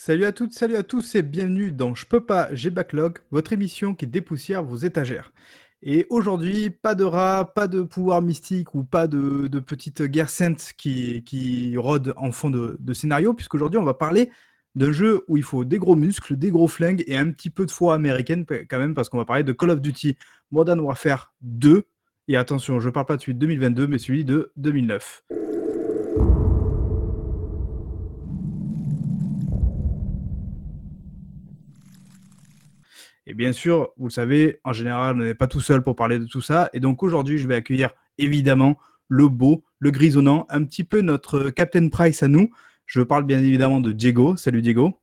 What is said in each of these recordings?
Salut à toutes, salut à tous et bienvenue dans Je peux pas, j'ai backlog, votre émission qui dépoussière vos étagères. Et aujourd'hui, pas de rats, pas de pouvoir mystique ou pas de petites guerres saintes qui rôdent en fond de scénario, puisqu'aujourd'hui on va parler d'un jeu où il faut des gros muscles, des gros flingues et un petit peu de foi américaine quand même, parce qu'on va parler de Call of Duty Modern Warfare 2. Et attention, je parle pas de celui de 2022, mais celui de 2009. Et bien sûr, vous le savez, en général, on n'est pas tout seul pour parler de tout ça. Et donc aujourd'hui, je vais accueillir évidemment le beau, le grisonnant, un petit peu notre Captain Price à nous. Je parle bien évidemment de Diego. Salut Diego.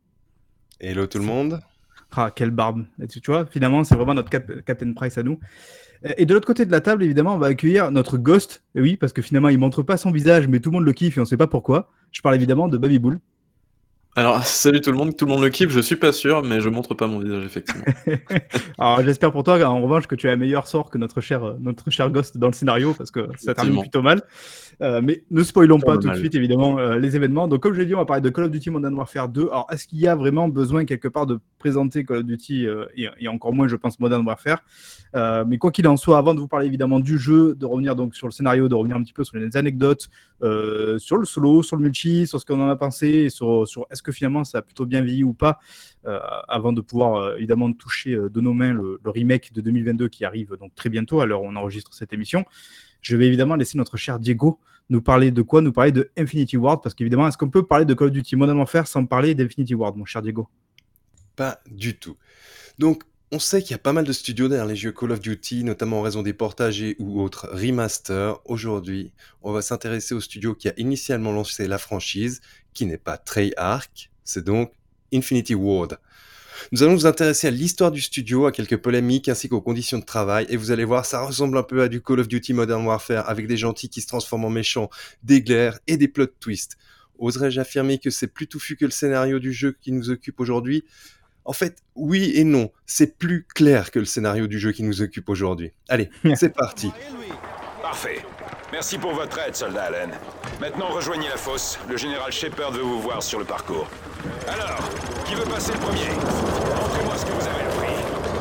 Hello tout le monde. Ah, quelle barbe. Et tu vois, finalement, c'est vraiment notre Captain Price à nous. Et de l'autre côté de la table, évidemment, on va accueillir notre Ghost. Et oui, parce que finalement, il montre pas son visage, mais tout le monde le kiffe et on ne sait pas pourquoi. Je parle évidemment de Baby Bull. Alors, salut tout le monde le kiffe, je suis pas sûr, mais je montre pas mon visage, effectivement. Alors, j'espère pour toi, en revanche, que tu as un meilleur sort que notre cher Ghost dans le scénario, parce que ça termine Effectivement. plutôt mal. Mais ne spoilons pas Tourne tout de mal. suite, évidemment, les événements. Donc, comme je l'ai dit, on va parler de Call of Duty Modern Warfare 2. Alors, est-ce qu'il y a vraiment besoin, quelque part, de présenter Call of Duty, et encore moins, je pense, Modern Warfare? Mais quoi qu'il en soit, avant de vous parler, évidemment, du jeu, de revenir donc sur le scénario, de revenir un petit peu sur les anecdotes, sur le solo, sur le multi, sur ce qu'on en a pensé, et sur est-ce que finalement, ça a plutôt bien vieilli ou pas, avant de pouvoir, évidemment, toucher de nos mains le remake de 2022 qui arrive donc très bientôt, à l'heure où on enregistre cette émission. Je vais évidemment laisser notre cher Diego nous parler de quoi? Nous parler de Infinity Ward, parce qu'évidemment, est-ce qu'on peut parler de Call of Duty Modern Warfare sans parler d'Infinity Ward, mon cher Diego? Pas du tout. Donc, on sait qu'il y a pas mal de studios derrière les jeux Call of Duty, notamment en raison des portages et ou autres remasters. Aujourd'hui, on va s'intéresser au studio qui a initialement lancé la franchise, qui n'est pas Treyarch, c'est donc Infinity Ward. Nous allons nous intéresser à l'histoire du studio, à quelques polémiques ainsi qu'aux conditions de travail, et vous allez voir, ça ressemble un peu à du Call of Duty Modern Warfare, avec des gentils qui se transforment en méchants, des glaires et des plot twists. Oserais-je affirmer que c'est plus touffu que le scénario du jeu qui nous occupe aujourd'hui? En fait, oui et non, c'est plus clair que le scénario du jeu qui nous occupe aujourd'hui. Allez, c'est parti. Parfait. Merci pour votre aide, soldat Allen. Maintenant, rejoignez la fosse. Le général Shepard veut vous voir sur le parcours. Alors, qui veut passer le premier? Montrez-moi ce que vous avez appris.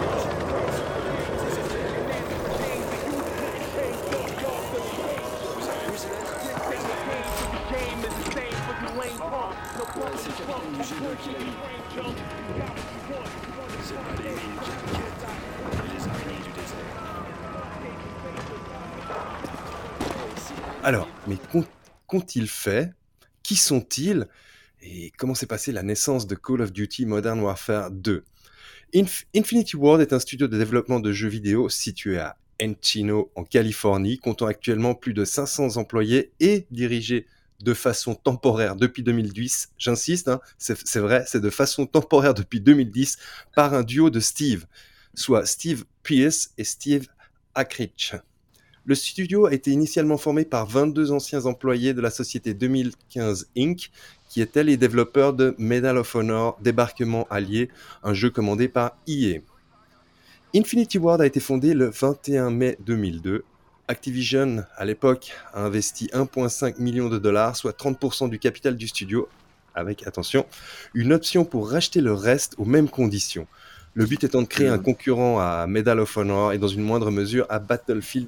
Alors, mais qu'ont-ils fait? Qui sont-ils? Et comment s'est passée la naissance de Call of Duty Modern Warfare 2? Infinity Ward est un studio de développement de jeux vidéo situé à Encino, en Californie, comptant actuellement plus de 500 employés et dirigé de façon temporaire depuis 2010. J'insiste, hein, c'est vrai, c'est de façon temporaire depuis 2010 par un duo de Steve, soit Steve Pierce et Steve Akrich. Le studio a été initialement formé par 22 anciens employés de la société 2015 Inc., qui étaient les développeurs de Medal of Honor Débarquement Allié, un jeu commandé par EA. Infinity Ward a été fondé le 21 mai 2002. Activision, à l'époque, a investi 1,5 million de dollars, soit 30% du capital du studio, avec, attention, une option pour racheter le reste aux mêmes conditions. Le but étant de créer un concurrent à Medal of Honor et dans une moindre mesure à Battlefield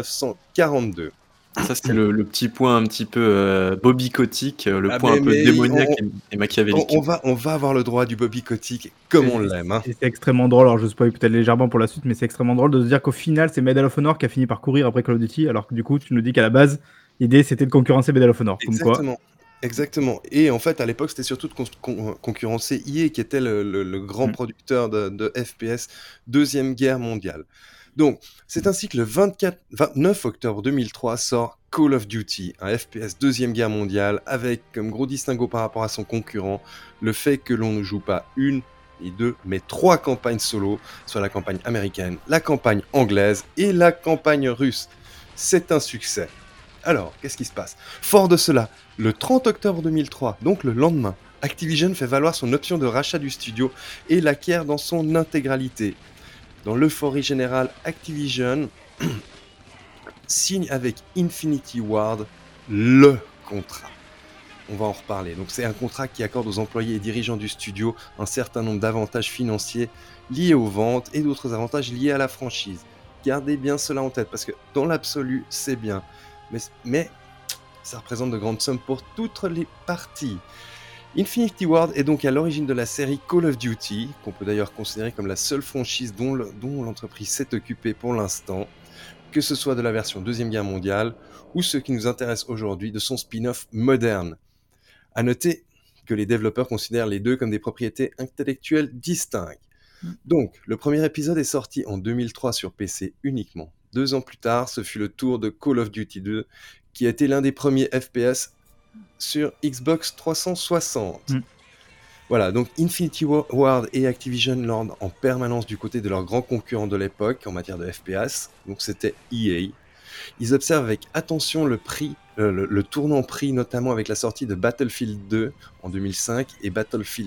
1942. Ça, c'est le petit point un petit peu Bobby Kotick, le Ah, point un peu mais démoniaque et machiavélique. on va avoir le droit du Bobby Kotick comme on l'aime. Hein. Et c'est extrêmement drôle, alors je spoil peut-être légèrement pour la suite, mais c'est extrêmement drôle de se dire qu'au final, c'est Medal of Honor qui a fini par courir après Call of Duty, alors que du coup, tu nous dis qu'à la base, l'idée c'était de concurrencer Medal of Honor. Comme quoi, Exactement. Exactement. Et en fait, à l'époque, c'était surtout de concurrencer EA, qui était le grand producteur de FPS, Deuxième Guerre mondiale. Donc, c'est ainsi que le 29 octobre 2003 sort Call of Duty, un FPS Deuxième Guerre mondiale, avec comme gros distinguo par rapport à son concurrent, le fait que l'on ne joue pas une et deux, mais 3 campagnes solo, soit la campagne américaine, la campagne anglaise et la campagne russe. C'est un succès. Alors, qu'est-ce qui se passe? Fort de cela, le 30 octobre 2003, donc le lendemain, Activision fait valoir son option de rachat du studio et l'acquiert dans son intégralité. Dans l'euphorie générale, Activision signe avec Infinity Ward le contrat. on va en reparler. Donc c'est un contrat qui accorde aux employés et dirigeants du studio un certain nombre d'avantages financiers liés aux ventes et d'autres avantages liés à la franchise. Gardez bien cela en tête parce que dans l'absolu, c'est bien. Mais ça représente de grandes sommes pour toutes les parties. Infinity Ward est donc à l'origine de la série Call of Duty, qu'on peut d'ailleurs considérer comme la seule franchise dont l'entreprise s'est occupée pour l'instant, que ce soit de la version Deuxième Guerre mondiale ou ce qui nous intéresse aujourd'hui de son spin-off moderne. À noter que les développeurs considèrent les deux comme des propriétés intellectuelles distinctes. Donc, le premier épisode est sorti en 2003 sur PC uniquement. 2 ans plus tard, ce fut le tour de Call of Duty 2, qui a été l'un des premiers FPS sur Xbox 360. Voilà, donc Infinity Ward et Activision lorgnent en permanence du côté de leurs grands concurrents de l'époque en matière de FPS, donc c'était EA. Ils observent avec attention le prix, le tournant pris notamment avec la sortie de Battlefield 2 en 2005 et Battlefield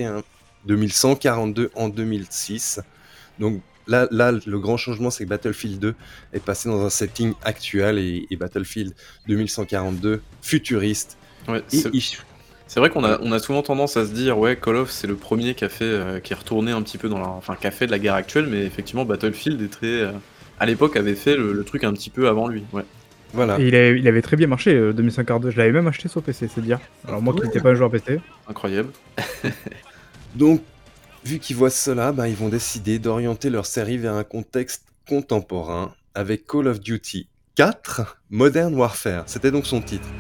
2142 en 2006. Donc là, le grand changement, c'est que Battlefield 2 est passé dans un setting actuel et Battlefield 2142 futuriste. Ouais, c'est vrai qu'on a souvent tendance à se dire ouais, Call of c'est le premier qui est retourné un petit peu qui a fait de la guerre actuelle, mais effectivement Battlefield est très à l'époque avait fait le truc un petit peu avant lui. Ouais. Voilà. Et il avait très bien marché 2142. Je l'avais même acheté sur PC, c'est dire. Alors moi qui n'étais pas un joueur PC. Incroyable. Donc vu qu'ils voient cela, ils vont décider d'orienter leur série vers un contexte contemporain avec Call of Duty 4 Modern Warfare. C'était donc son titre.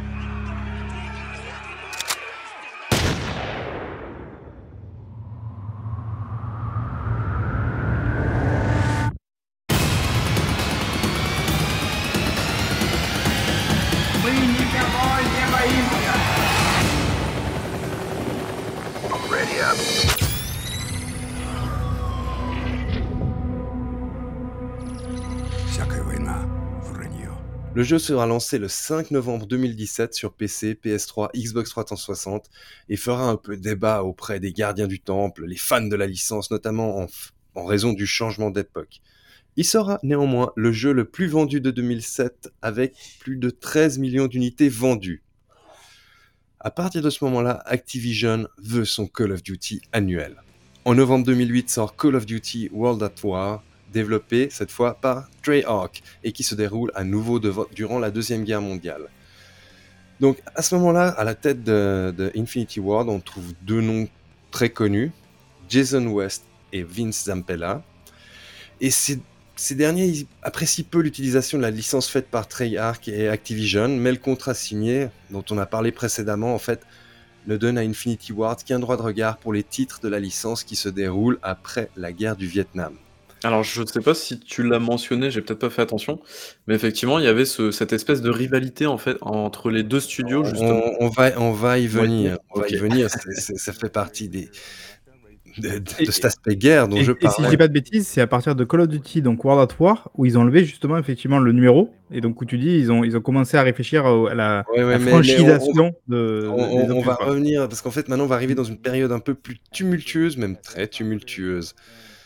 Le jeu sera lancé le 5 novembre 2017 sur PC, PS3, Xbox 360 et fera un peu débat auprès des gardiens du temple, les fans de la licence, notamment en raison du changement d'époque. Il sera néanmoins le jeu le plus vendu de 2007 avec plus de 13 millions d'unités vendues. À partir de ce moment-là, Activision veut son Call of Duty annuel. En novembre 2008 sort Call of Duty World at War, développé cette fois par Treyarch et qui se déroule à nouveau durant la Deuxième Guerre mondiale. Donc à ce moment-là, à la tête de Infinity Ward, on trouve 2 noms très connus, Jason West et Vince Zampella. Et ces derniers ils apprécient peu l'utilisation de la licence faite par Treyarch et Activision, mais le contrat signé, dont on a parlé précédemment, en fait, ne donne à Infinity Ward qu'un droit de regard pour les titres de la licence qui se déroulent après la guerre du Vietnam. Alors, je ne sais pas si tu l'as mentionné, j'ai peut-être pas fait attention, mais effectivement, il y avait cette espèce de rivalité en fait entre les 2 studios justement. On va y venir. Ça fait partie de cet aspect guerre dont je parlais. Et si je dis pas de bêtises, c'est à partir de Call of Duty, donc World at War, où ils ont enlevé justement effectivement le numéro, et donc où tu dis ils ont commencé à réfléchir à la franchisation de. On va revenir parce qu'en fait maintenant on va arriver dans une période un peu plus tumultueuse, même très tumultueuse.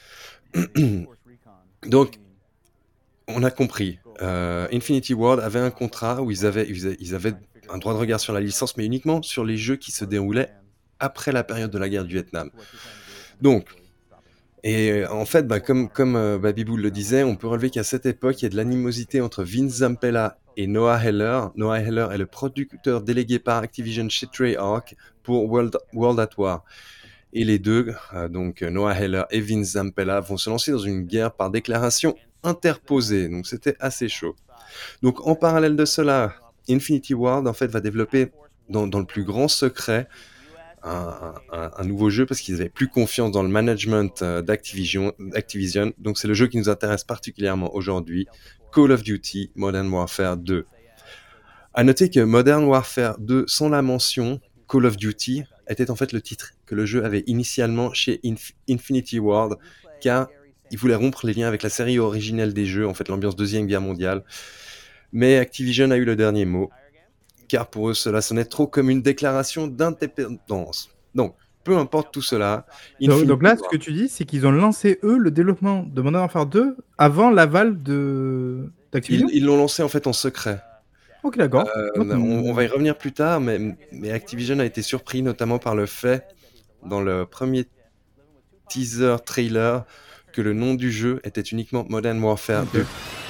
Donc, on a compris. Infinity Ward avait un contrat où ils avaient un droit de regard sur la licence, mais uniquement sur les jeux qui se déroulaient après la période de la guerre du Vietnam. Donc, et en fait, comme Babyboul le disait, on peut relever qu'à cette époque, il y a de l'animosité entre Vince Zampella et Noah Heller. Noah Heller est le producteur délégué par Activision chez Treyarch pour World at War. Et les deux, donc Noah Heller et Vince Zampella, vont se lancer dans une guerre par déclaration interposée. Donc c'était assez chaud. Donc en parallèle de cela, Infinity Ward en fait va développer dans le plus grand secret un nouveau jeu parce qu'ils avaient plus confiance dans le management d'Activision. Donc c'est le jeu qui nous intéresse particulièrement aujourd'hui, Call of Duty Modern Warfare 2. À noter que Modern Warfare 2, sans la mention Call of Duty, était en fait le titre que le jeu avait initialement chez Infinity Ward, car il voulait rompre les liens avec la série originelle des jeux, en fait l'ambiance Deuxième Guerre mondiale. Mais Activision a eu le dernier mot, car pour eux cela sonnait trop comme une déclaration d'indépendance. Donc, peu importe tout cela. Donc là, ce que tu dis, c'est qu'ils ont lancé eux le développement de Modern Warfare 2 avant l'aval d'Activision. Ils l'ont lancé en fait en secret. Ok, d'accord. On va y revenir plus tard, mais Activision a été surpris notamment par le fait, dans le premier teaser trailer, que le nom du jeu était uniquement Modern Warfare Ok. 2.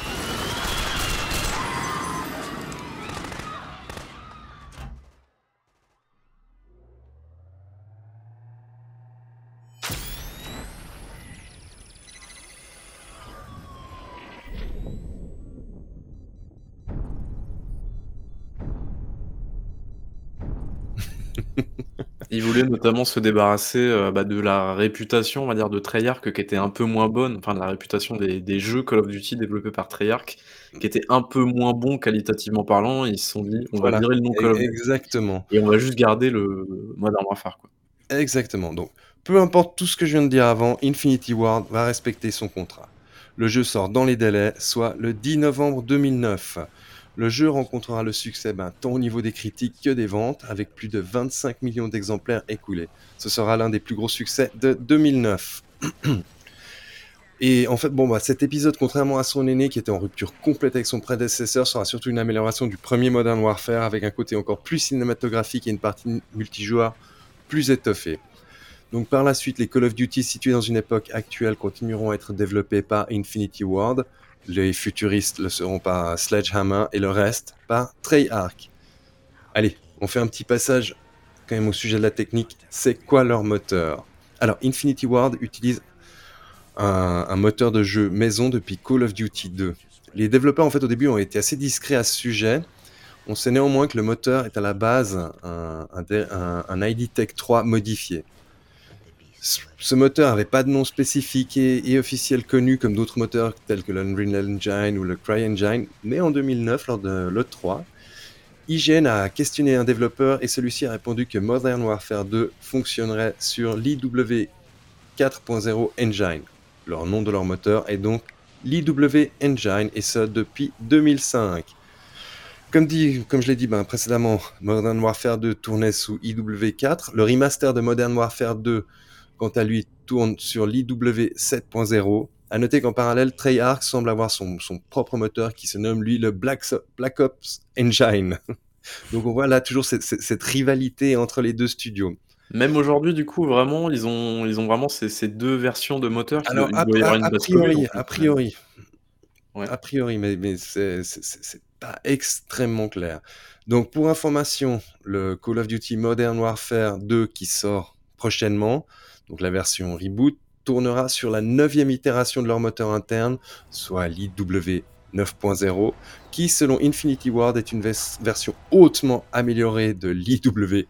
Ils voulaient notamment se débarrasser de la réputation, on va dire, de Treyarch qui était un peu moins bonne, enfin de la réputation des jeux Call of Duty développés par Treyarch, qui était un peu moins bon qualitativement parlant. Ils se sont dit, on va Voilà, virer le nom Call of Duty exactement. et on va juste garder le Modern Warfare, quoi. Exactement. Donc, peu importe tout ce que je viens de dire avant, Infinity Ward va respecter son contrat. Le jeu sort dans les délais, soit le 10 novembre 2009. Le jeu rencontrera le succès tant au niveau des critiques que des ventes, avec plus de 25 millions d'exemplaires écoulés. Ce sera l'un des plus gros succès de 2009. Et en fait, cet épisode, contrairement à son aîné qui était en rupture complète avec son prédécesseur, sera surtout une amélioration du premier Modern Warfare, avec un côté encore plus cinématographique et une partie multijoueur plus étoffée. Donc par la suite, les Call of Duty situés dans une époque actuelle continueront à être développés par Infinity Ward, les futuristes le seront par Sledgehammer et le reste par Treyarch. Allez, on fait un petit passage quand même au sujet de la technique. C'est quoi leur moteur ? Alors Infinity Ward utilise un moteur de jeu maison depuis Call of Duty 2. Les développeurs en fait au début ont été assez discrets à ce sujet. On sait néanmoins que le moteur est à la base un ID Tech 3 modifié. Ce moteur n'avait pas de nom spécifique et officiel connu comme d'autres moteurs tels que l'Unreal Engine ou le CryEngine, mais en 2009, lors de l'E3, IGN a questionné un développeur et celui-ci a répondu que Modern Warfare 2 fonctionnerait sur l'IW 4.0 Engine. Leur nom de leur moteur est donc l'IW Engine et ça depuis 2005. Comme je l'ai dit précédemment, Modern Warfare 2 tournait sous IW4. Le remaster de Modern Warfare 2, quant à lui, tourne sur l'IW 7.0. À noter qu'en parallèle, Treyarch semble avoir son propre moteur qui se nomme lui le Black Ops Engine. Donc on voit là toujours cette rivalité entre les deux studios. Même aujourd'hui, du coup, vraiment, ils ont vraiment ces deux versions de moteurs Alors, il doit y avoir une base commune, en fait. Ouais. A priori, mais c'est pas extrêmement clair. Donc, pour information, le Call of Duty Modern Warfare 2 qui sort prochainement, donc la version reboot, tournera sur la 9e itération de leur moteur interne, soit l'IW 9.0, qui, selon Infinity Ward, est une version hautement améliorée de l'IW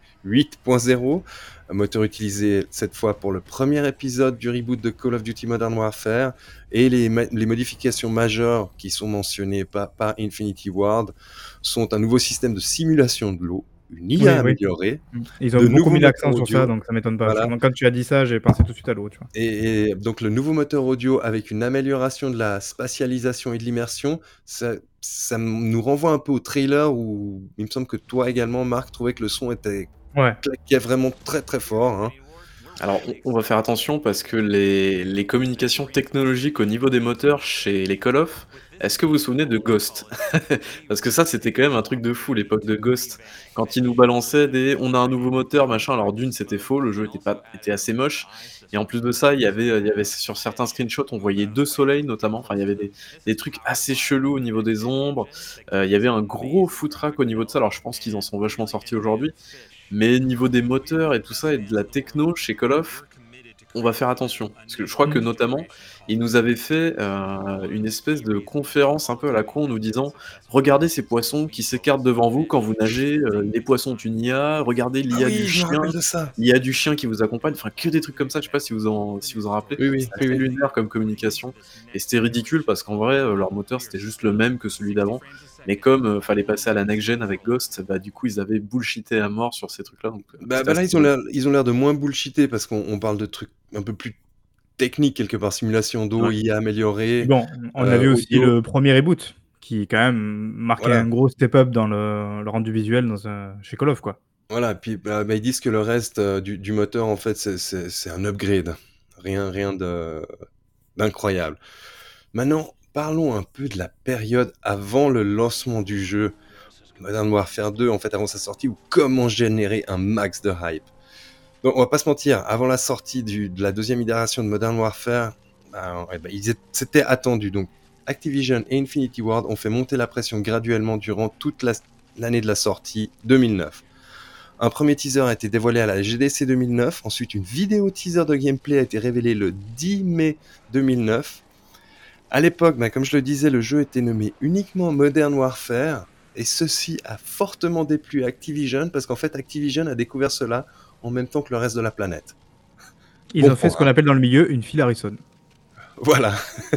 8.0, un moteur utilisé cette fois pour le premier épisode du reboot de Call of Duty Modern Warfare, et les modifications majeures qui sont mentionnées par Infinity Ward sont un nouveau système de simulation de l'eau, une IA améliorée. Ils ont beaucoup mis l'accent sur ça, donc ça m'étonne pas. Voilà. Quand tu as dit ça, j'ai pensé tout de suite à l'eau. Tu vois. Et donc le nouveau moteur audio avec une amélioration de la spatialisation et de l'immersion, ça nous renvoie un peu au trailer où il me semble que toi également, Marc, trouvais que le son claquait vraiment très très fort. Hein. Alors, on va faire attention parce que les communications technologiques au niveau des moteurs chez les Call of, est-ce que vous vous souvenez de Ghost ? Parce que ça, c'était quand même un truc de fou, l'époque de Ghost. Quand ils nous balançaient on a un nouveau moteur, machin, alors d'une, c'était faux, le jeu était assez moche. Et en plus de ça, il y avait sur certains screenshots, on voyait 2 soleils notamment. Enfin, il y avait des trucs assez chelous au niveau des ombres. Il y avait un gros foutraque au niveau de ça. Alors, je pense qu'ils en sont vachement sortis aujourd'hui. Mais niveau des moteurs et tout ça et de la techno chez Call of, on va faire attention. Parce que je crois que notamment, ils nous avaient fait une espèce de conférence un peu à la con en nous disant « Regardez ces poissons qui s'écartent devant vous quand vous nagez, les poissons ont une IA, regardez l'IA du chien, l'IA du chien qui vous accompagne », enfin que des trucs comme ça, je sais pas si vous en rappelez. Oui, c'était assez lunaire comme communication. Et c'était ridicule parce qu'en vrai, leur moteur c'était juste le même que celui d'avant. Mais comme fallait passer à la next-gen avec Ghost, du coup ils avaient bullshité à mort sur ces trucs-là. Donc, là ils ont l'air de moins bullshiter parce qu'on parle de trucs un peu plus techniques quelque part, simulation d'eau, IA améliorée. Bon, on a vu aussi le premier reboot qui quand même marquait un gros step-up dans le rendu visuel chez Call of, quoi. Voilà, puis ils disent que le reste du moteur en fait c'est un upgrade, rien d'incroyable. Maintenant, parlons un peu de la période avant le lancement du jeu. Modern Warfare 2 en fait avant sa sortie ou comment générer un max de hype. Donc on va pas se mentir, avant la sortie de la deuxième itération de Modern Warfare, c'était attendu. Donc Activision et Infinity Ward ont fait monter la pression graduellement durant toute l'année de la sortie 2009. Un premier teaser a été dévoilé à la GDC 2009, ensuite une vidéo teaser de gameplay a été révélée le 10 mai 2009. À l'époque, comme je le disais, le jeu était nommé uniquement Modern Warfare, et ceci a fortement déplu à Activision, parce qu'en fait Activision a découvert cela en même temps que le reste de la planète. Ils ont fait ce qu'on appelle dans le milieu une Phil Harrison. Voilà.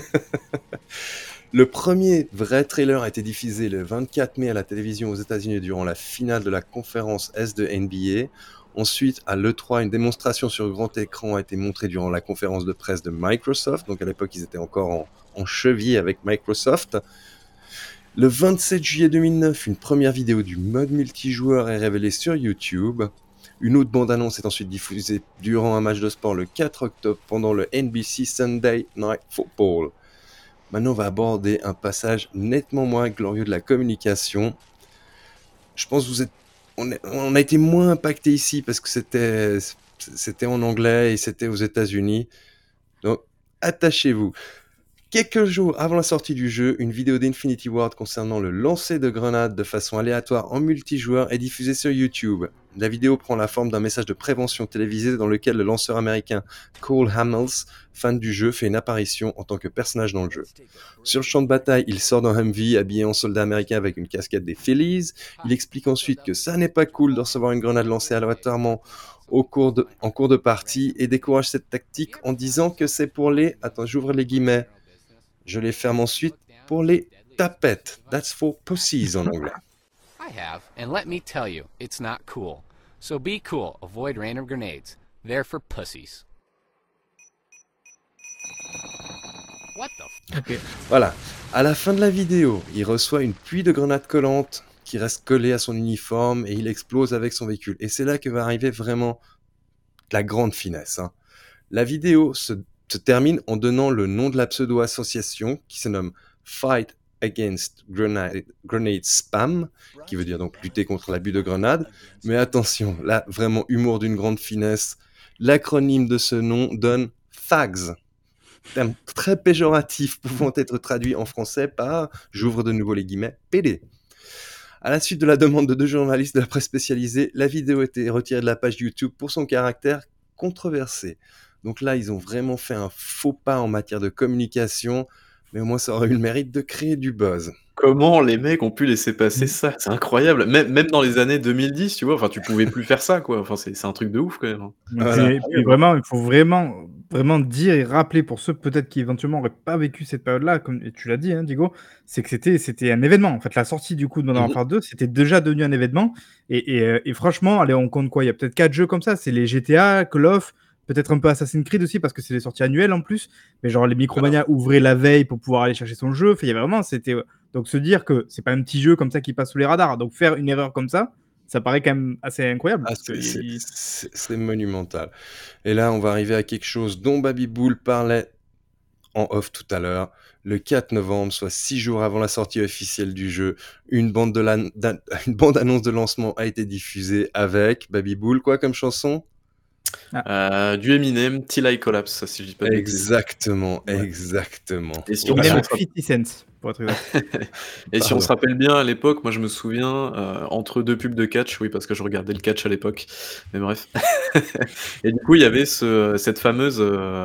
Le premier vrai trailer a été diffusé le 24 mai à la télévision aux États-Unis durant la finale de la conférence Est de NBA. Ensuite, à l'E3, une démonstration sur grand écran a été montrée durant la conférence de presse de Microsoft. Donc à l'époque, ils étaient encore en cheville avec Microsoft. Le 27 juillet 2009, une première vidéo du mode multijoueur est révélée sur YouTube. Une autre bande-annonce est ensuite diffusée durant un match de sport le 4 octobre pendant le NBC Sunday Night Football. Maintenant, on va aborder un passage nettement moins glorieux de la communication. Je pense que on a été moins impacté ici parce que c'était en anglais et c'était aux États-Unis. Donc, attachez-vous. Quelques jours avant la sortie du jeu, une vidéo d'Infinity Ward concernant le lancer de grenades de façon aléatoire en multijoueur est diffusée sur YouTube. La vidéo prend la forme d'un message de prévention télévisé dans lequel le lanceur américain Cole Hamels, fan du jeu, fait une apparition en tant que personnage dans le jeu. Sur le champ de bataille, il sort d'un Humvee habillé en soldat américain avec une casquette des Phillies. Il explique ensuite que ça n'est pas cool de recevoir une grenade lancée aléatoirement en cours de partie et décourage cette tactique en disant que c'est pour les... Attends, j'ouvre les guillemets. Je les ferme ensuite pour les tapettes. That's for pussies en anglais. I have, and let me tell you, it's not cool. So be cool, avoid random grenades. They're for pussies. What the Ok. Voilà. À la fin de la vidéo, il reçoit une pluie de grenades collantes qui reste collée à son uniforme et il explose avec son véhicule. Et c'est là que va arriver vraiment la grande finesse. La vidéo se termine en donnant le nom de la pseudo-association qui se nomme Fight Against Grenade Spam, qui veut dire donc lutter contre l'abus de grenades. Mais attention, là, vraiment humour d'une grande finesse. L'acronyme de ce nom donne FAGS, terme très péjoratif pouvant être traduit en français par, j'ouvre de nouveau les guillemets, PD. À la suite de la demande de 2 journalistes de la presse spécialisée, la vidéo a été retirée de la page YouTube pour son caractère controversé. Donc là, ils ont vraiment fait un faux pas en matière de communication, mais au moins ça aurait eu le mérite de créer du buzz. Comment les mecs ont pu laisser passer ça? C'est incroyable. Même dans les années 2010, tu vois, enfin, tu pouvais plus faire ça, quoi. Enfin, c'est un truc de ouf, quand même. Voilà. Et puis vraiment, il faut vraiment dire et rappeler pour ceux peut-être qui éventuellement n'auraient pas vécu cette période-là, comme et tu l'as dit, hein, Diego, c'est que c'était un événement. En fait, la sortie du coup de Modern Warfare 2, c'était déjà devenu un événement. Et franchement, allez, on compte quoi? Il y a peut-être 4 jeux comme ça. C'est les GTA, Call of, peut-être un peu Assassin's Creed aussi, parce que c'est des sorties annuelles en plus. Mais genre, les Micromania ouvraient la veille pour pouvoir aller chercher son jeu. Enfin, il y avait vraiment, c'était... Donc se dire que c'est pas un petit jeu comme ça qui passe sous les radars. Donc faire une erreur comme ça paraît quand même assez incroyable. Ah, c'est monumental. Et là, on va arriver à quelque chose dont Baby Bull parlait en off tout à l'heure. Le 4 novembre, soit 6 jours avant la sortie officielle du jeu, une bande-annonce de lancement a été diffusée avec Baby Bull, quoi comme chanson? Du Eminem, Till I Collapse, si je dis pas de bêtises. Exactement. Et si on Eminem se 50 Cent, pour être exact. Et si on se rappelle bien, à l'époque, moi je me souviens, entre 2 pubs de catch, oui, parce que je regardais le catch à l'époque, mais bref. Et du coup, il y avait cette fameuse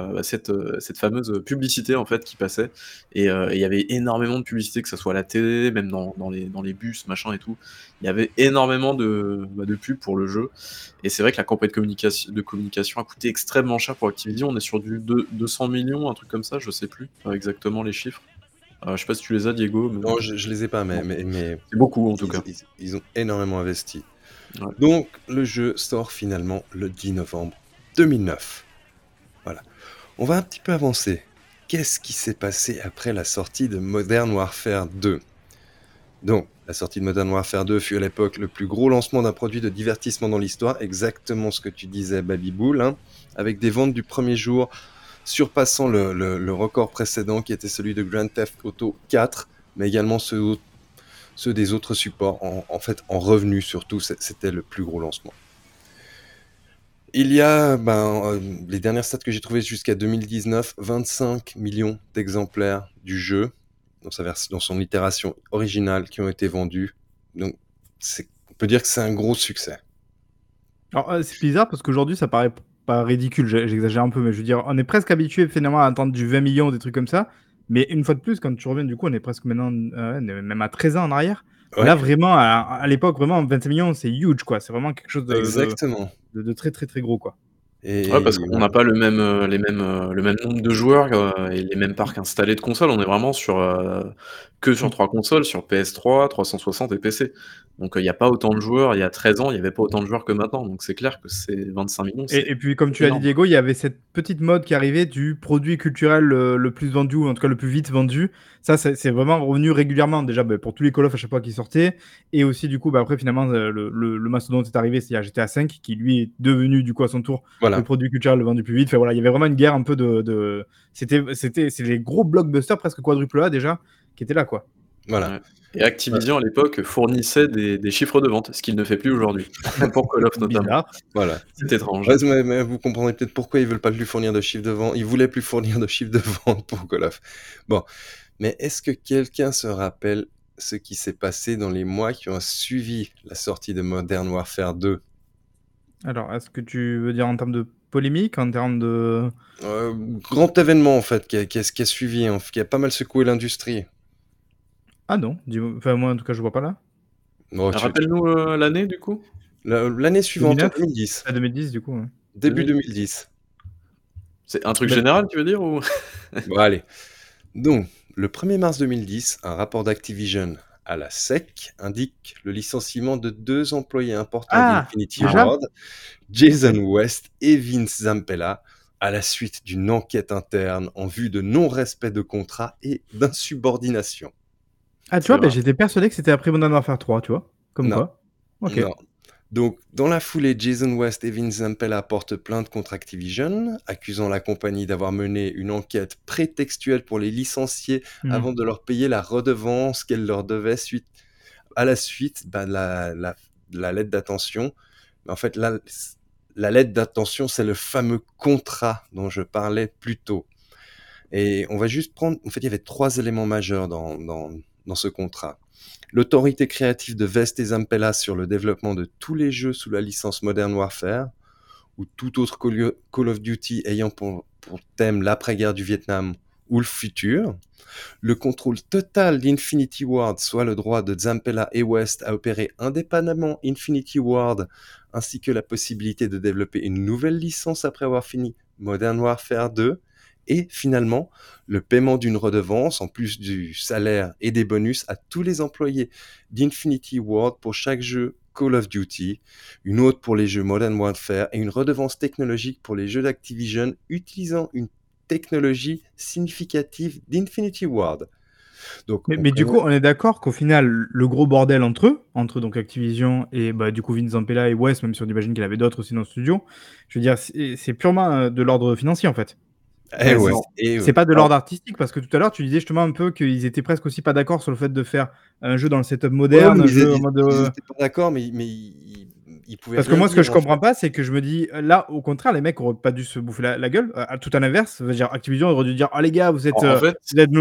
publicité, en fait, qui passait. Et il y avait énormément de publicité, que ça soit à la télé, même dans les bus, machin et tout. Il y avait énormément de pubs pour le jeu. Et c'est vrai que la campagne de communication a coûté extrêmement cher pour Activision. On est sur du 200 millions, un truc comme ça, je sais plus exactement les chiffres. Je sais pas si tu les as, Diego. Mais... Non, je les ai pas, mais c'est beaucoup en tout cas. Ils ont énormément investi. Ouais. Donc, le jeu sort finalement le 10 novembre 2009. Voilà. On va un petit peu avancer. Qu'est-ce qui s'est passé après la sortie de Modern Warfare 2 ? Donc, la sortie de Modern Warfare 2 fut à l'époque le plus gros lancement d'un produit de divertissement dans l'histoire, exactement ce que tu disais, Baby Bull, hein, avec des ventes du premier jour surpassant le record précédent qui était celui de Grand Theft Auto 4, mais également ceux ceux des autres supports. En fait, en revenus surtout, c'était le plus gros lancement. Il y a, les dernières stats que j'ai trouvées jusqu'à 2019, 25 millions d'exemplaires du jeu dans son itération originale qui ont été vendus. Donc, on peut dire que c'est un gros succès. Alors, c'est bizarre parce qu'aujourd'hui, ça paraît pas ridicule, j'exagère un peu, mais je veux dire, on est presque habitué finalement à attendre du 20 millions, des trucs comme ça. Mais une fois de plus, quand tu reviens, du coup, on est presque maintenant, on est même à 13 ans en arrière. Ouais. Là, vraiment, à l'époque, vraiment, 25 millions, c'est huge, quoi. C'est vraiment quelque chose Exactement. de très, très, très gros, quoi. Ouais, parce qu'on n'a pas le même nombre de joueurs et les mêmes parcs installés de consoles. On est vraiment que sur 3 consoles, sur PS3, 360 et PC. Donc il n'y a pas autant de joueurs. Il y a 13 ans, il n'y avait pas autant de joueurs que maintenant. Donc c'est clair que c'est 25 millions. Et puis, comme tu l'as dit, énorme. Diego, il y avait cette petite mode qui arrivait du produit culturel le plus vendu, ou en tout cas le plus vite vendu. Ça, c'est vraiment revenu régulièrement, déjà pour tous les Call of à chaque fois qu'ils sortaient. Et aussi, du coup, après, finalement, le mastodonte est arrivé, c'est-à-dire GTA V, qui lui est devenu, du coup, à son tour, Voilà. le produit culturel le vendu plus vite. Enfin, voilà, il y avait vraiment une guerre un peu c'est les gros blockbusters, presque quadruple A déjà, qui étaient là, quoi. Voilà. Ouais. Et Activision, à l'époque, fournissait des chiffres de vente, ce qu'il ne fait plus aujourd'hui. Pour Call of, notamment. Bizarre. Voilà. C'est étrange. Ouais, mais vous comprendrez peut-être pourquoi ils veulent pas plus fournir de chiffres de vente. Ils voulaient plus fournir de chiffres de vente pour Call of. Bon. Mais est-ce que quelqu'un se rappelle ce qui s'est passé dans les mois qui ont suivi la sortie de Modern Warfare 2? Alors, est-ce que tu veux dire en termes de polémique, en termes de... Grand événement, en fait, qui a suivi, qui a pas mal secoué l'industrie. Ah non, enfin, moi, en tout cas, je vois pas là. Oh, Rappelle-nous l'année, du coup. L'année suivante, en 2009? 2010. Ah, 2010, du coup. Ouais. Début 2010. C'est un truc général, tu veux dire ou... Bon, allez. Donc, le 1er mars 2010, un rapport d'Activision à la SEC indique le licenciement de 2 employés importants d'Infinity déjà Ward, Jason West et Vince Zampella, à la suite d'une enquête interne en vue de non-respect de contrat et d'insubordination. Ah, tu vois, j'étais persuadé que c'était après Modern Warfare 3, tu vois. Comme Non. quoi. Ok. Non. Donc, dans la foulée, Jason West et Vince Zampella portent plainte contre Activision, accusant la compagnie d'avoir mené une enquête prétextuelle pour les licencier avant de leur payer la redevance qu'elle leur devait à la suite de la lettre d'attention. En fait, la lettre d'attention, c'est le fameux contrat dont je parlais plus tôt. Et on va juste prendre... En fait, il y avait 3 éléments majeurs dans ce contrat. L'autorité créative de West et Zampella sur le développement de tous les jeux sous la licence Modern Warfare, ou tout autre Call of Duty ayant pour thème l'après-guerre du Vietnam ou le futur. Le contrôle total d'Infinity Ward, soit le droit de Zampella et West à opérer indépendamment Infinity Ward, ainsi que la possibilité de développer une nouvelle licence après avoir fini Modern Warfare 2. Et finalement, le paiement d'une redevance, en plus du salaire et des bonus, à tous les employés d'Infinity Ward pour chaque jeu Call of Duty, une autre pour les jeux Modern Warfare et une redevance technologique pour les jeux d'Activision utilisant une technologie significative d'Infinity Ward. Donc, mais du coup, on est d'accord qu'au final, le gros bordel entre donc Activision et du coup Vince Zampella et West, même si on imagine qu'il y avait d'autres aussi dans le studio, je veux dire, c'est purement de l'ordre financier en fait. C'est pas de l'ordre artistique, parce que tout à l'heure tu disais justement un peu qu'ils étaient presque aussi pas d'accord sur le fait de faire un jeu dans le setup moderne, ils étaient pas d'accord, mais ils pouvaient. Parce que moi, ce que je comprends pas, c'est que je me dis, là, au contraire, les mecs auraient pas dû se bouffer la gueule. Tout à l'inverse, ça veut dire Activision aurait dû dire, ah les gars, vous êtes, vous êtes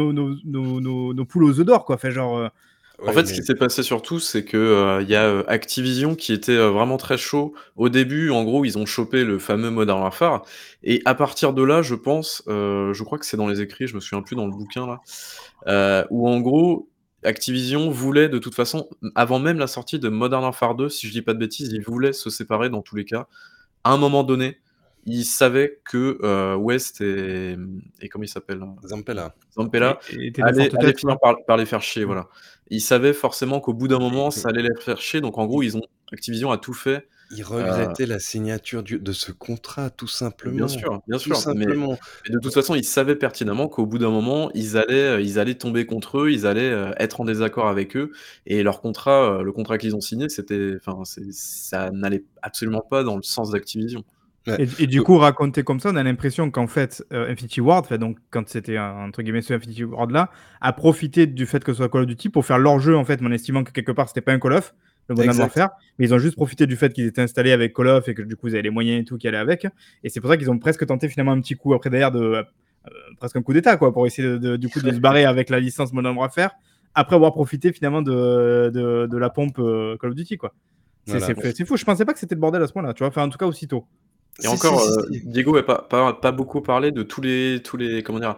nos poules aux œufs d'or, quoi. Fait genre. En fait, ce qui s'est passé surtout, c'est que y a Activision qui était vraiment très chaud. Au début, en gros, ils ont chopé le fameux Modern Warfare. Et à partir de là, je pense, je crois que c'est dans les écrits, je me souviens plus dans le bouquin là, où en gros, Activision voulait de toute façon, avant même la sortie de Modern Warfare 2, si je dis pas de bêtises, ils voulaient se séparer dans tous les cas. À un moment donné, ils savaient que West et comment il s'appelle, Zampella allaient finir par les faire chier, voilà. Ils savaient forcément qu'au bout d'un moment, ça allait les faire chier, donc en gros, Activision a tout fait. Ils regrettaient la signature de ce contrat, tout simplement. Bien sûr, tout simplement. Mais de toute façon, ils savaient pertinemment qu'au bout d'un moment, ils allaient tomber contre eux, ils allaient être en désaccord avec eux, et leur contrat, le contrat qu'ils ont signé, ça n'allait absolument pas dans le sens d'Activision. Et du coup, raconté comme ça, on a l'impression qu'en fait, Infinity Ward, donc quand c'était entre guillemets ce Infinity Ward là, a profité du fait que ce soit Call of Duty pour faire leur jeu en fait, mais en estimant que quelque part c'était pas un Call of, le Modern Exact. Warfare, mais ils ont juste profité du fait qu'ils étaient installés avec Call of et que du coup ils avaient les moyens et tout qui allaient avec, et c'est pour ça qu'ils ont presque tenté finalement un petit coup après derrière de presque un coup d'état quoi, pour essayer du coup de se barrer avec la licence Modern Warfare après avoir profité finalement de la pompe Call of Duty quoi. Voilà. C'est fou, je pensais pas que c'était le bordel à ce point-là, tu vois, enfin en tout cas aussitôt. Et encore, Diego n'a pas beaucoup parlé de tous les comment dire,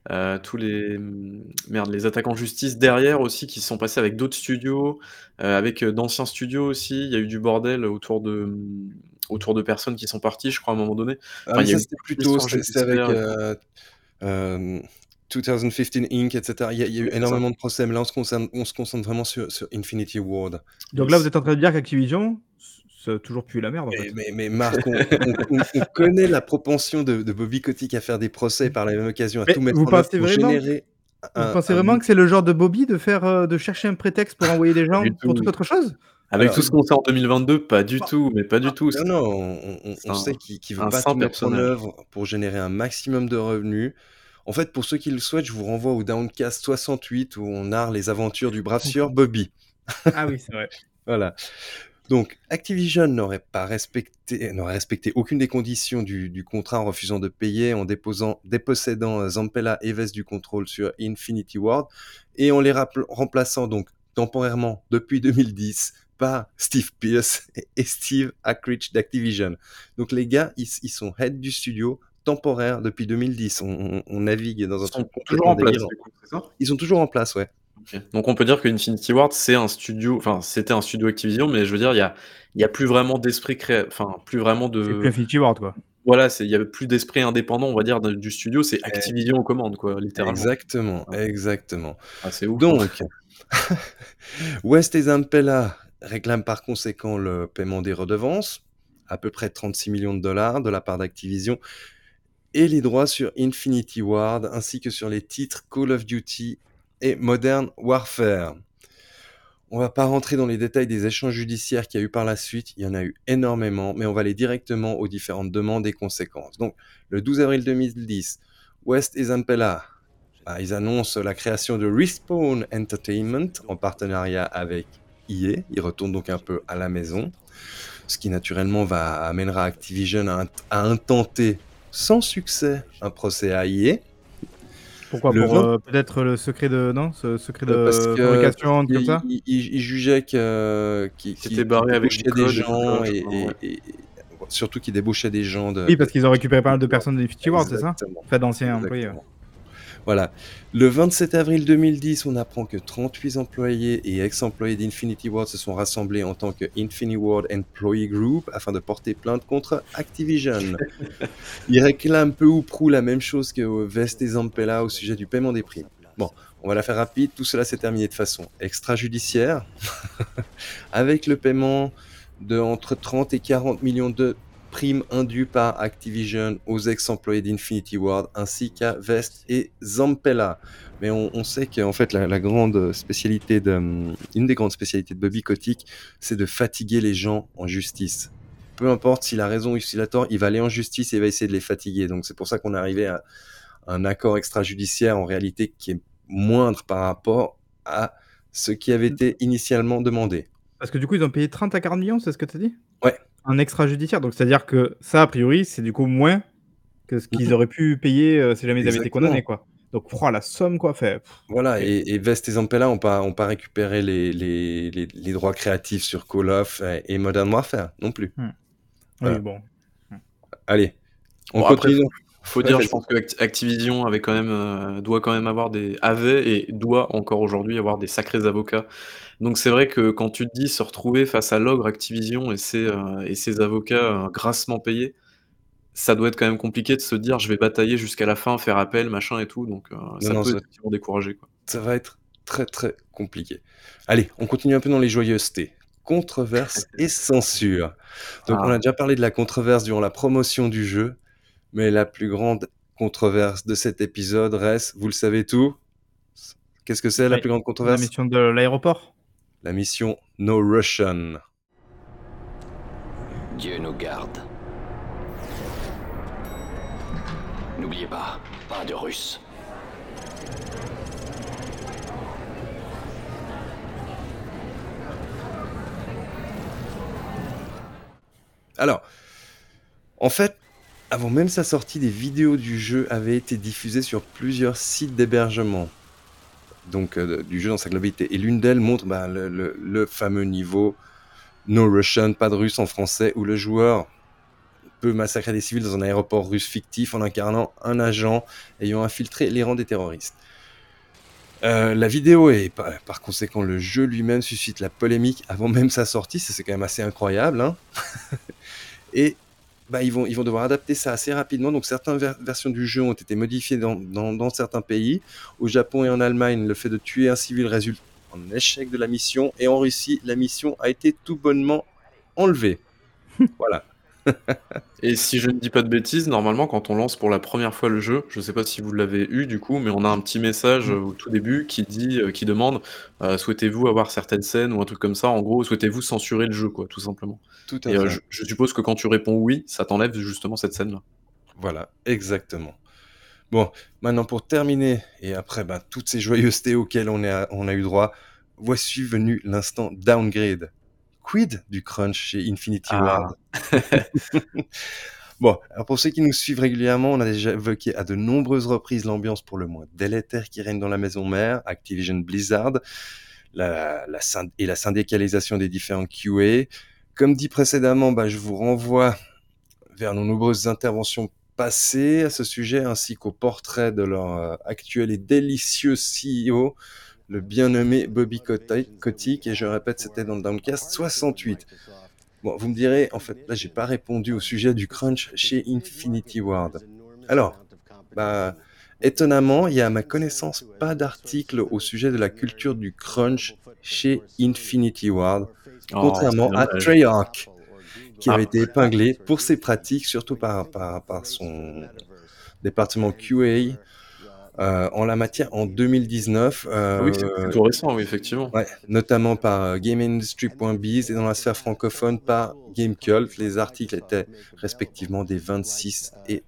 les attaquants justice derrière aussi qui se sont passés avec d'autres studios, avec d'anciens studios aussi. Il y a eu du bordel autour de personnes qui sont parties, je crois, à un moment donné. Ah, mais il y a ça, eu c'était beaucoup plutôt, d'histoires c'était avec judiciaires. 2015 Inc., etc. Il y a eu Oui, c'est ça. énormément de procès, mais là, on se concentre vraiment sur Infinity Ward. Donc là, vous êtes en train de dire qu'Activision, ça a toujours pu la merde en fait. Mais Marc, on connaît la propension de Bobby Kotick à faire des procès par la même occasion, à Mais tout mettre vous en œuvre pensez pour vraiment générer Vous pensez vraiment que c'est le genre de Bobby de chercher un prétexte pour envoyer des Pas gens du pour tout. toute autre chose? Avec Alors, tout ce qu'on sait en 2022, pas du Bah, tout, mais pas du tout. non, non, on C'est sait qu'il veut un pas saint tout mettre en personnage. œuvre pour générer un maximum de revenus. En fait, pour ceux qui le souhaitent, je vous renvoie au Downcast 68 où on narre les aventures du brave sieur Bobby. Ah oui, c'est vrai. Voilà. Donc, Activision n'aurait respecté aucune des conditions du contrat en refusant de payer, en dépossédant Zampella et Vest du contrôle sur Infinity Ward, et en les remplaçant donc temporairement depuis 2010 par Steve Pierce et Steve Ackridge d'Activision. Donc les gars, ils sont head du studio temporaire depuis 2010. On navigue dans un Ils sont truc toujours complètement en place, délirant. du coup, c'est ça? Ils sont toujours en place, ouais. OK. Donc on peut dire que Infinity Ward, c'est un studio, enfin, c'était un studio Activision, mais je veux dire, il y a plus vraiment d'esprit enfin, plus vraiment C'est plus de Infinity Ward quoi. voilà, il y a plus d'esprit indépendant, on va dire, du studio, c'est Activision aux commandes, quoi, littéralement. Exactement, Ouais. exactement. Ah, c'est ouf, hein. Donc, West et Zampella réclament par conséquent le paiement des redevances, à peu près 36 millions de dollars de la part d'Activision, et les droits sur Infinity Ward, ainsi que sur les titres Call of Duty et Modern Warfare. On va pas rentrer dans les détails des échanges judiciaires qu'il y a eu par la suite, il y en a eu énormément, mais on va aller directement aux différentes demandes et conséquences. Donc, le 12 avril 2010, West et Zampella, ils annoncent la création de Respawn Entertainment en partenariat avec EA. Ils retournent donc un peu à la maison, ce qui naturellement amènera Activision à intenter sans succès un procès à EA. Pourquoi? Pour peut-être le secret de Parce que fabrication, un truc comme ça? il jugeait qu'il S'était barré avec des débauchait des codes et tout ça, gens je crois, ouais. et surtout qu'il débauchait des gens Oui, parce qu'ils ont récupéré pas mal de personnes d'Infinity Ward, c'est ça? Exactement. Enfin, d'anciens employés. Exactement. Voilà. Le 27 avril 2010, on apprend que 38 employés et ex-employés d'Infinity Ward se sont rassemblés en tant que Infinity Ward Employee Group afin de porter plainte contre Activision. Ils réclament peu ou prou la même chose que Vest et Zampella au sujet du paiement des primes. Bon, on va la faire rapide. Tout cela s'est terminé de façon extrajudiciaire avec le paiement de entre 30 et 40 millions de primes indues par Activision aux ex-employés d'Infinity Ward ainsi qu'à Vest et Zampella. Mais on sait qu'en fait une des grandes spécialités de Bobby Kotick, c'est de fatiguer les gens en justice. Peu importe s'il a raison ou s'il a tort, il va aller en justice et il va essayer de les fatiguer. Donc c'est pour ça qu'on est arrivé à un accord extrajudiciaire en réalité qui est moindre par rapport à ce qui avait été initialement demandé. Parce que du coup, ils ont payé 30 à 40 millions, c'est ce que tu as dit? Ouais. En extrajudiciaire. Donc c'est-à-dire que ça, a priori, c'est du coup moins que ce qu'ils auraient pu payer si jamais ils avaient été Exactement. condamnés, quoi. Donc, la somme, quoi, fait. Voilà, Ok. et Vest et Zampella n'ont pas récupéré les droits créatifs sur Call of et Modern Warfare non plus. Voilà. Oui, bon. Allez, on Bon, après, continue. faut dire, je pense que Activision avait quand même, doit quand même avoir avait et doit encore aujourd'hui avoir des sacrés avocats. Donc c'est vrai que quand tu te dis se retrouver face à l'ogre Activision et ses avocats grassement payés, ça doit être quand même compliqué de se dire je vais batailler jusqu'à la fin, faire appel, machin et tout. Donc ça peut effectivement décourager, quoi. Ça va être très très compliqué. Allez, on continue un peu dans les joyeusetés. Controverse et censure. Donc on a déjà parlé de la controverse durant la promotion du jeu, mais la plus grande controverse de cet épisode reste, vous le savez tout, qu'est-ce que c'est la plus grande controverse? La mission de l'aéroport. La mission No Russian. Dieu nous garde. N'oubliez pas de Russes. Alors, en fait, avant même sa sortie, des vidéos du jeu avaient été diffusées sur plusieurs sites d'hébergement. Donc, du jeu dans sa globalité. Et l'une d'elles montre le fameux niveau No Russian, pas de russe en français, où le joueur peut massacrer des civils dans un aéroport russe fictif en incarnant un agent ayant infiltré les rangs des terroristes. La vidéo et par conséquent le jeu lui-même suscite la polémique avant même sa sortie, ça c'est quand même assez incroyable, hein. Et ils vont devoir adapter ça assez rapidement, donc certaines versions du jeu ont été modifiées dans certains pays. Au Japon et en Allemagne, le fait de tuer un civil résulte en échec de la mission, et en Russie, la mission a été tout bonnement enlevée. Voilà. Et si je ne dis pas de bêtises, normalement, quand on lance pour la première fois le jeu, je sais pas si vous l'avez eu du coup, mais on a un petit message au tout début qui dit, qui demande souhaitez-vous avoir certaines scènes ou un truc comme ça. En gros, souhaitez-vous censurer le jeu, quoi, tout simplement. Tout à Et fait. je suppose que quand tu réponds oui, ça t'enlève justement cette scène-là. Voilà, exactement. Bon, maintenant pour terminer, et après toutes ces joyeusetés auxquelles on a eu droit, voici venu l'instant downgrade. Quid du crunch chez Infinity Ward? Bon, alors pour ceux qui nous suivent régulièrement, on a déjà évoqué à de nombreuses reprises l'ambiance pour le moins délétère qui règne dans la maison mère, Activision Blizzard, la syndicalisation des différents QA. Comme dit précédemment, je vous renvoie vers nos nombreuses interventions passées à ce sujet, ainsi qu'au portrait de leur actuel et délicieux CEO, le bien nommé Bobby Kotick, et je répète, c'était dans le Downcast 68. Bon, vous me direz, en fait, là, j'ai pas répondu au sujet du crunch chez Infinity Ward. Alors, étonnamment, il y a à ma connaissance pas d'article au sujet de la culture du crunch chez Infinity Ward, contrairement à Treyarch, qui avait été épinglé pour ses pratiques, surtout par son département QA, en la matière en 2019. Oui, c'est plutôt récent, oui, effectivement. Ouais, notamment par GameIndustry.biz et dans la sphère francophone par GameCult. Les articles étaient respectivement des 26 et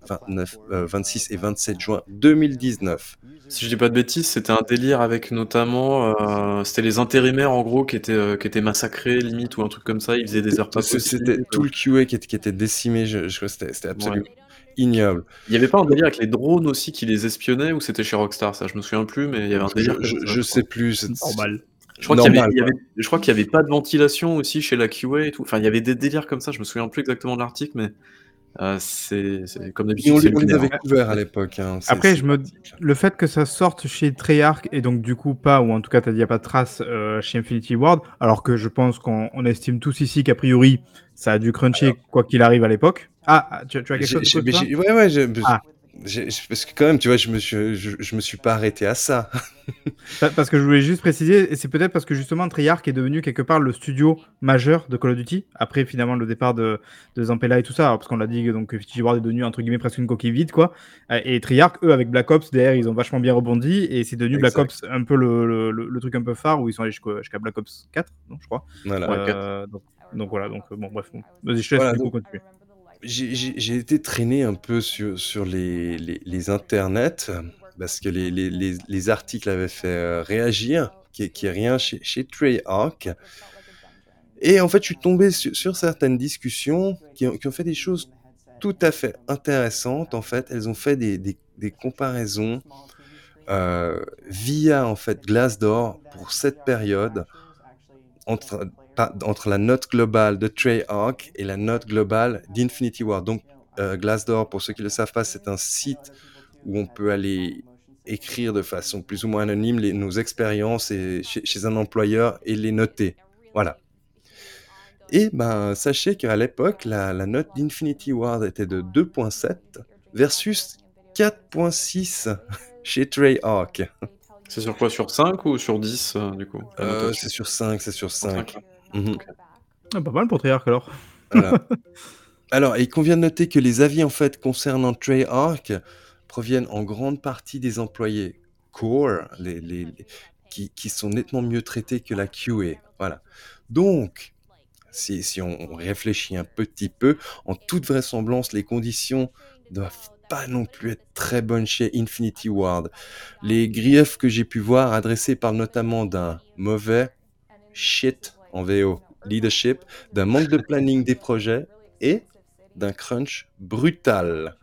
27 juin 2019. Si je dis pas de bêtises, c'était un délire avec notamment, c'était les intérimaires en gros qui étaient massacrés limite ou un truc comme ça. Ils faisaient des heures pas possibles. C'était tout le QA qui était décimé. Je crois que c'était absolument ignoble. Il y avait pas un délire avec les drones aussi qui les espionnaient ou c'était chez Rockstar, ça je me souviens plus, mais il y avait un délire. Je sais plus. C'est normal. Je crois qu'il y avait pas de ventilation aussi chez la QA et tout. Enfin, il y avait des délires comme ça. Je me souviens plus exactement de l'article, mais c'est comme d'habitude. On les avait couverts à l'époque. Hein. Après, le fait que ça sorte chez Treyarch et donc du coup pas, ou en tout cas t'as dit y a pas de trace chez Infinity Ward, alors que je pense qu'on estime tous ici qu'a priori ça a dû cruncher quoi qu'il arrive à l'époque. Ah, tu as quelque chose de ça? Ouais. Parce que quand même, tu vois, je me suis pas arrêté à ça. Parce que je voulais juste préciser, et c'est peut-être parce que justement Treyarch est devenu quelque part le studio majeur de Call of Duty, après finalement le départ de Zampella et tout ça, alors, parce qu'on l'a dit, donc Infinity Ward est devenu entre guillemets presque une coquille vide, quoi. Et Treyarch, eux, avec Black Ops, derrière, ils ont vachement bien rebondi, et c'est devenu Black Ops un peu le truc un peu phare, où ils sont allés jusqu'à Black Ops 4, non, je crois. Voilà. Donc voilà, bon, bref. Vas-y, je te laisse du coup continuer. J'ai été traîné un peu sur les internets parce que les articles avaient fait réagir, qui est rien chez Treyarch. Et en fait, je suis tombé sur certaines discussions qui ont fait des choses tout à fait intéressantes. En fait, elles ont fait des comparaisons via en fait Glassdoor pour cette période entre la note globale de Treyarch et la note globale d'Infinity Ward. Donc, Glassdoor, pour ceux qui ne le savent pas, c'est un site où on peut aller écrire de façon plus ou moins anonyme nos expériences chez un employeur et les noter. Voilà. Et sachez qu'à l'époque, la note d'Infinity Ward était de 2.7 versus 4.6 chez Treyarch. C'est sur quoi? Sur 5 ou sur 10 du coup? C'est sur 5, c'est sur 5. Okay. Pas mal pour Treyarch alors. Voilà. Alors, il convient de noter que les avis en fait concernant Treyarch proviennent en grande partie des employés core, qui sont nettement mieux traités que la QA. Voilà. Donc, si on réfléchit un petit peu, en toute vraisemblance, les conditions doivent pas non plus être très bonne chez Infinity Ward. Les griefs que j'ai pu voir adressés parlent notamment d'un mauvais shit en VO leadership, d'un manque de planning des projets et d'un crunch brutal.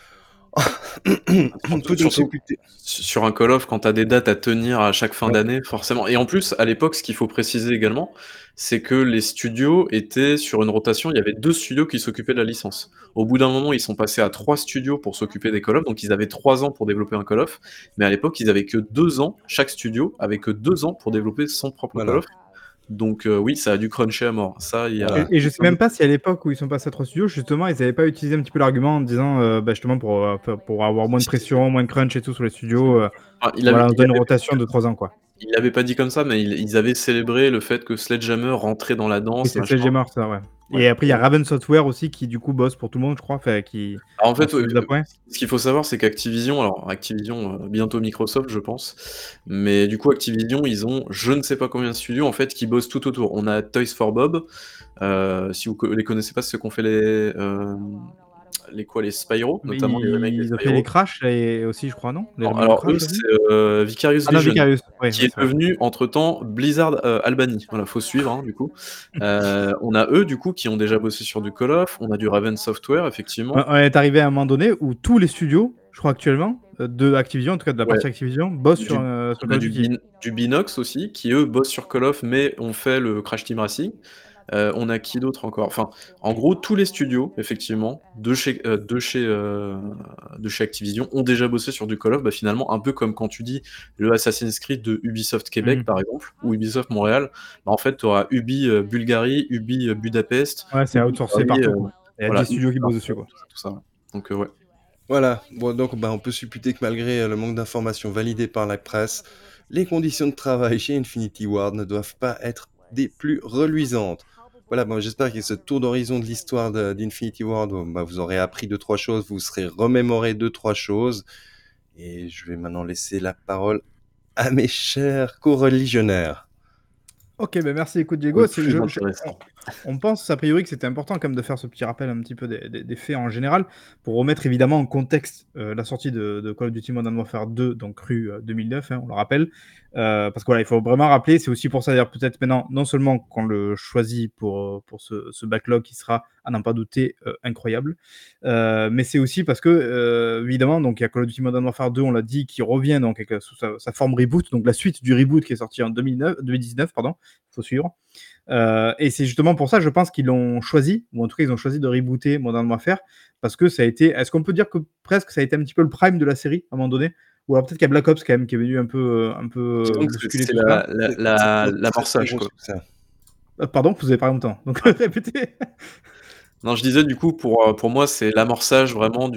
On peut donc Surtout supputer. sur un Call of, quand tu as des dates à tenir à chaque fin Ouais. d'année, forcément. Et en plus, à l'époque, ce qu'il faut préciser également, c'est que les studios étaient sur une rotation. Il y avait 2 studios qui s'occupaient de la licence. Au bout d'un moment, ils sont passés à 3 studios pour s'occuper des Call of. Donc, ils avaient 3 ans pour développer un Call of. Mais à l'époque, ils avaient que 2 ans. Chaque studio avait que 2 ans pour développer son propre Call Voilà. of. Donc, oui, ça a dû cruncher à mort. Ça, il y a. Voilà. Et je sais même pas si à l'époque où ils sont passés à 3 studios, justement, ils n'avaient pas utilisé un petit peu l'argument en disant, justement, pour avoir moins de pression, moins de crunch et tout sur les studios, Ah, voilà, on donne une rotation de 3 ans, quoi. il l'avait pas dit comme ça, mais ils avaient célébré le fait que Sledgehammer rentrait dans la Oui, danse, c'est machin. Sledgehammer, ça, ouais. Ouais. Et après, il y a Raven Software aussi qui, du coup, bosse pour tout le monde, je crois, qui. Alors, en fait, se mise à point. ce qu'il faut savoir, c'est qu'Activision, bientôt Microsoft, je pense, mais du coup, Activision, ils ont je ne sais pas combien de studios en fait qui bossent tout autour. On a Toys for Bob, si vous les connaissez pas, c'est ceux qui ont fait les Spyro, Mais notamment les remakes des ils ont fait Spyro. les Crash et aussi, je crois, non? Les remakes de Alors Crash eux, aussi c'est Vicarious Ah non, Vision, Vicarious, ouais, qui ouais, est c'est vrai. devenu entre-temps Blizzard Albany. Voilà, faut suivre, hein, du coup. On a eux, du coup, qui ont déjà bossé sur du Call of. On a du Raven Software, effectivement. On est arrivé à un moment donné où tous les studios, je crois actuellement, de Activision, en tout cas de la Ouais. partie Activision, bossent sur On Call a of Duty. du Binox aussi, qui eux bossent sur Call of, mais ont fait le Crash Team Racing. On a qui d'autre encore? Enfin, en gros, tous les studios, effectivement, de chez Activision, ont déjà bossé sur du Call of. Bah, finalement, un peu comme quand tu dis le Assassin's Creed de Ubisoft Québec, par exemple, ou Ubisoft Montréal. Bah, en fait, tu auras Ubi Bulgarie, Ubi Budapest. Ouais, c'est Ubi outsourcé Paris, partout, quoi. Il y a voilà, 10 studios qui Ubi bossent dessus, quoi. tout ça. Donc, ouais. Voilà, bon, donc on peut supputer que malgré le manque d'informations validées par la presse, les conditions de travail chez Infinity Ward ne doivent pas être des plus reluisantes. Voilà, bon, j'espère que ce tour d'horizon de l'histoire d'Infinity Ward, vous aurez appris 2-3 choses, vous serez remémoré 2-3 choses. Et je vais maintenant laisser la parole à mes chers co-religionnaires. Ok, ben merci, écoute Diego. Très intéressant. On pense a priori que c'était important quand même de faire ce petit rappel un petit peu des faits en général pour remettre évidemment en contexte la sortie de Call of Duty Modern Warfare 2, donc rue 2009, hein, on le rappelle. Parce que voilà, il faut vraiment rappeler, c'est aussi pour ça d'ailleurs peut-être maintenant, non seulement qu'on le choisit pour ce backlog qui sera, à n'en pas douter, incroyable, mais c'est aussi parce que évidemment, donc il y a Call of Duty Modern Warfare 2, on l'a dit, qui revient donc avec sous sa forme reboot, donc la suite du reboot qui est sorti en 2019, pardon, faut suivre. Et c'est justement pour ça, je pense qu'ils l'ont choisi, ou en tout cas ils ont choisi de rebooter Modern Warfare, parce que ça a été, est-ce qu'on peut dire que presque ça a été un petit peu le prime de la série à un moment donné, ou alors peut-être qu'il y a Black Ops quand même qui est venu un peu Disons que bousculer c'est tout ça. l'amorçage, quoi. Pardon, vous avez pas longtemps, donc répétez. Non, je disais du coup pour moi c'est l'amorçage vraiment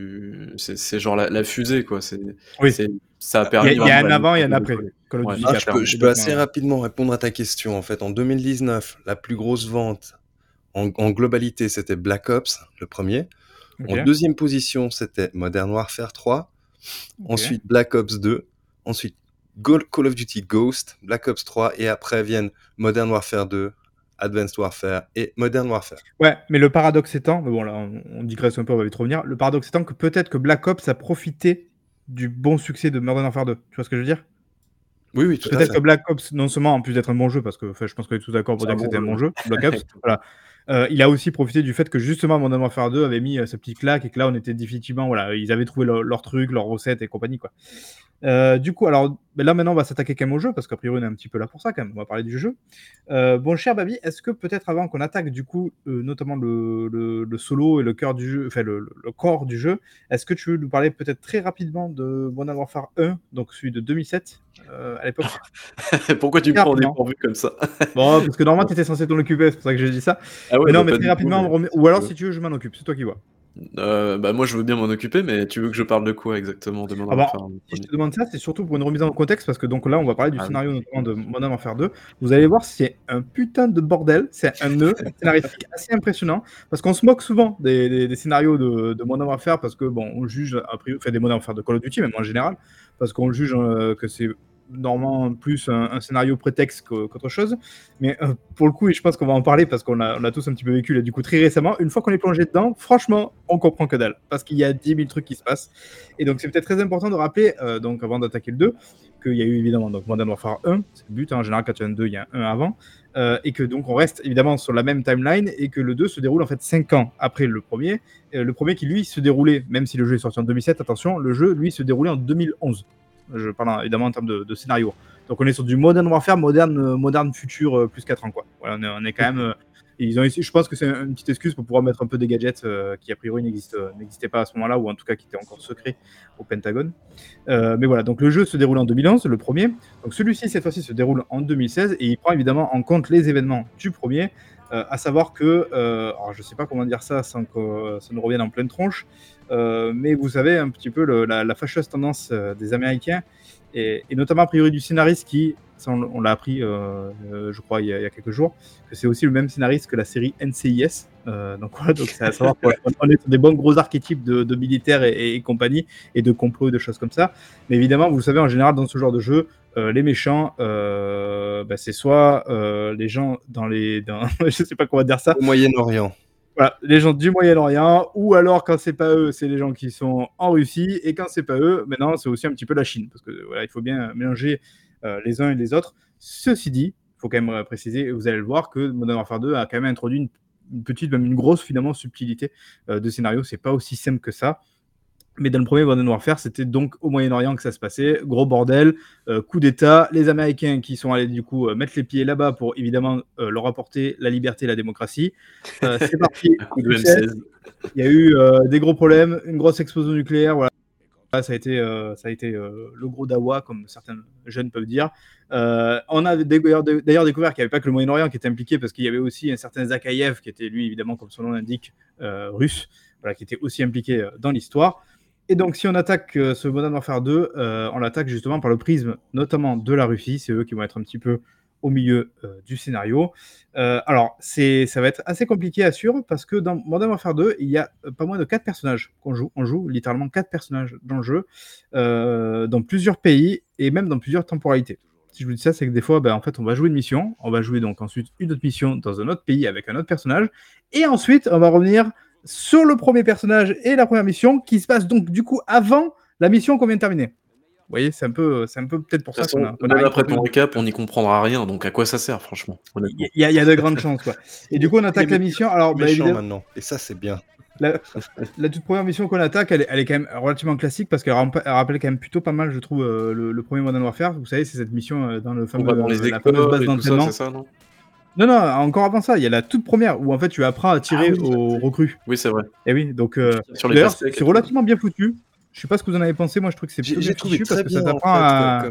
c'est genre la fusée quoi. Oui. Ça a Il permis. y a un vraiment avant et un de après. décoller. Call of Ouais, Duty non, 4, Je peux assez rapidement répondre à ta question. En fait, en 2019, la plus grosse vente en globalité, c'était Black Ops, le premier. Ok. En deuxième position, c'était Modern Warfare 3. Ok. Ensuite, Black Ops 2. Ensuite, Call of Duty Ghost, Black Ops 3. Et après viennent Modern Warfare 2, Advanced Warfare et Modern Warfare. Ouais, mais le paradoxe étant, mais bon là on digresse un peu, on va vite revenir. Le paradoxe étant que peut-être que Black Ops a profité du bon succès de Modern Warfare 2. Tu vois ce que je veux dire? Oui, oui, tout à Peut-être fait. que Black Ops, non seulement en plus d'être un bon jeu, parce que je pense qu'on est tous d'accord pour C'est dire un que c'était bon un bon jeu. jeu, Black Ops, voilà. Il a aussi profité du fait que justement Modern Warfare 2 avait mis sa petite claque et que là on était définitivement, voilà, ils avaient trouvé leur truc, leur recette et compagnie, quoi. Du coup, alors là maintenant on va s'attaquer quand même au jeu parce qu'a priori on est un petit peu là pour ça quand même. On va parler du jeu. Bon, cher Babi, est-ce que peut-être avant qu'on attaque du coup notamment le solo et le cœur du jeu, enfin le corps du jeu, est-ce que tu veux nous parler peut-être très rapidement de Modern Warfare 1, donc celui de 2007 à l'époque? Pourquoi tu me prends au dépourvu comme ça? Bon, parce que normalement tu étais censé t'en occuper, c'est pour ça que j'ai dit ça. Ah ouais, Mais non, bah, mais pas très du tout, rapidement, mais ou alors tu si tu veux, je m'en occupe, c'est toi qui vois. Bah moi je veux bien m'en occuper, mais tu veux que je parle de quoi exactement de Modern Ah bah, Warfare si je premier? te demande ça, c'est surtout pour une remise en contexte, parce que donc là, on va parler du Ah oui. scénario notamment de Modern Warfare 2. Vous allez voir, c'est un putain de bordel, c'est un nœud scénaristique assez impressionnant, parce qu'on se moque souvent des scénarios de Modern Warfare, parce que bon, on juge a priori, enfin des Modern Warfare de Call of Duty, même en général, parce qu'on juge que c'est normalement plus un scénario prétexte qu'autre chose. Mais pour le coup, et je pense qu'on va en parler parce qu'on a tous un petit peu vécu là, du coup, très récemment, une fois qu'on est plongé dedans, franchement, on comprend que dalle. Parce qu'il y a 10 000 trucs qui se passent. Et donc, c'est peut-être très important de rappeler, donc avant d'attaquer le 2, qu'il y a eu évidemment donc, Modern Warfare 1, c'est le but, hein, en général, quand il y a un 2, il y a un 1 avant. Et que donc on reste évidemment sur la même timeline et que le 2 se déroule en fait 5 ans après le premier. Le premier qui lui se déroulait, même si le jeu est sorti en 2007, attention, le jeu lui se déroulait en 2011. Je parle évidemment en termes de scénario. Donc on est sur du Modern Warfare, moderne futur plus 4 ans quoi. Voilà, on est quand même. Ils ont essayé, je pense que c'est une petite excuse pour pouvoir mettre un peu des gadgets qui a priori n'existaient pas à ce moment-là ou en tout cas qui étaient encore secrets au Pentagone. Mais voilà, donc le jeu se déroule en 2011, le premier. Donc celui-ci, cette fois-ci, se déroule en 2016 et il prend évidemment en compte les événements du premier, à savoir que, alors je sais pas comment dire ça sans que ça nous revienne en pleine tronche, mais vous savez un petit peu la fâcheuse tendance des Américains et notamment a priori du scénariste qui, ça on l'a appris je crois il y a quelques jours, que c'est aussi le même scénariste que la série NCIS. Donc voilà, donc c'est à savoir qu'on est sur des bons gros archétypes de militaires et compagnie et de complots et de choses comme ça. Mais évidemment, vous savez, en général, dans ce genre de jeu, les méchants, c'est soit les gens je sais pas comment dire ça. Au Moyen-Orient. Voilà, les gens du Moyen-Orient, ou alors quand c'est pas eux, c'est les gens qui sont en Russie, et quand c'est pas eux, maintenant c'est aussi un petit peu la Chine, parce que voilà, il faut bien mélanger les uns et les autres. Ceci dit, il faut quand même préciser, et vous allez le voir, que Modern Warfare 2 a quand même introduit une petite, même une grosse finalement subtilité de scénario. C'est pas aussi simple que ça. Mais dans le premier Modern Warfare, c'était donc au Moyen-Orient que ça se passait. Gros bordel, coup d'État. Les Américains qui sont allés du coup mettre les pieds là-bas pour évidemment leur apporter la liberté et la démocratie. C'est parti. Coup de M16. Il y a eu des gros problèmes, une grosse explosion nucléaire. Voilà. Ça a été le gros dawa, comme certains jeunes peuvent dire. On a d'ailleurs découvert qu'il n'y avait pas que le Moyen-Orient qui était impliqué, parce qu'il y avait aussi un certain Zakhaïev, qui était lui, évidemment, comme son nom l'indique, russe, voilà, qui était aussi impliqué dans l'histoire. Et donc, si on attaque ce Modern Warfare 2, on l'attaque justement par le prisme, notamment de la Russie. C'est eux qui vont être un petit peu au milieu du scénario. Alors, ça va être assez compliqué à suivre parce que dans Modern Warfare 2, il y a pas moins de 4 personnages qu'on joue. On joue littéralement 4 personnages dans le jeu, dans plusieurs pays et même dans plusieurs temporalités. Si je vous dis ça, c'est que des fois, en fait, on va jouer une mission, on va jouer donc ensuite une autre mission dans un autre pays avec un autre personnage, et ensuite, on va revenir sur le premier personnage et la première mission qui se passe donc du coup avant la mission qu'on vient de terminer. Vous voyez, c'est un peu peut-être pour ça qu'on a après ton récap, on n'y comprendra rien, donc à quoi ça sert, franchement? Il y a de grandes chances, quoi. Et du coup, on attaque la mission. Alors, méchant maintenant, et ça, c'est bien. La toute première mission qu'on attaque, elle est quand même relativement classique parce qu'elle rappelle quand même plutôt pas mal, je trouve, le premier Modern Warfare. Vous savez, c'est cette mission dans la fameuse base d'entraînement. C'est ça, non? Non, encore avant ça, il y a la toute première où en fait tu apprends à tirer aux recrues. Oui, c'est vrai. Et oui, donc d'ailleurs, c'est relativement bien foutu. Je sais pas ce que vous en avez pensé, moi je trouve que c'est plutôt bien fichu parce que ça t'apprend à...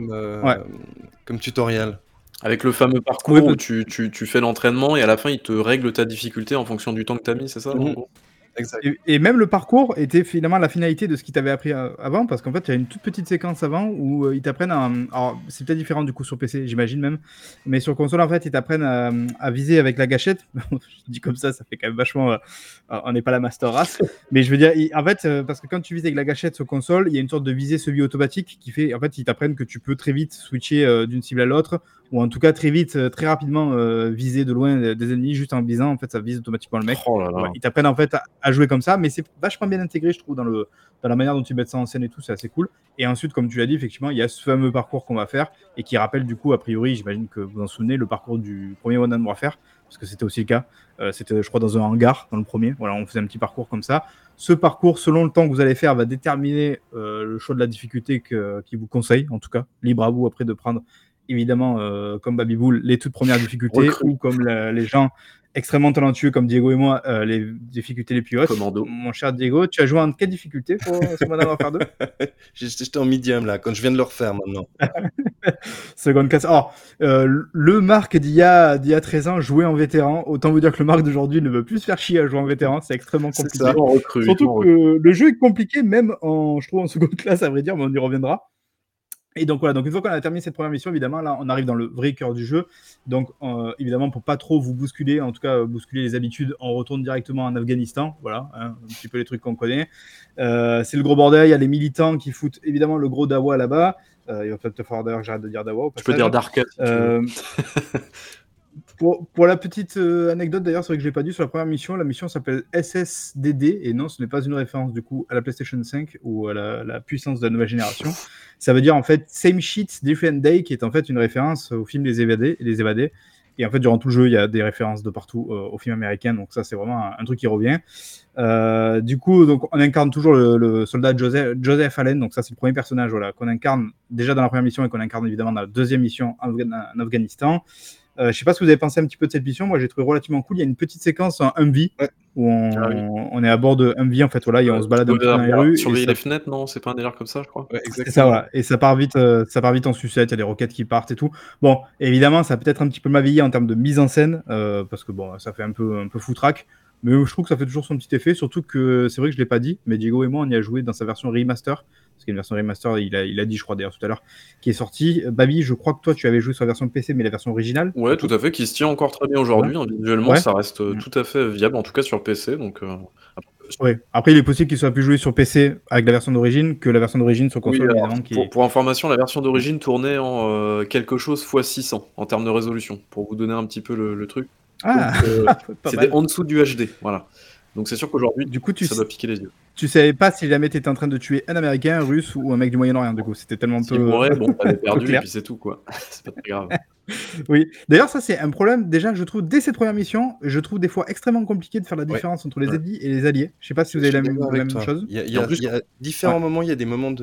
comme tutoriel. Avec le fameux parcours où tu fais l'entraînement et à la fin il te règle ta difficulté en fonction du temps que t'as mis, c'est ça? En gros. Exact. Et même le parcours était finalement la finalité de ce qu'ils t'avaient appris avant, parce qu'en fait, il y a une toute petite séquence avant où ils t'apprennent à... Alors, c'est peut-être différent du coup sur PC, j'imagine même, mais sur console, en fait, ils t'apprennent à viser avec la gâchette. Je dis comme ça fait quand même vachement... on n'est pas la master race, mais je veux dire, en fait, parce que quand tu vises avec la gâchette sur console, il y a une sorte de visée semi-automatique qui fait... En fait, ils t'apprennent que tu peux très vite switcher d'une cible à l'autre, ou en tout cas très vite, très rapidement viser de loin des ennemis juste en visant. En fait, ça vise automatiquement le mec. Oh là là. Ouais, ils t'apprennent en fait à jouer comme ça, mais c'est vachement bien intégré, je trouve, dans la manière dont ils mettent ça en scène et tout, c'est assez cool. Et ensuite, comme tu l'as dit, effectivement, il y a ce fameux parcours qu'on va faire et qui rappelle du coup, a priori, j'imagine que vous vous en souvenez, le parcours du premier Modern Warfare, parce que c'était aussi le cas. C'était, je crois, dans un hangar dans le premier. Voilà, on faisait un petit parcours comme ça. Ce parcours, selon le temps que vous allez faire, va déterminer le choix de la difficulté qui vous conseille, en tout cas. Libre à vous après de prendre, évidemment, comme Babybull, les toutes premières difficultés, ou comme les gens extrêmement talentueux comme Diego et moi, les difficultés les plus hautes. Commando. Mon cher Diego, tu as joué en quelle difficulté pour ce Modern Warfare 2? J'étais en medium là, quand je viens de le refaire maintenant. Seconde classe. Alors, le Marc d'il y a 13 ans jouait en vétéran. Autant vous dire que le Marc d'aujourd'hui ne veut plus se faire chier à jouer en vétéran. C'est extrêmement compliqué. Ça. Surtout que le jeu est compliqué, même je trouve en seconde classe, à vrai dire, mais on y reviendra. Et donc voilà, donc une fois qu'on a terminé cette première mission, évidemment, là, on arrive dans le vrai cœur du jeu. Donc, évidemment, pour pas trop vous bousculer, en tout cas bousculer les habitudes, on retourne directement en Afghanistan. Voilà, un petit peu les trucs qu'on connaît. C'est le gros bordel, il y a les militants qui foutent évidemment le gros dawa là-bas. Il va peut-être te falloir d'ailleurs que j'arrête de dire Dawa au Tu peux passage. dire Darka si tu veux. Pour la petite anecdote d'ailleurs, c'est vrai que je l'ai pas dit sur la première mission, la mission s'appelle SSDD et non, ce n'est pas une référence du coup à la PlayStation 5 ou à la puissance de la nouvelle génération. Ça veut dire en fait Same Shit Different Day, qui est en fait une référence au film Les Évadés. Et en fait, durant tout le jeu, il y a des références de partout au film américain, donc ça c'est vraiment un truc qui revient. Du coup, donc on incarne toujours le soldat Joseph Allen, donc ça c'est le premier personnage voilà, qu'on incarne déjà dans la première mission et qu'on incarne évidemment dans la deuxième mission en Afghanistan. Je sais pas ce que vous avez pensé un petit peu de cette mission. Moi, j'ai trouvé relativement cool. Il y a une petite séquence en Humvee où on est à bord de Humvee en fait, voilà, et on se balade un petit peu dans les rues. Surveiller les fenêtres, non? C'est pas un délire comme ça, je crois. Ouais, exactement. C'est ça, voilà. Et ça part vite en sucette. Il y a des roquettes qui partent et tout. Bon, évidemment, ça a peut-être un petit peu mal vieilli en termes de mise en scène parce que bon, ça fait un peu foutraque. Mais je trouve que ça fait toujours son petit effet, surtout que c'est vrai que je l'ai pas dit, mais Diego et moi on y a joué dans sa version remaster, parce qu'il y a une version remaster, il a dit je crois d'ailleurs tout à l'heure, qui est sortie. Babi, je crois que toi tu avais joué sur la version PC, mais la version originale. Ouais, tout à fait, qui se tient encore très bien aujourd'hui. Visuellement, Ouais. ça reste tout à fait viable, en tout cas sur PC. Donc, ouais. Après, il est possible qu'il soit plus joué sur PC avec la version d'origine que la version d'origine sur console, oui, évidemment. Pour information, la version d'origine tournait en quelque chose x 600 en termes de résolution, pour vous donner un petit peu le truc. Ah, c'était en dessous du HD, voilà. Donc c'est sûr qu'aujourd'hui, du coup, ça doit piquer les yeux. Tu savais pas si jamais t'étais en train de tuer un Américain, un Russe ou un mec du Moyen-Orient, du coup. C'était tellement S'il mourait, bon, t'avais perdu, et clair. puis c'est tout, quoi. C'est pas très grave. Oui. D'ailleurs, ça, c'est un problème. Déjà, je trouve, dès cette première mission, je trouve des fois extrêmement compliqué de faire la différence entre les ennemis et les alliés. Je sais pas si vous avez la même chose. Il y a différents moments, il y a des moments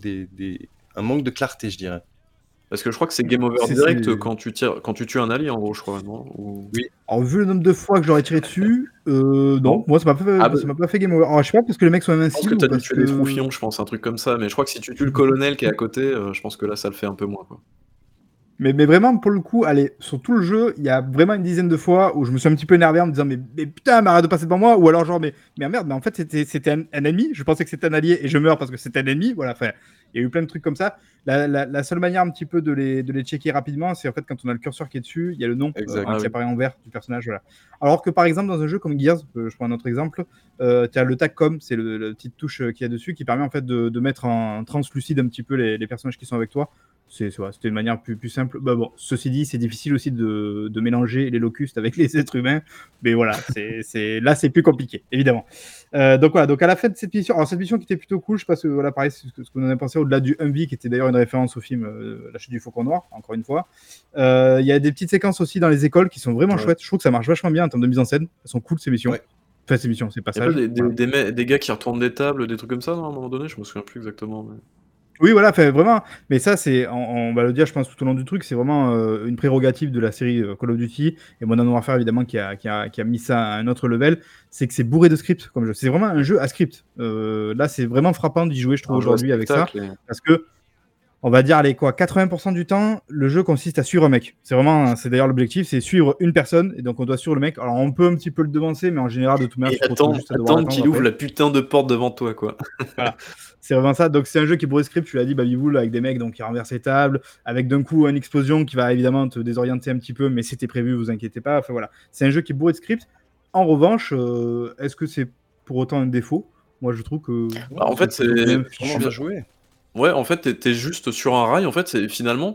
un manque de clarté, je dirais. Parce que je crois que c'est game over direct quand tu tues un allié, en gros, je crois, non? Oui. Alors, vu le nombre de fois que j'aurais tiré dessus, non, moi, ça m'a pas fait game over. Alors, je sais pas parce que les mecs sont invincibles. Je pense que t'as dû tuer des troufions, je pense, un truc comme ça. Mais je crois que si tu tues le colonel qui est à côté, je pense que là, ça le fait un peu moins, quoi. Mais vraiment, pour le coup, allez, sur tout le jeu, il y a vraiment une dizaine de fois où je me suis un petit peu énervé en me disant mais putain, mais arrête de passer devant moi. Ou alors genre, mais merde, mais en fait, c'était un ennemi. Je pensais que c'était un allié et je meurs parce que c'était un ennemi. Voilà, enfin, il y a eu plein de trucs comme ça. La seule manière un petit peu de les checker rapidement, c'est en fait quand on a le curseur qui est dessus, il y a le nom qui apparaît en vert du personnage. Voilà. Alors que par exemple, dans un jeu comme Gears, je prends un autre exemple, tu as le tag.com, c'est la petite touche qu'il y a dessus qui permet en fait de mettre en translucide un petit peu les personnages qui sont avec toi. C'était une manière plus simple. Bah bon, ceci dit, c'est difficile aussi de mélanger les locustes avec les êtres humains. Mais voilà, là, c'est plus compliqué, évidemment. Donc voilà, donc à la fin de cette mission, alors cette mission qui était plutôt cool, je sais pas voilà, pareil, ce qu'on en a pensé au-delà du Humvee, qui était d'ailleurs une référence au film La Chute du Faucon Noir, encore une fois. Il y a des petites séquences aussi dans les écoles qui sont vraiment chouettes. Je trouve que ça marche vachement bien en termes de mise en scène. Elles sont cool, ces missions. Ouais. Enfin, ces missions, c'est pas ça. Des gars qui retournent des tables, des trucs comme ça, non, à un moment donné, je me souviens plus exactement. Mais... Oui, voilà, vraiment. Mais ça, on va le dire, je pense, tout au long du truc, c'est vraiment une prérogative de la série Call of Duty et Modern Warfare, évidemment, qui a mis ça à un autre level. C'est que c'est bourré de scripts comme jeu. C'est vraiment un jeu à script. Là, c'est vraiment frappant d'y jouer, je trouve, aujourd'hui avec ça. Parce que, on va dire, allez, quoi, 80% du temps, le jeu consiste à suivre un mec. C'est d'ailleurs l'objectif, c'est suivre une personne. Et donc, on doit suivre le mec. Alors, on peut un petit peu le devancer, mais en général, de toute manière, attendre qu'il ouvre la putain de porte devant toi, quoi. Voilà. C'est vraiment ça. Donc, c'est un jeu qui est bourré de script, tu l'as dit, Baby-Bull, avec des mecs donc, qui renversent les tables, avec d'un coup une explosion qui va évidemment te désorienter un petit peu, mais c'était prévu, vous inquiétez pas. Enfin, voilà. C'est un jeu qui est bourré de script. En revanche, est-ce que c'est pour autant un défaut? Moi, je trouve que. En fait, c'est vraiment bien joué. Ouais, en fait, t'es juste sur un rail. En fait, c'est finalement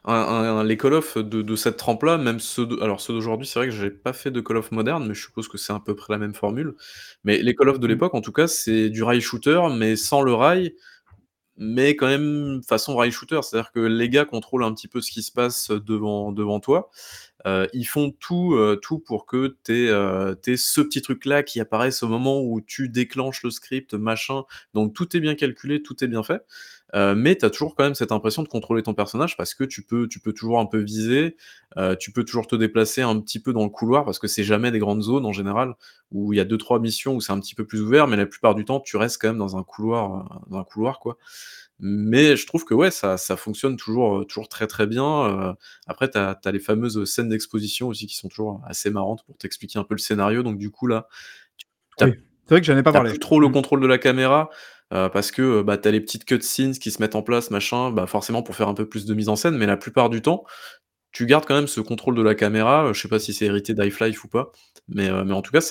les Call of de cette trempe-là, même ceux d'aujourd'hui, c'est vrai que j'ai pas fait de Call of moderne, mais je suppose que c'est à peu près la même formule. Mais les Call of de l'époque, en tout cas, c'est du rail shooter, mais sans le rail, mais quand même façon rail shooter. C'est-à-dire que les gars contrôlent un petit peu ce qui se passe devant toi. Ils font tout pour que t'aies ce petit truc-là qui apparaisse au moment où tu déclenches le script, machin. Donc tout est bien calculé, tout est bien fait. Mais tu as toujours quand même cette impression de contrôler ton personnage parce que tu peux toujours un peu viser, tu peux toujours te déplacer un petit peu dans le couloir parce que c'est jamais des grandes zones en général où il y a 2-3 missions où c'est un petit peu plus ouvert, mais la plupart du temps, tu restes quand même dans un couloir, quoi. Mais je trouve que ouais, ça fonctionne toujours très, très bien. Après tu as les fameuses scènes d'exposition aussi qui sont toujours assez marrantes pour t'expliquer un peu le scénario. Donc du coup là, tu Oui. C'est vrai que j'en ai pas parlé. plus trop le contrôle de la caméra, parce que, bah, tu as les petites cutscenes qui se mettent en place, machin, bah, forcément pour faire un peu plus de mise en scène, mais la plupart du temps, tu gardes quand même ce contrôle de la caméra. Je sais pas si c'est hérité d'Half-Life ou pas, mais en tout cas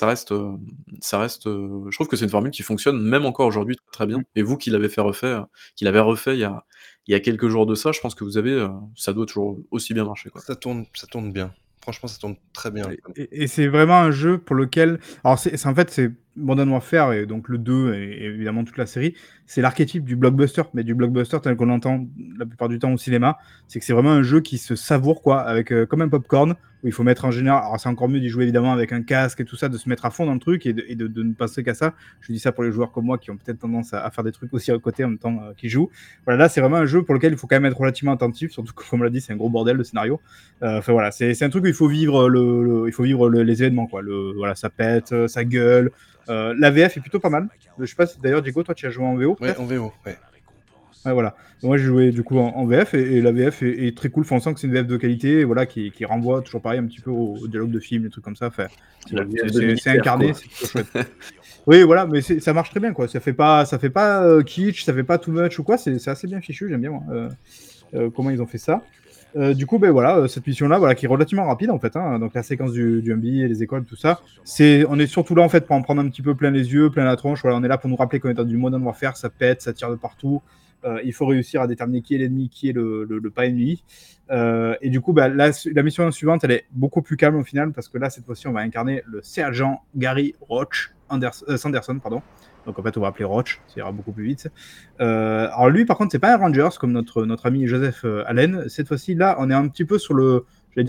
je trouve que c'est une formule qui fonctionne même encore aujourd'hui très bien. Et vous qui l'avez refait il y a il y a quelques jours de ça, je pense que vous avez, ça doit toujours aussi bien marcher, quoi. Ça tourne bien. Franchement, ça tourne très bien. Et c'est vraiment un jeu pour lequel. Alors, en fait, c'est Modern Warfare, et donc le 2, et évidemment toute la série, c'est l'archétype du blockbuster, mais du blockbuster tel qu'on l'entend la plupart du temps au cinéma. C'est que c'est vraiment un jeu qui se savoure, quoi, avec comme un popcorn, où il faut mettre en général. Alors, c'est encore mieux d'y jouer évidemment avec un casque et tout ça, de se mettre à fond dans le truc et de ne penser qu'à ça. Je dis ça pour les joueurs comme moi qui ont peut-être tendance à faire des trucs aussi à côté en même temps qu'ils jouent. Voilà, là, c'est vraiment un jeu pour lequel il faut quand même être relativement attentif, surtout que, comme on l'a dit, c'est un gros bordel le scénario. Enfin voilà, c'est un truc où il faut vivre il faut vivre les événements, quoi. Voilà, ça pète, ça gueule. La VF est plutôt pas mal. Je sais pas si d'ailleurs, Diego, toi tu as joué en VO. Ouais, en VO, ouais. Ouais, voilà. Moi j'ai joué du coup en VF, et la VF est très cool. Enfin, on sent que c'est une VF de qualité, voilà, qui renvoie toujours pareil un petit peu au dialogue de film, des trucs comme ça. Enfin, c'est incarné, c'est plutôt chouette. Oui, voilà, mais ça marche très bien, quoi. Ça fait pas kitsch, ça fait pas too much ou quoi. C'est assez bien fichu, j'aime bien moi. Comment ils ont fait ça. Du coup, ben voilà, cette mission-là, voilà, qui est relativement rapide en fait, hein, donc la séquence du MB et les écoles, tout ça, on est surtout là en fait pour en prendre un petit peu plein les yeux, plein la tronche. Voilà, on est là pour nous rappeler qu'on est dans du Modern Warfare, ça pète, ça tire de partout. Il faut réussir à déterminer qui est l'ennemi, qui est le pas ennemi. Et du coup, bah, la mission suivante, elle est beaucoup plus calme au final, parce que là, cette fois-ci, on va incarner le sergent Gary Sanderson, pardon. Donc en fait, on va appeler Roach, ça ira beaucoup plus vite. Alors lui, par contre, c'est pas un Rangers comme notre ami Joseph Allen. Cette fois-ci, là, on est un petit peu sur le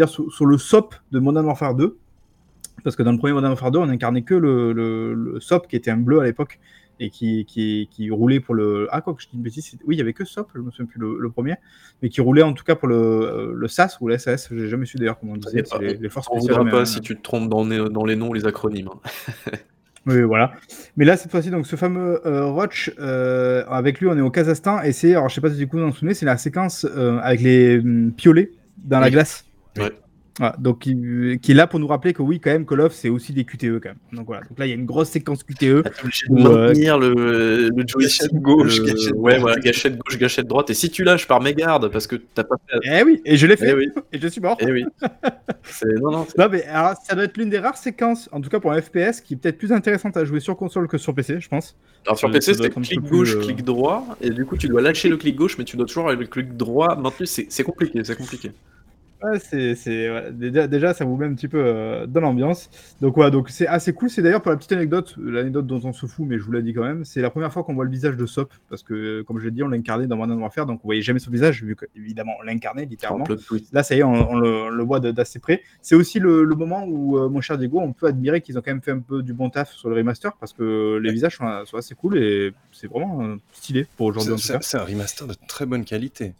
SOP de Modern Warfare 2. Parce que dans le premier Modern Warfare 2, on incarnait que le SOP, qui était un bleu à l'époque, et qui roulait pour le... Ah, quoi que je dis une bêtise, oui, il y avait que SOP, je me souviens plus le premier, mais qui roulait en tout cas pour le SAS ou le SAS, j'ai jamais su d'ailleurs comment on disait, c'est les forces spéciales. On ne voudra pas si tu te trompes dans les noms, les acronymes. Hein. Oui, voilà. Mais là, cette fois-ci, donc ce fameux Roach, avec lui, on est au Kazakhstan, et c'est, alors je sais pas si du coup vous en souvenez, c'est la séquence avec les piolets dans la glace. Ouais. Voilà, donc qui est là pour nous rappeler que oui, quand même, Call of, c'est aussi des QTE quand même. Donc voilà, donc là, il y a une grosse séquence QTE. Maintenir le joystick gauche, gâchette gauche, gâchette droite, et si tu lâches par mégarde parce que t'as pas fait. Eh oui, et je l'ai fait, et je suis mort. Eh oui. Non, mais alors, ça doit être l'une des rares séquences, en tout cas pour un FPS, qui est peut-être plus intéressante à jouer sur console que sur PC, je pense. Alors sur PC, c'est clic gauche, clic droit, et du coup, tu dois lâcher le clic gauche, mais tu dois toujours avoir le clic droit maintenu. C'est compliqué, c'est compliqué. Ouais, voilà, déjà ça vous met un petit peu dans l'ambiance. Donc voilà, donc c'est assez cool. C'est d'ailleurs pour la petite anecdote, l'anecdote dont on se fout, mais je vous l'ai dit quand même, c'est la première fois qu'on voit le visage de Sop, parce que comme je l'ai dit, on l'a incarné dans Modern Warfare, donc on voyait jamais son visage, vu qu'évidemment on l'a incarné littéralement. Là ça y est, on le voit d'assez près. C'est aussi le moment où, mon cher Diego, on peut admirer qu'ils ont quand même fait un peu du bon taf sur le remaster, parce que les visages sont assez cool, et c'est vraiment stylé pour aujourd'hui en tout cas. C'est un remaster de très bonne qualité.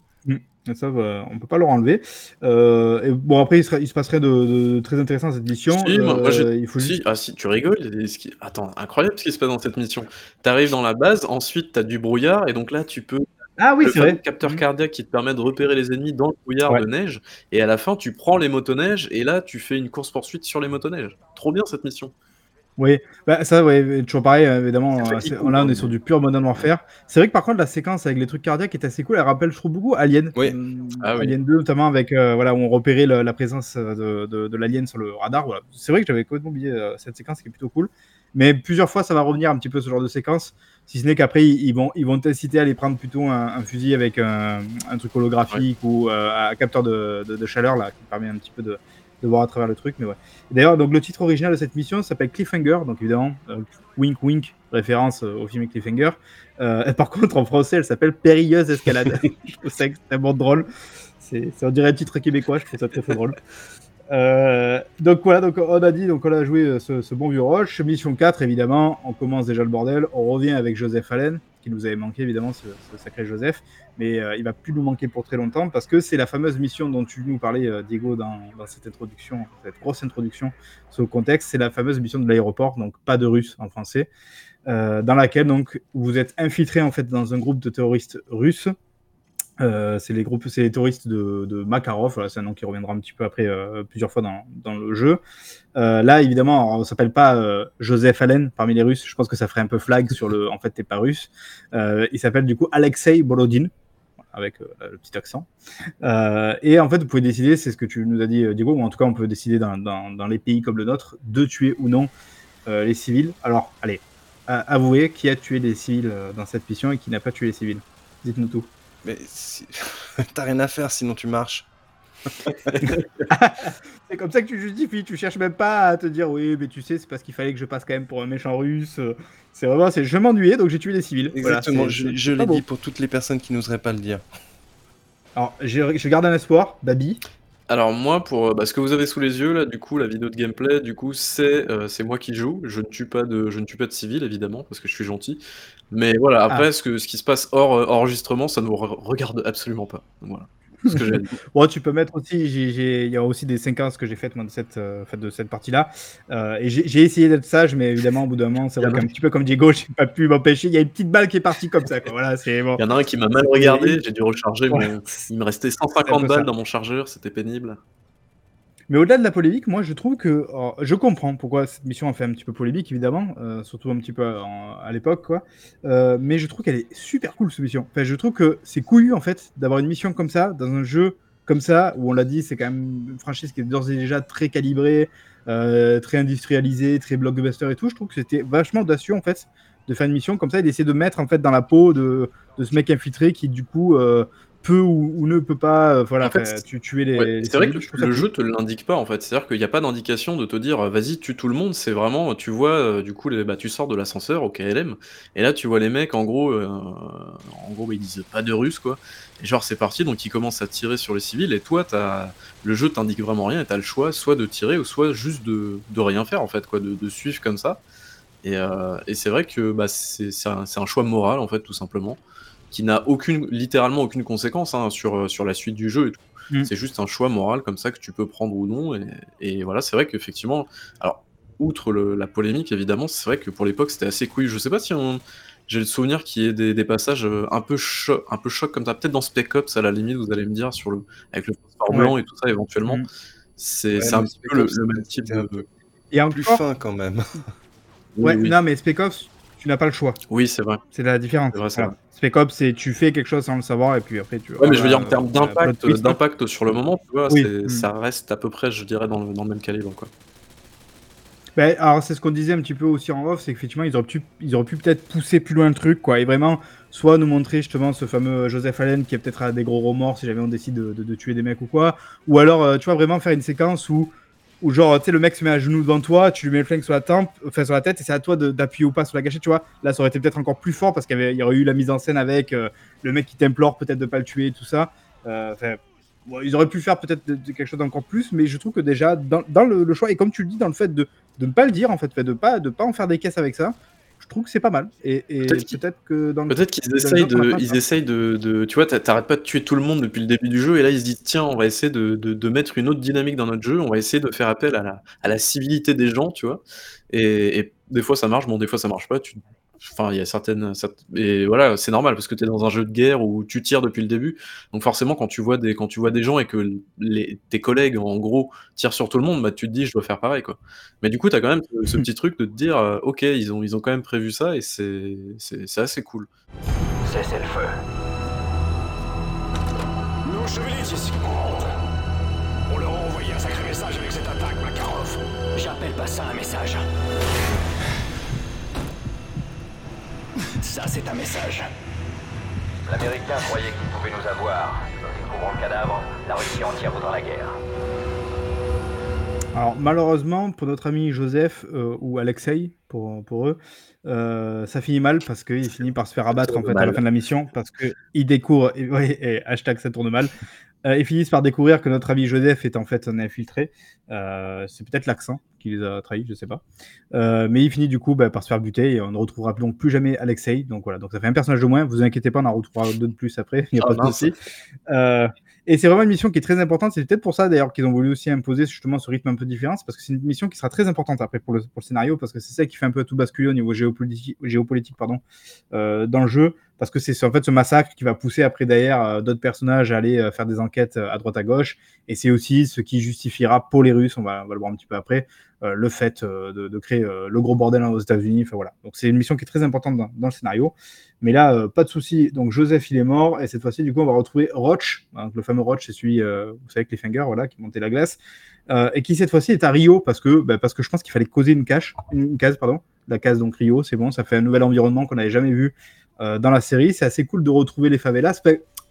Ça, on peut pas leur enlever. Et bon, après, il se passerait de très intéressant cette mission. Si, moi, si, tu rigoles. Attends, incroyable ce qui se passe dans cette mission. T'arrives dans la base, ensuite t'as du brouillard, et donc là, tu peux. Ah oui, c'est vrai. Le capteur cardiaque qui te permet de repérer les ennemis dans le brouillard de neige, et à la fin, tu prends les motoneiges, et là, tu fais une course-poursuite sur les motoneiges. Trop bien cette mission. Oui, ça, ouais, toujours pareil, évidemment. Là, on est sur du pur Modern Warfare. C'est vrai que par contre, la séquence avec les trucs cardiaques est assez cool. Elle rappelle, je trouve, beaucoup Alien. Oui. Alien 2, notamment avec où on repérait la présence de l'alien sur le radar. Voilà. C'est vrai que j'avais complètement oublié cette séquence qui est plutôt cool. Mais plusieurs fois, ça va revenir un petit peu ce genre de séquence. Si ce n'est qu'après, ils vont t'inciter à aller prendre plutôt un fusil avec un truc holographique ou un capteur de chaleur là, qui permet un petit peu de voir à travers le truc, mais ouais. D'ailleurs, donc le titre original de cette mission s'appelle Cliffhanger, donc évidemment, wink wink, référence au film Cliffhanger. Par contre, en français, elle s'appelle Périlleuse Escalade. Je trouve ça extrêmement drôle. On dirait un titre québécois, je trouve ça très très drôle. Donc voilà, donc on a joué ce bon vieux Roach. Mission 4, évidemment, on commence déjà le bordel. On revient avec Joseph Allen, qui nous avait manqué évidemment, ce sacré Joseph, mais il va plus nous manquer pour très longtemps, parce que c'est la fameuse mission dont tu nous parlais, Diego, dans cette introduction, cette grosse introduction sur le contexte. C'est la fameuse mission de l'aéroport, donc pas de russe en français, dans laquelle donc vous êtes infiltré en fait dans un groupe de terroristes russes. C'est les terroristes de Makarov, voilà, c'est un nom qui reviendra un petit peu après plusieurs fois dans le jeu. Là, évidemment, on s'appelle pas Joseph Allen parmi les Russes. Je pense que ça ferait un peu flag sur le. En fait, t'es pas russe. Il s'appelle du coup Alexei Bolodin, avec le petit accent. Et en fait, vous pouvez décider, c'est ce que tu nous as dit, Diego, ou en tout cas, on peut décider dans les pays comme le nôtre de tuer ou non les civils. Alors, allez, avouez qui a tué les civils dans cette mission et qui n'a pas tué les civils. Dites-nous tout. Mais t'as rien à faire sinon tu marches. C'est comme ça que tu justifies, tu cherches même pas à te dire oui, mais tu sais, c'est parce qu'il fallait que je passe quand même pour un méchant russe. C'est vraiment, je m'ennuyais donc j'ai tué des civils. Exactement, Voilà, je pas l'ai beau. dit pour toutes les personnes qui n'oseraient pas le dire. Alors, je garde un espoir, Babi. Alors moi, pour ce que vous avez sous les yeux là, du coup, la vidéo de gameplay, du coup, c'est moi qui joue. Je ne tue pas de civils évidemment parce que je suis gentil. Mais voilà, après ce qui se passe hors enregistrement, ça ne vous regarde absolument pas. Donc voilà, tout ce que j'ai à dire. Bon, tu peux mettre aussi, il y a aussi des séquences que j'ai faites moi, de cette partie-là. Et j'ai essayé d'être sage, mais évidemment, au bout d'un moment, c'est vrai qu'un petit peu comme Diego, j'ai pas pu m'empêcher. Il y a une petite balle qui est partie comme ça. Quoi. Voilà, c'est bon. Il y en a un qui m'a mal regardé, j'ai dû recharger il me restait 150 balles dans mon chargeur, c'était pénible. Mais au-delà de la polémique, moi je trouve que je comprends pourquoi cette mission a fait un petit peu polémique évidemment, surtout un petit peu à l'époque quoi. Mais je trouve qu'elle est super cool cette mission. Enfin, je trouve que c'est couillu en fait d'avoir une mission comme ça dans un jeu comme ça où on l'a dit c'est quand même une franchise qui est d'ores et déjà très calibrée, très industrialisée, très blockbuster et tout. Je trouve que c'était vachement audacieux en fait de faire une mission comme ça et d'essayer de mettre en fait dans la peau de ce mec infiltré qui du coup peut ou ne peut pas En fait, tuer les. ouais, c'est vrai que civils. Je trouve ça le cool. jeu te l'indique pas en fait. C'est-à-dire qu'il n'y a pas d'indication de te dire vas-y tue tout le monde. C'est vraiment tu vois du coup tu sors de l'ascenseur au KLM et là tu vois les mecs en gros ils disent pas de russe quoi. Et genre c'est parti donc ils commencent à tirer sur les civils et toi le jeu t'indique vraiment rien et t'as le choix soit de tirer ou soit juste de rien faire en fait quoi, de suivre comme ça. Et c'est vrai que c'est un choix moral en fait tout simplement qui n'a littéralement aucune conséquence hein, sur la suite du jeu et tout. C'est juste un choix moral comme ça que tu peux prendre ou non. Et voilà, c'est vrai qu'effectivement, alors, outre la polémique, évidemment, c'est vrai que pour l'époque, c'était assez couillu. Je sais pas si j'ai le souvenir qu'il y ait des passages un peu choc comme ça. Peut-être dans Spec Ops, à la limite, vous allez me dire, avec le phosphore blanc et tout ça, éventuellement. C'est un petit peu le même type de... Et plus fin quand même. Ouais, oui. Non, mais Spec Ops, tu n'as pas le choix. Oui, c'est vrai. C'est la différence. C'est vrai, c'est vrai. Spec Ops, c'est tu fais quelque chose sans le savoir et puis après tu. Ouais, mais je veux dire en termes d'impact sur le moment, tu vois, oui. Ça reste à peu près, je dirais, dans le même calibre, quoi. Ben, alors c'est ce qu'on disait un petit peu aussi en off, c'est qu'effectivement ils auraient pu peut-être pousser plus loin le truc, quoi, et vraiment soit nous montrer justement ce fameux Joseph Allen qui a peut-être à des gros remords si jamais on décide de tuer des mecs ou quoi, ou alors tu vois vraiment faire une séquence où genre, tu sais, le mec se met à genoux devant toi, tu lui mets le flingue sur la tête, et c'est à toi d'appuyer ou pas sur la gâchette, tu vois. Là, ça aurait été peut-être encore plus fort parce qu'il y aurait eu la mise en scène avec le mec qui t'implore peut-être de pas le tuer et tout ça. Bon, ils auraient pu faire peut-être quelque chose d'encore plus, mais je trouve que déjà, dans le choix, et comme tu le dis, dans le fait de ne pas le dire, en fait, de pas en faire des caisses avec ça, je trouve que c'est pas mal. Et peut-être que dans peut-être qu'ils essayent de tu vois, t'arrêtes pas de tuer tout le monde depuis le début du jeu et là ils se disent tiens on va essayer de mettre une autre dynamique dans notre jeu, on va essayer de faire appel à la civilité des gens, tu vois, et des fois ça marche, bon des fois ça marche pas, enfin il y a certaines et voilà c'est normal parce que t'es dans un jeu de guerre où tu tires depuis le début, donc forcément quand tu vois des gens et que tes collègues en gros tirent sur tout le monde, tu te dis je dois faire pareil quoi. Mais du coup t'as quand même ce petit truc de te dire ok ils ont quand même prévu ça et c'est assez cool. Cessez le feu. Nos chevaliers ici montent. On leur a envoyé un sacré message avec cette attaque, Makarov. J'appelle pas ça un message. Ça, c'est un message. L'Américain croyait qu'il pouvait nous avoir. Quand ils trouveront le cadavre, la Russie entière voudra la guerre. Alors malheureusement pour notre ami Joseph ou Alexei pour eux, ça finit mal parce qu'il finit par se faire abattre en fait à la fin de la mission parce qu'il découvre et hashtag ça tourne mal. Ils finissent par découvrir que notre ami Joseph est en fait un infiltré. C'est peut-être l'accent qui les a trahis, je sais pas. Mais il finit du coup par se faire buter et on ne retrouvera donc plus jamais Alexei. Donc voilà, donc ça fait un personnage de moins. Vous inquiétez pas, on en retrouvera deux de plus après. Il n'y a pas de souci. Et c'est vraiment une mission qui est très importante. C'est peut-être pour ça d'ailleurs qu'ils ont voulu aussi imposer justement ce rythme un peu différent, parce que c'est une mission qui sera très importante après pour le scénario, parce que c'est ça qui fait un peu tout basculer au niveau géopolitique dans le jeu, parce que c'est en fait ce massacre qui va pousser après derrière d'autres personnages à aller faire des enquêtes à droite à gauche, et c'est aussi ce qui justifiera pour les Russes, on va le voir un petit peu après, le fait de créer le gros bordel aux États-Unis. Enfin voilà. Donc c'est une mission qui est très importante dans le scénario. Mais là, pas de souci. Donc Joseph, il est mort, et cette fois-ci, du coup, on va retrouver Roach. Donc, le fameux Roach, c'est celui, vous savez, Cliffhanger, voilà, qui montait la glace, et qui cette fois-ci est à Rio parce que je pense qu'il fallait causer une case, pardon. La case donc Rio, c'est bon, ça fait un nouvel environnement qu'on n'avait jamais vu dans la série. C'est assez cool de retrouver les favelas.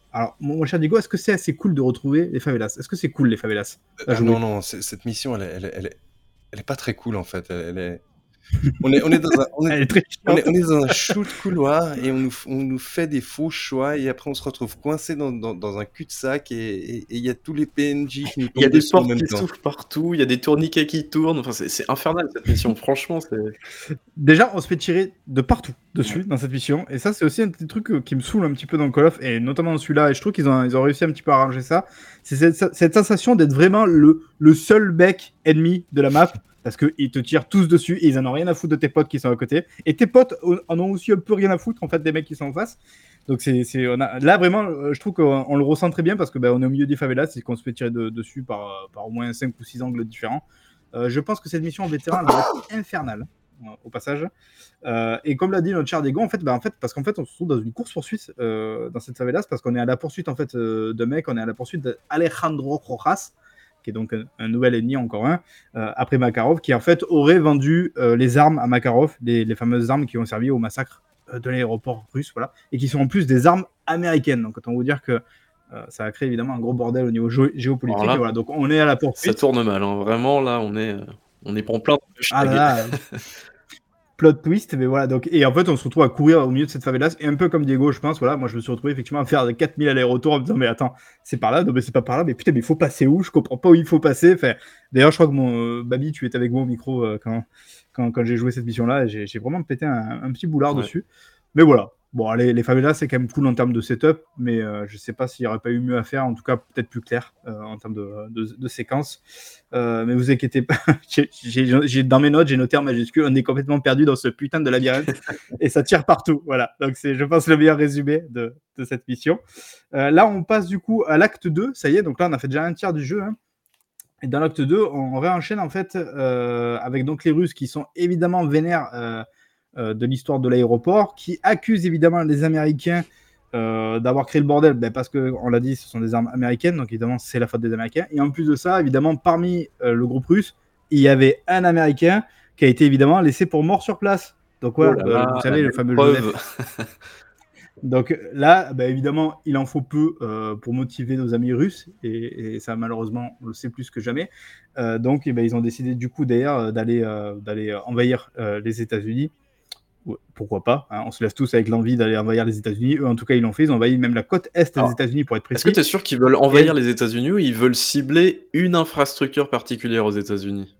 Alors, mon cher Diego, est-ce que c'est assez cool de retrouver les favelas? Est-ce que c'est cool les favelas à jouer? Non, cette mission, elle est pas très cool en fait. On est dans un, Elle est très on chiante. est dans un shoot couloir et on nous fait des faux choix et après on se retrouve coincé dans un cul-de-sac et il y a tous les PNJ qui nous Il y a tombent des dessus en portes même qui temps. s'ouvrent partout, il y a des tourniquets qui tournent, enfin c'est infernal cette mission, franchement c'est... Déjà, on se fait tirer de partout dessus dans cette mission. Et ça, c'est aussi un petit truc qui me saoule un petit peu dans Call of, et notamment dans celui-là. Et je trouve qu'ils ont réussi un petit peu à arranger ça. C'est cette sensation d'être vraiment le seul mec ennemi de la map. Parce qu'ils te tirent tous dessus et ils en ont rien à foutre de tes potes qui sont à côté. Et tes potes en ont aussi un peu rien à foutre en fait des mecs qui sont en face. Donc là vraiment, je trouve qu'on le ressent très bien parce que on est au milieu des favelas et qu'on se fait tirer dessus par au moins 5 ou 6 angles différents. Je pense que cette mission en vétéran elle va être infernale au passage. Et comme l'a dit notre cher Diego, parce qu'en fait on se trouve dans une course poursuite dans cette favelas parce qu'on est à la poursuite en fait de mecs, on est à la poursuite d'Alejandro Rojas, qui est donc un nouvel ennemi, encore un, après Makarov, qui en fait aurait vendu les armes à Makarov, les fameuses armes qui ont servi au massacre de l'aéroport russe, voilà, et qui sont en plus des armes américaines. Donc autant vous dire que ça a créé évidemment un gros bordel au niveau géopolitique. Là, et voilà, donc on est à la poursuite. Ça tourne mal, hein. Vraiment là on est en plein Plot twist, mais voilà. Donc, et en fait, on se retrouve à courir au milieu de cette favelas. Et un peu comme Diego, je pense, voilà, moi je me suis retrouvé effectivement à faire 4000 allers-retours en me disant, mais attends, c'est par là, non, mais c'est pas par là, mais putain, mais il faut passer où? Je comprends pas où il faut passer. Enfin, d'ailleurs, je crois que mon Babi, tu étais avec moi au micro quand j'ai joué cette mission-là, et j'ai vraiment pété un petit boulard dessus. Mais voilà. Bon, les favelas, c'est quand même cool en termes de setup, mais je sais pas s'il n'y aurait pas eu mieux à faire, en tout cas, peut-être plus clair en termes de séquence. Mais vous inquiétez pas, dans mes notes, j'ai noté en majuscule, on est complètement perdu dans ce putain de labyrinthe et ça tire partout. Voilà, donc c'est, je pense, le meilleur résumé de cette mission. Là, on passe du coup à l'acte 2, ça y est, donc là, on a fait déjà un tiers du jeu. Hein. Et dans l'acte 2, on réenchaîne en fait avec donc les Russes qui sont évidemment vénères de l'histoire de l'aéroport, qui accusent évidemment les Américains d'avoir créé le bordel, parce que on l'a dit, ce sont des armes américaines, donc évidemment c'est la faute des Américains. Et en plus de ça, évidemment, parmi le groupe russe, il y avait un Américain qui a été évidemment laissé pour mort sur place. Donc voilà, vous savez, le fameux Joseph. Donc là, évidemment, il en faut peu pour motiver nos amis russes, et ça malheureusement, on le sait plus que jamais. Donc ils ont décidé du coup d'ailleurs d'aller envahir les États-Unis. Pourquoi pas, hein, on se lève tous avec l'envie d'aller envahir les États-Unis. Eux, en tout cas, ils l'ont fait. Ils ont envahi même la côte est des États-Unis, pour être précis. Est-ce que tu es sûr qu'ils veulent envahir les États-Unis ou ils veulent cibler une infrastructure particulière aux États-Unis?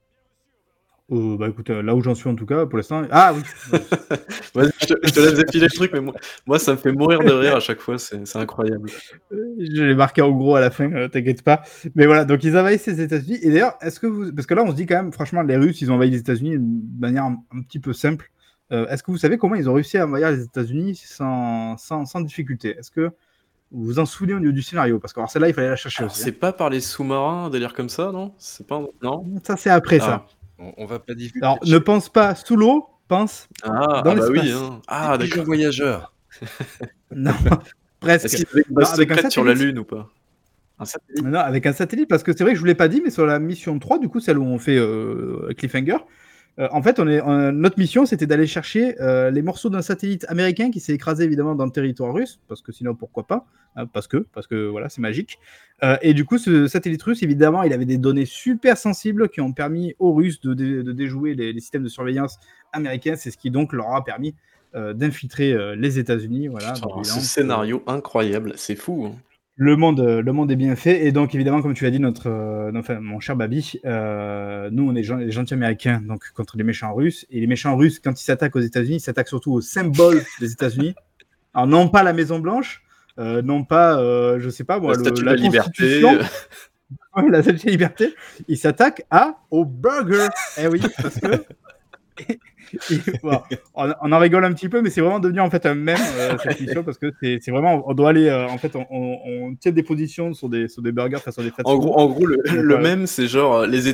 Écoute, là où j'en suis en tout cas, pour l'instant. Ah oui. Vas-y, je te laisse défiler le truc, mais moi, ça me fait mourir de rire à chaque fois. C'est incroyable. Je l'ai marqué en gros à la fin, t'inquiète pas. Mais voilà, donc ils envahissent les États-Unis. Et d'ailleurs, parce que là, on se dit quand même, franchement, les Russes, ils ont envahi les États-Unis de manière un petit peu simple. Est-ce que vous savez comment ils ont réussi à envahir les États-Unis sans difficulté? Est-ce que vous vous en souvenez au niveau du scénario? Parce que alors celle-là, il fallait la chercher aussi. C'est pas par les sous-marins, un délire comme ça, non? C'est pas... Non. Ça, c'est après ça. On va pas divulguer. Alors, ne pense pas sous l'eau, pense dans l'espace. Oui, hein. Ah, d'accord. Voyageur. Non, presque. Est-ce qu'il y avait une base secrète sur la Lune ou pas? Un satellite? Non, avec un satellite, parce que c'est vrai que je vous l'ai pas dit, mais sur la mission 3, du coup, celle où on fait Cliffhanger, en fait, notre mission, c'était d'aller chercher les morceaux d'un satellite américain qui s'est écrasé évidemment dans le territoire russe, parce que sinon, pourquoi pas, hein, parce que voilà, c'est magique. Et du coup, ce satellite russe, évidemment, il avait des données super sensibles qui ont permis aux Russes de déjouer les systèmes de surveillance américains. C'est ce qui donc leur a permis d'infiltrer les États-Unis. Voilà. Donc, ce scénario incroyable, c'est fou. Hein. Le monde est bien fait, et donc évidemment, comme tu l'as dit, mon cher Babi, nous on est les gentils américains, donc contre les méchants russes, et les méchants russes, quand ils s'attaquent aux États-Unis, ils s'attaquent surtout au symbole des États-Unis. Alors non pas la Maison Blanche, non pas, je sais pas moi, la statue de la la liberté, la statue de la liberté, ils s'attaquent au burger. Eh oui, parce que bon, on en rigole un petit peu, mais c'est vraiment devenu en fait un mème cette mission, parce que c'est vraiment, on doit aller en fait on tient des positions sur des burgers, enfin sur des fast food. En gros le mème, c'est genre les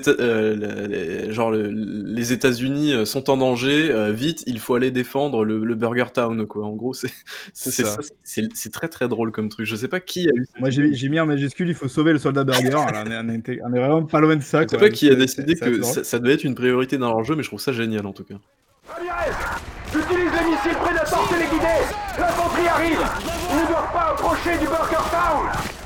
États-Unis sont en danger, vite il faut aller défendre le Burger Town, quoi. En gros c'est très très drôle comme truc. Je sais pas qui a eu moi j'ai mis en majuscule, il faut sauver le soldat burger. Alors, on est vraiment pas loin de ça. Je sais pas qui a décidé que ça devait être une priorité dans leur jeu, mais je trouve ça génial en tout cas. Utilise les missiles Predator téléguidés. L'infanterie arrive. Ils ne doivent pas approcher du Burger Town.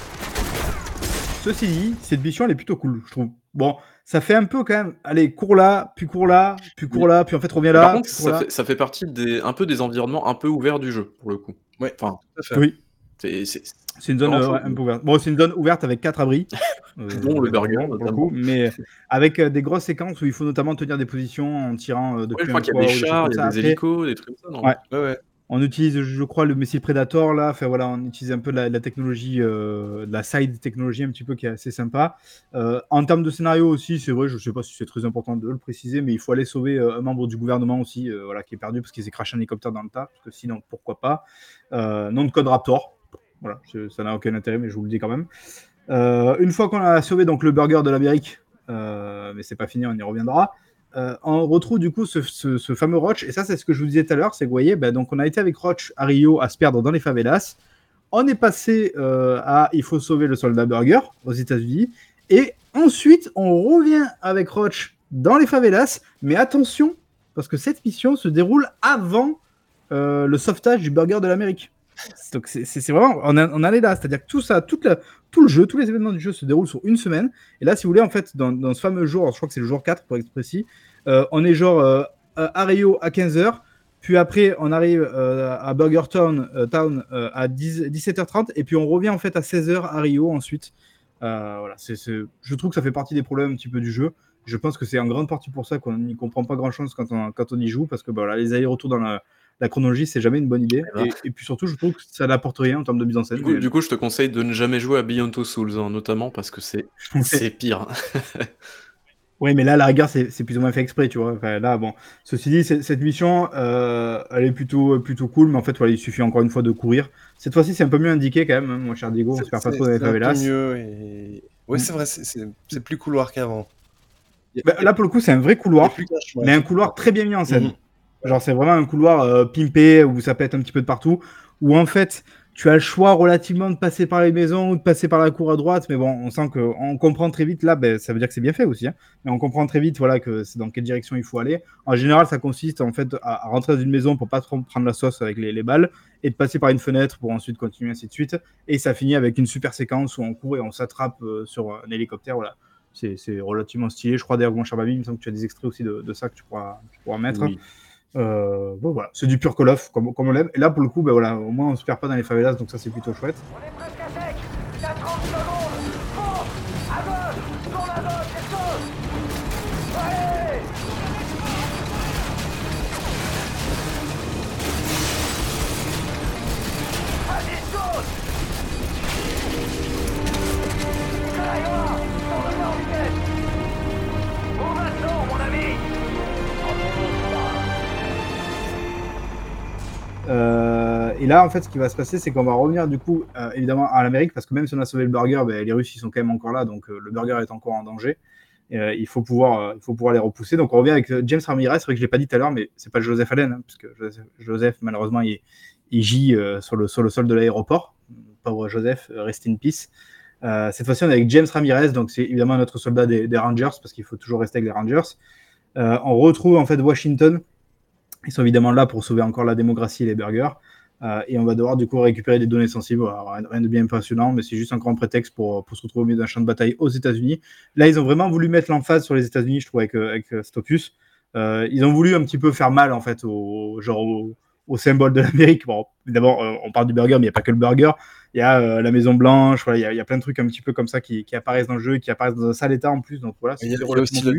Ceci dit, cette mission elle est plutôt cool, je trouve. Bon, ça fait un peu quand même. Allez, cours là, puis cours là, puis cours là, puis en fait reviens là. Par contre, puis cours là. ça fait partie un peu des environnements un peu ouverts du jeu, pour le coup. Ouais, Enfin, tout à fait. Oui, c'est c'est une zone grand-chose, un peu ouverte. Bon, c'est une zone ouverte avec 4 abris. Dont le burger, pour le notamment. coup, mais avec des grosses séquences où il faut notamment tenir des positions en tirant Ouais, depuis je un crois qu'il y a toit des ou des choses chars, comme il y ça. a des Après, hélicos, des trucs comme ça, non? Ouais. Ouais. on utilise, je crois, le missile Predator là. Enfin voilà, on utilise un peu de la technologie, de la side technologie un petit peu qui est assez sympa. En termes de scénario aussi, c'est vrai, je sais pas si c'est très important de le préciser, mais il faut aller sauver un membre du gouvernement aussi, voilà, qui est perdu parce qu'il s'est crashé un hélicoptère dans le tas, parce que sinon pourquoi pas. Nom de code Raptor. Voilà, ça n'a aucun intérêt, mais je vous le dis quand même. Une fois qu'on a sauvé donc le burger de l'Amérique, mais c'est pas fini, on y reviendra. On retrouve du coup ce fameux Roach, et ça c'est ce que je vous disais tout à l'heure, c'est que vous voyez, donc on a été avec Roach à Rio à se perdre dans les favelas, on est passé à il faut sauver le soldat Burger aux États-Unis, et ensuite on revient avec Roach dans les favelas, mais attention, parce que cette mission se déroule avant le sauvetage du Burger de l'Amérique. Donc c'est vraiment, on en est là, c'est-à-dire que tout ça, tout le jeu, tous les événements du jeu se déroulent sur une semaine. Et là, si vous voulez, en fait, dans ce fameux jour, alors je crois que c'est le jour 4 pour être précis, on est genre à Rio à 15h, puis après on arrive à Burger Town, à 17h30, et puis on revient en fait à 16h à Rio ensuite. Voilà, je trouve que ça fait partie des problèmes un petit peu du jeu. Je pense que c'est en grande partie pour ça qu'on n'y comprend pas grand-chose quand on y joue, parce que voilà, les allers-retours dans la chronologie, c'est jamais une bonne idée. Et puis surtout, je trouve que ça n'apporte rien en termes de mise en scène. Du coup, je te conseille de ne jamais jouer à Beyond Two Souls, hein, notamment parce que c'est pire. Oui, mais là, la rigueur, c'est plus ou moins fait exprès, tu vois. Enfin, là, bon. Ceci dit, cette mission, elle est plutôt cool, mais en fait, voilà, il suffit encore une fois de courir. Cette fois-ci, c'est un peu mieux indiqué quand même, hein, mon cher Diego. On se perd pas trop dans les favelas. C'est mieux. Et... Oui, c'est vrai, c'est plus couloir qu'avant. Là, pour le coup, c'est un vrai couloir, mais un couloir très bien mis en scène. Genre, c'est vraiment un couloir pimpé où ça pète un petit peu de partout, où en fait, tu as le choix relativement de passer par les maisons ou de passer par la cour à droite, mais bon, on sent qu'on comprend très vite, là, ça veut dire que c'est bien fait aussi, hein, mais on comprend très vite, voilà, que c'est dans quelle direction il faut aller. En général, ça consiste en fait à rentrer dans une maison pour pas prendre la sauce avec les balles, et de passer par une fenêtre pour ensuite continuer, ainsi de suite, et ça finit avec une super séquence où on court et on s'attrape sur un hélicoptère, voilà. C'est relativement stylé. Je crois d'ailleurs, mon cher Babi, il me semble que tu as des extraits aussi de ça que tu pourras mettre. Oui. Bon, voilà, c'est du pur Call of comme on l'aime. Et là, pour le coup, voilà, au moins on se perd pas dans les favelas, donc ça c'est plutôt chouette. On est presque à sec. Il y a 30 secondes. Fonce. À gauche. Tourne à gauche et saute. Allez. Vas-y, saute. Nicolas Noir, tourne en vitesse. Où maintenant, mon ami? Et là, en fait, ce qui va se passer, c'est qu'on va revenir du coup, évidemment, à l'Amérique, parce que même si on a sauvé le burger, les Russes ils sont quand même encore là, donc le burger est encore en danger. Il faut pouvoir les repousser. Donc on revient avec James Ramirez. C'est vrai que je l'ai pas dit tout à l'heure, mais c'est pas Joseph Allen, hein, parce que Joseph malheureusement il gît sur le sol de l'aéroport. Pauvre Joseph, rest in peace. Cette fois-ci, on est avec James Ramirez, donc c'est évidemment notre soldat des Rangers, parce qu'il faut toujours rester avec les Rangers. On retrouve en fait Washington. Ils sont évidemment là pour sauver encore la démocratie et les burgers. Et on va devoir du coup récupérer des données sensibles. Rien de bien passionnant, mais c'est juste un grand prétexte pour se retrouver au milieu d'un champ de bataille aux États-Unis. Là, ils ont vraiment voulu mettre l'emphase sur les États-Unis, je trouve, avec cet opus. Ils ont voulu un petit peu faire mal en fait au symbole de l'Amérique. Bon, d'abord, on parle du burger, mais il n'y a pas que le burger. Il y a la Maison Blanche. Voilà, il y a plein de trucs un petit peu comme ça qui apparaissent dans le jeu et qui apparaissent dans un sale état en plus. Donc voilà, il y a aussi le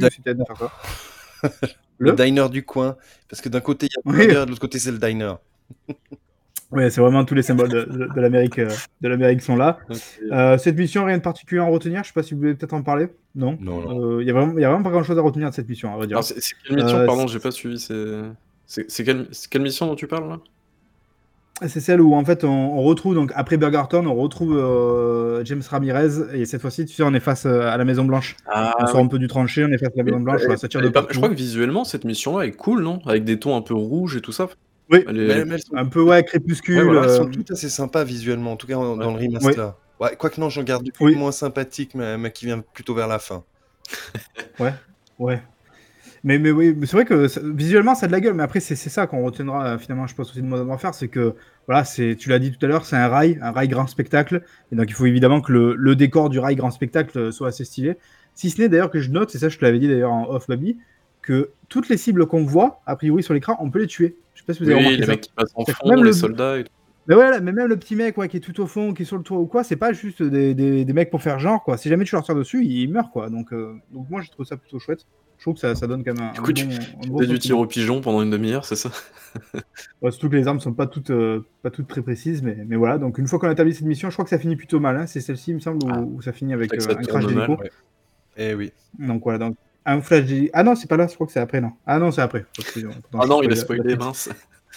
diner du coin, parce que d'un côté il y a le burger, de l'autre côté c'est le diner. Oui, c'est vraiment tous les symboles de l'Amérique sont là. Okay. Cette mission, rien de particulier à retenir. Je ne sais pas si vous voulez peut-être en parler. Non. Il y a vraiment pas grand-chose à retenir de cette mission, à vrai dire. Alors, c'est quelle mission, pardon, j'ai pas suivi. C'est quelle mission dont tu parles là? C'est celle où en fait on retrouve, donc après Burger Town, on retrouve James Ramirez, et cette fois-ci, tu sais, on est face à la Maison Blanche. On sort un peu du tranché, on est face à la Maison Blanche, ça tire de partout. Je crois que visuellement, cette mission-là est cool, non? Avec des tons un peu rouges et tout ça. Oui, un peu crépuscule. Ouais, voilà, elles sont toutes assez sympas visuellement, en tout cas dans le remaster. Oui. Ouais, quoique non, j'en garde une moins sympathique, mais qui vient plutôt vers la fin. Ouais. Mais oui, mais c'est vrai que visuellement ça a de la gueule, mais après c'est ça qu'on retiendra finalement, je pense aussi de Modern Warfare, c'est que voilà, tu l'as dit tout à l'heure, c'est un rail grand spectacle, et donc il faut évidemment que le décor du rail grand spectacle soit assez stylé. Si ce n'est d'ailleurs que je note, et ça je te l'avais dit d'ailleurs en off Baby, que toutes les cibles qu'on voit, a priori sur l'écran, on peut les tuer. Je sais pas si vous avez remarqué les ça. mecs qui passent en C'est-à-dire que fond, les soldats et tout. Mais ouais, mais même le petit mec qui est tout au fond, qui est sur le toit ou quoi, c'est pas juste des mecs pour faire genre, quoi. Si jamais tu leur tires dessus, ils meurent, quoi. Donc moi, je trouve ça plutôt chouette. Je trouve que ça donne quand même Du coup, tu bon fais du sentiment. tir au pigeon pendant une demi-heure, c'est ça? Ouais, surtout que les armes sont pas toutes très précises, mais voilà. Donc une fois qu'on a établi cette mission, je crois que ça finit plutôt mal. Hein. C'est celle-ci, il me semble, où ça finit avec C'est que ça un crash tourne mal, d'hélico. Ouais. Eh oui. Donc voilà, donc un flash d'hélico. Ah non, c'est pas là, je crois que c'est après, non. Ah non, c'est après. Ah non, il a spoilé, mince.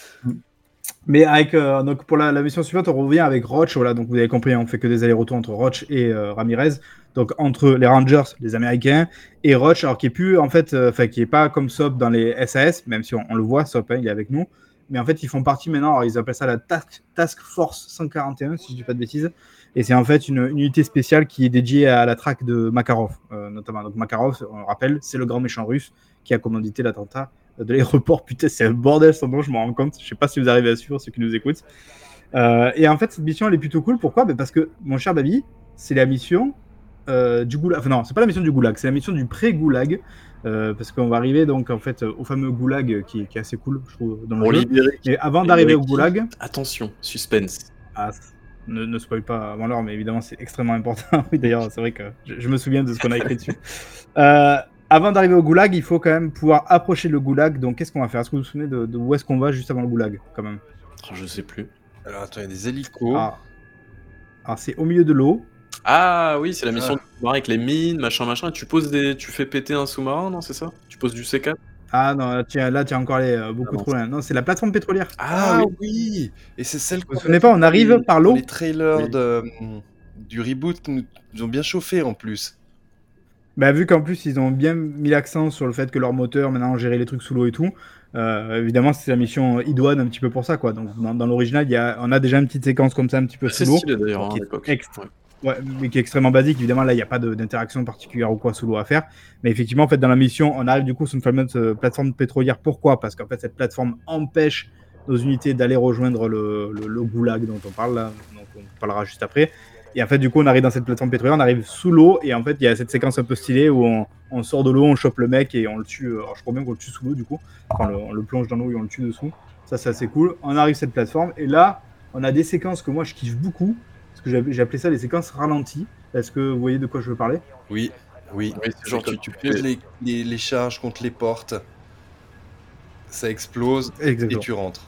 Mais avec donc pour la mission suivante, on revient avec Roach. Voilà, donc vous avez compris, on fait que des allers-retours entre Roach et Ramirez. Donc entre les Rangers, les Américains, et Roach, alors qui est plus en fait, qui est pas comme Sop dans les SAS, même si on le voit, Sop, il est avec nous. Mais en fait, ils font partie maintenant. Alors ils appellent ça la Task Force 141, si je dis pas de bêtises. Et c'est en fait une unité spéciale qui est dédiée à la traque de Makarov, notamment. Donc Makarov, on le rappelle, c'est le grand méchant russe qui a commandité l'attentat de l'aéroport. Putain, c'est un bordel son nom, je m'en rends compte. Je sais pas si vous arrivez à suivre, ceux qui nous écoutent. Et en fait, cette mission, elle est plutôt cool. Pourquoi ? Parce que, mon cher Baby, c'est la mission du Goulag. Enfin non, c'est pas la mission du Goulag, c'est la mission du pré-Goulag. Parce qu'on va arriver donc en fait au fameux Goulag qui est assez cool, je trouve, dans le jeu. Mais avant d'arriver au Goulag... Attention, suspense. Ah, ne spoil pas avant l'heure, mais évidemment, c'est extrêmement important. Oui, d'ailleurs, c'est vrai que je me souviens de ce qu'on a écrit dessus. Avant d'arriver au Goulag, il faut quand même pouvoir approcher le Goulag. Donc, qu'est-ce qu'on va faire ? Est-ce que vous vous souvenez de où est-ce qu'on va juste avant le Goulag, quand même ? Oh, je sais plus. Alors attends, il y a des hélicos. Alors, c'est au milieu de l'eau. Ah oui, c'est la mission du sous-marin avec les mines, machin. Et tu fais péter un sous-marin, non, c'est ça ? Tu poses du C4 ? Ah non, là, tu es encore allé beaucoup trop loin. Non, c'est la plateforme pétrolière. Ah oui. Et c'est celle Vous vous souvenez pas, on arrive par l'eau. Les trailers du reboot nous ont bien chauffé en plus. Bah, vu qu'en plus ils ont bien mis l'accent sur le fait que leur moteur maintenant gérait les trucs sous l'eau et tout, évidemment c'est la mission idoine un petit peu pour ça, quoi. Donc dans l'original on a déjà une petite séquence comme ça un petit peu sous C'est l'eau, stylé d'ailleurs, qui à l'époque. mais qui est extrêmement basique. Évidemment là il n'y a pas d'interaction particulière ou quoi sous l'eau à faire, mais effectivement en fait dans la mission on arrive du coup sur une fameuse plateforme pétrolière. Pourquoi ? Parce qu'en fait cette plateforme empêche nos unités d'aller rejoindre le goulag dont on parle là, donc on parlera juste après. Et en fait, du coup, on arrive dans cette plateforme pétrolière, on arrive sous l'eau, et en fait, il y a cette séquence un peu stylée où on sort de l'eau, on chope le mec et on le tue. Alors, je crois bien qu'on le tue sous l'eau, du coup. Enfin, on le plonge dans l'eau et on le tue dessous. Ça, c'est assez cool. On arrive sur cette plateforme, et là, on a des séquences que moi, je kiffe beaucoup, parce que j'ai appelé ça les séquences ralenties. Est-ce que vous voyez de quoi je veux parler ? Oui. C'est genre tu poses les charges contre les portes, ça explose. Exactement. Et tu rentres.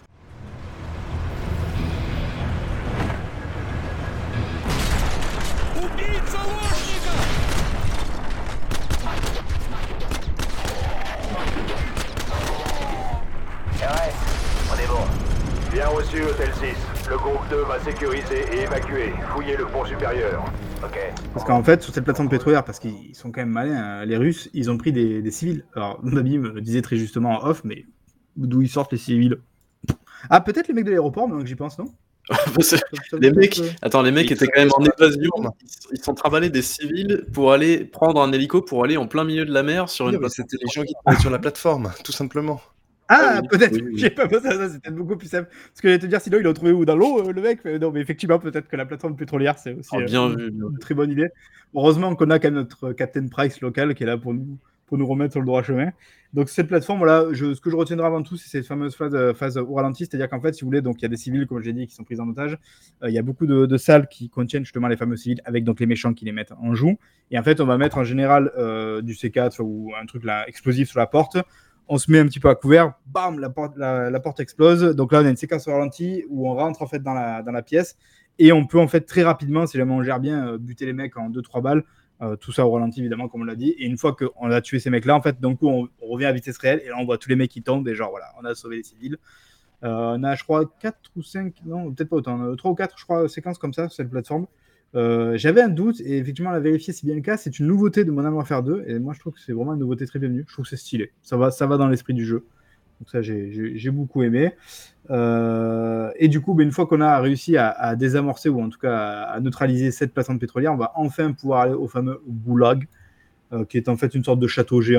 RS, on est bon. Bien reçu, Hôtel 6. Le groupe 2 va sécuriser et évacuer. Fouiller le pont supérieur. Ok. Parce qu'en fait, sur cette plateforme pétrolière, parce qu'ils sont quand même malins, hein, les Russes, ils ont pris des civils. Alors, mon ami me disait très justement en off, mais d'où ils sortent les civils ? Ah, peut-être les mecs de l'aéroport, maintenant que j'y pense, non ? Les mecs, les mecs Ils étaient quand même en sont évasion. Ils sont travaillés des civils pour aller prendre un hélico pour aller en plein milieu de la mer sur une Oui, mais c'était les gens qui étaient sur la plateforme, tout simplement. Ah, oui, peut-être, oui. j'ai pas pensé à ça, c'était beaucoup plus simple. Parce que j'allais te dire, sinon il l'a trouvé où dans l'eau, le mec. Non, mais effectivement, peut-être que la plateforme pétrolière, c'est aussi Bien vu. une très bonne idée. Heureusement qu'on a quand même notre Captain Price local qui est là pour nous remettre sur le droit chemin. Donc, cette plateforme, voilà, ce que je retiendrai avant tout, c'est cette fameuse phase au ralenti. C'est-à-dire qu'en fait, si vous voulez, donc il y a des civils, comme j'ai dit, qui sont pris en otage. Il y a beaucoup de salles qui contiennent justement les fameux civils avec donc les méchants qui les mettent en joue. Et en fait, on va mettre en général du C4 ou un truc là, explosif sur la porte. On se met un petit peu à couvert, bam, la porte explose. Donc là, on a une séquence au ralenti où on rentre en fait dans la pièce et on peut en fait très rapidement, si jamais on gère bien, buter les mecs en 2-3 balles. Tout ça au ralenti, évidemment, comme on l'a dit. Et une fois qu'on a tué ces mecs-là, en fait, d'un coup, on revient à vitesse réelle et là, on voit tous les mecs qui tombent et genre, voilà, on a sauvé les civils. On a, je crois, 4 ou 5, non, peut-être pas autant, 3 ou 4, je crois, séquences comme ça sur cette plateforme. J'avais un doute et effectivement, on a vérifié, c'est bien le cas. C'est une nouveauté de Modern Warfare 2 et moi, je trouve que c'est vraiment une nouveauté très bienvenue. Je trouve que c'est stylé. Ça va dans l'esprit du jeu. Donc ça, j'ai beaucoup aimé. Et du coup, une fois qu'on a réussi à désamorcer ou en tout cas à neutraliser cette plateforme pétrolière, on va enfin pouvoir aller au fameux Goulag, qui est en fait une sorte de château géant.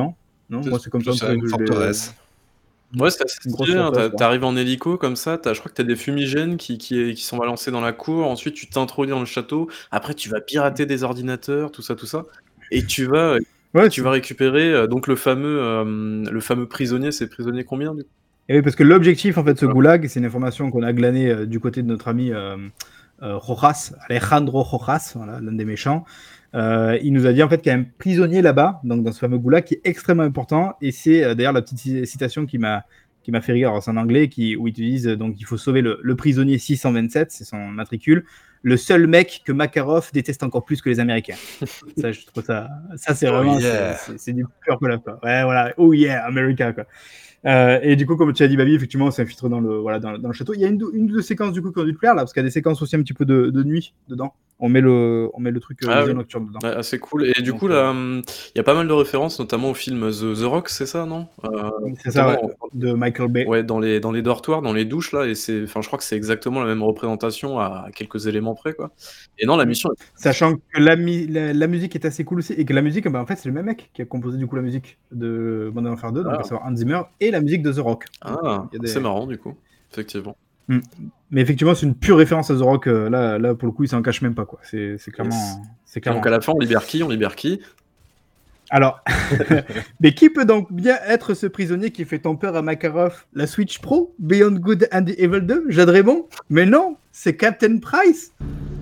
Non, moi c'est comme ça. C'est une forteresse. Ouais, c'est assez Une grosse stylé, hein. forteresse, T'arrives en hélico comme ça, je crois que t'as des fumigènes qui sont balancés dans la cour, ensuite tu t'introduis dans le château, après tu vas pirater des ordinateurs, tout ça, et tu vas récupérer donc le fameux prisonnier, c'est prisonnier combien du coup? Et oui, parce que l'objectif en fait de ce goulag, c'est une information qu'on a glanée du côté de notre ami Rojas, Alejandro Rojas, voilà, l'un des méchants. Il nous a dit en fait qu'il y a un prisonnier là-bas, donc dans ce fameux goulag, qui est extrêmement important. Et c'est d'ailleurs la petite citation qui m'a fait rire. Alors, c'est en anglais où ils te disent donc il faut sauver le prisonnier 627, c'est son matricule, le seul mec que Makarov déteste encore plus que les Américains. Ça, je trouve ça c'est vraiment c'est du pur collab, quoi. Ouais, voilà, oh yeah, America, quoi. Et du coup, comme tu as dit, Babi, effectivement, on s'infiltre dans le château. Il y a une ou deux séquences du coup qui ont dû te plaire là, parce qu'il y a des séquences aussi un petit peu de nuit dedans. On met le truc vision nocturne dedans. Ouais, assez cool. Et du coup, là, il y a pas mal de références, notamment au film The Rock, c'est ça, non? C'est ça, ouais, de Michael Bay. Ouais, dans les dortoirs, dans les douches, là, et je crois que c'est exactement la même représentation à quelques éléments près, quoi. Et non, la mission. Sachant que la musique est assez cool aussi, et que la musique, en fait, c'est le même mec qui a composé du coup la musique de Modern Warfare 2, donc à savoir Hans Zimmer, et la musique de The Rock. Ah, c'est marrant, du coup, effectivement. Mais effectivement, c'est une pure référence à The Rock. Là, pour le coup, il s'en cache même pas, quoi. C'est clairement. C'est clairement. Donc à la fin, on libère qui? Alors, mais qui peut donc bien être ce prisonnier qui fait tant peur à Makarov? La Switch Pro, Beyond Good and the Evil 2, Jade Raymond? Mais non, c'est Captain Price.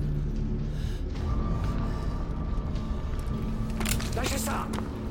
Lâchez ça!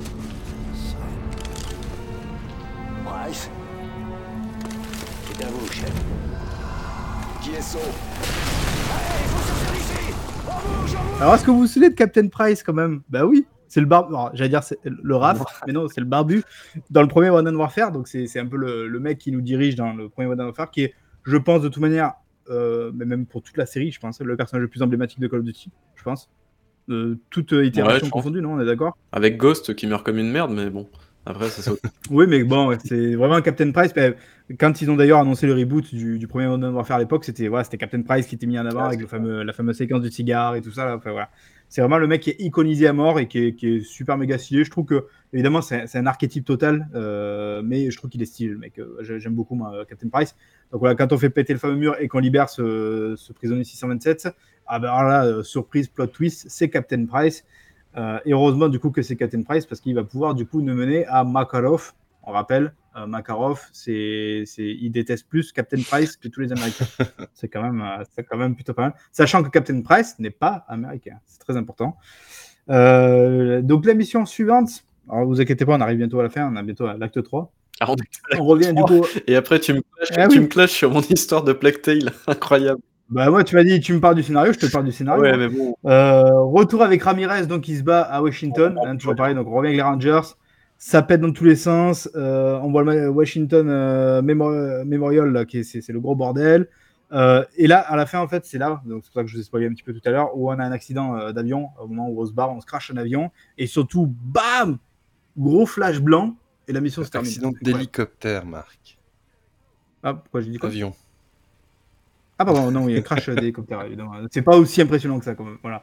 Price? C'est à vous, chef. Qui est son? Allez, il faut sortir d'ici! On bouge! Alors, est-ce que vous vous souvenez de Captain Price quand même? Bah oui, c'est le barbu. J'allais dire c'est le RAF, mais non, c'est le barbu dans le premier Modern Warfare. Donc c'est un peu le mec qui nous dirige dans le premier Modern Warfare, qui est, je pense, de toute manière, mais même pour toute la série, je pense, le personnage le plus emblématique de Call of Duty, je pense. Toute itération confondue, non? On est d'accord? Avec Ghost qui meurt comme une merde, mais bon. Après, ça saute. Oui, mais bon, c'est vraiment un Captain Price. Quand ils ont d'ailleurs annoncé le reboot du premier Modern Warfare à l'époque, c'était Captain Price qui était mis en avant avec la fameuse séquence du cigare et tout ça. Là. Enfin, voilà. C'est vraiment le mec qui est iconisé à mort et qui est super méga stylé. Je trouve que, évidemment, c'est un archétype total, mais je trouve qu'il est stylé, le mec. J'aime beaucoup, moi, Captain Price. Donc voilà, quand on fait péter le fameux mur et qu'on libère ce prisonnier 627, alors là, surprise, plot twist, c'est Captain Price. Et heureusement du coup que c'est Captain Price parce qu'il va pouvoir du coup nous mener à Makarov. On rappelle, Makarov, il déteste plus Captain Price que tous les Américains. c'est quand même plutôt pas mal. Sachant que Captain Price n'est pas américain, c'est très important. Donc la mission suivante, alors vous inquiétez pas, on arrive bientôt à la fin, on a bientôt à l'acte 3. On revient du coup. Et après tu me clashes sur mon histoire de Plague Tale, incroyable. Bah moi tu m'as dit tu me parles du scénario, je te parle du scénario. Ouais, mais bon. Retour avec Ramirez donc qui se bat à Washington, toujours pareil, donc on revient avec les Rangers, ça pète dans tous les sens, on voit le Washington Memorial là, c'est le gros bordel. Et là à la fin en fait c'est là, donc c'est pour ça que je vous ai spoilé un petit peu tout à l'heure, où on a un accident d'avion au moment où on se barre, on se crache un avion et surtout bam, gros flash blanc et la mission se termine. Accident d'hélicoptère, Marc. Ah pourquoi j'ai dit quoi? Avion. Ah pardon, non, il y a un crash d'hélicoptère, évidemment. C'est pas aussi impressionnant que ça, quand même. Voilà.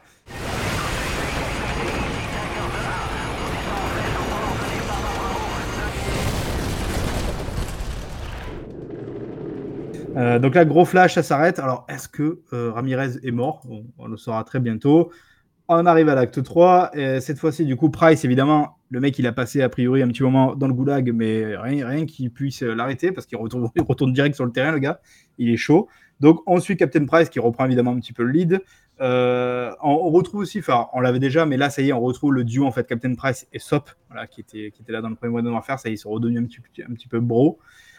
Donc là, gros flash, ça s'arrête. Alors, est-ce que Ramirez est mort? On le saura très bientôt. On arrive à l'acte 3. Et cette fois-ci, du coup, Price, évidemment, le mec, il a passé a priori un petit moment dans le goulag, mais rien qui puisse l'arrêter parce qu'il retourne direct sur le terrain, le gars. Il est chaud. Donc, on suit Captain Price qui reprend évidemment un petit peu le lead. On retrouve aussi, enfin, on l'avait déjà, mais là, ça y est, on retrouve le duo en fait, Captain Price et Sop, voilà, qui était là dans le premier Modern Warfare. Ça y est, ils sont redevenus un petit peu bro.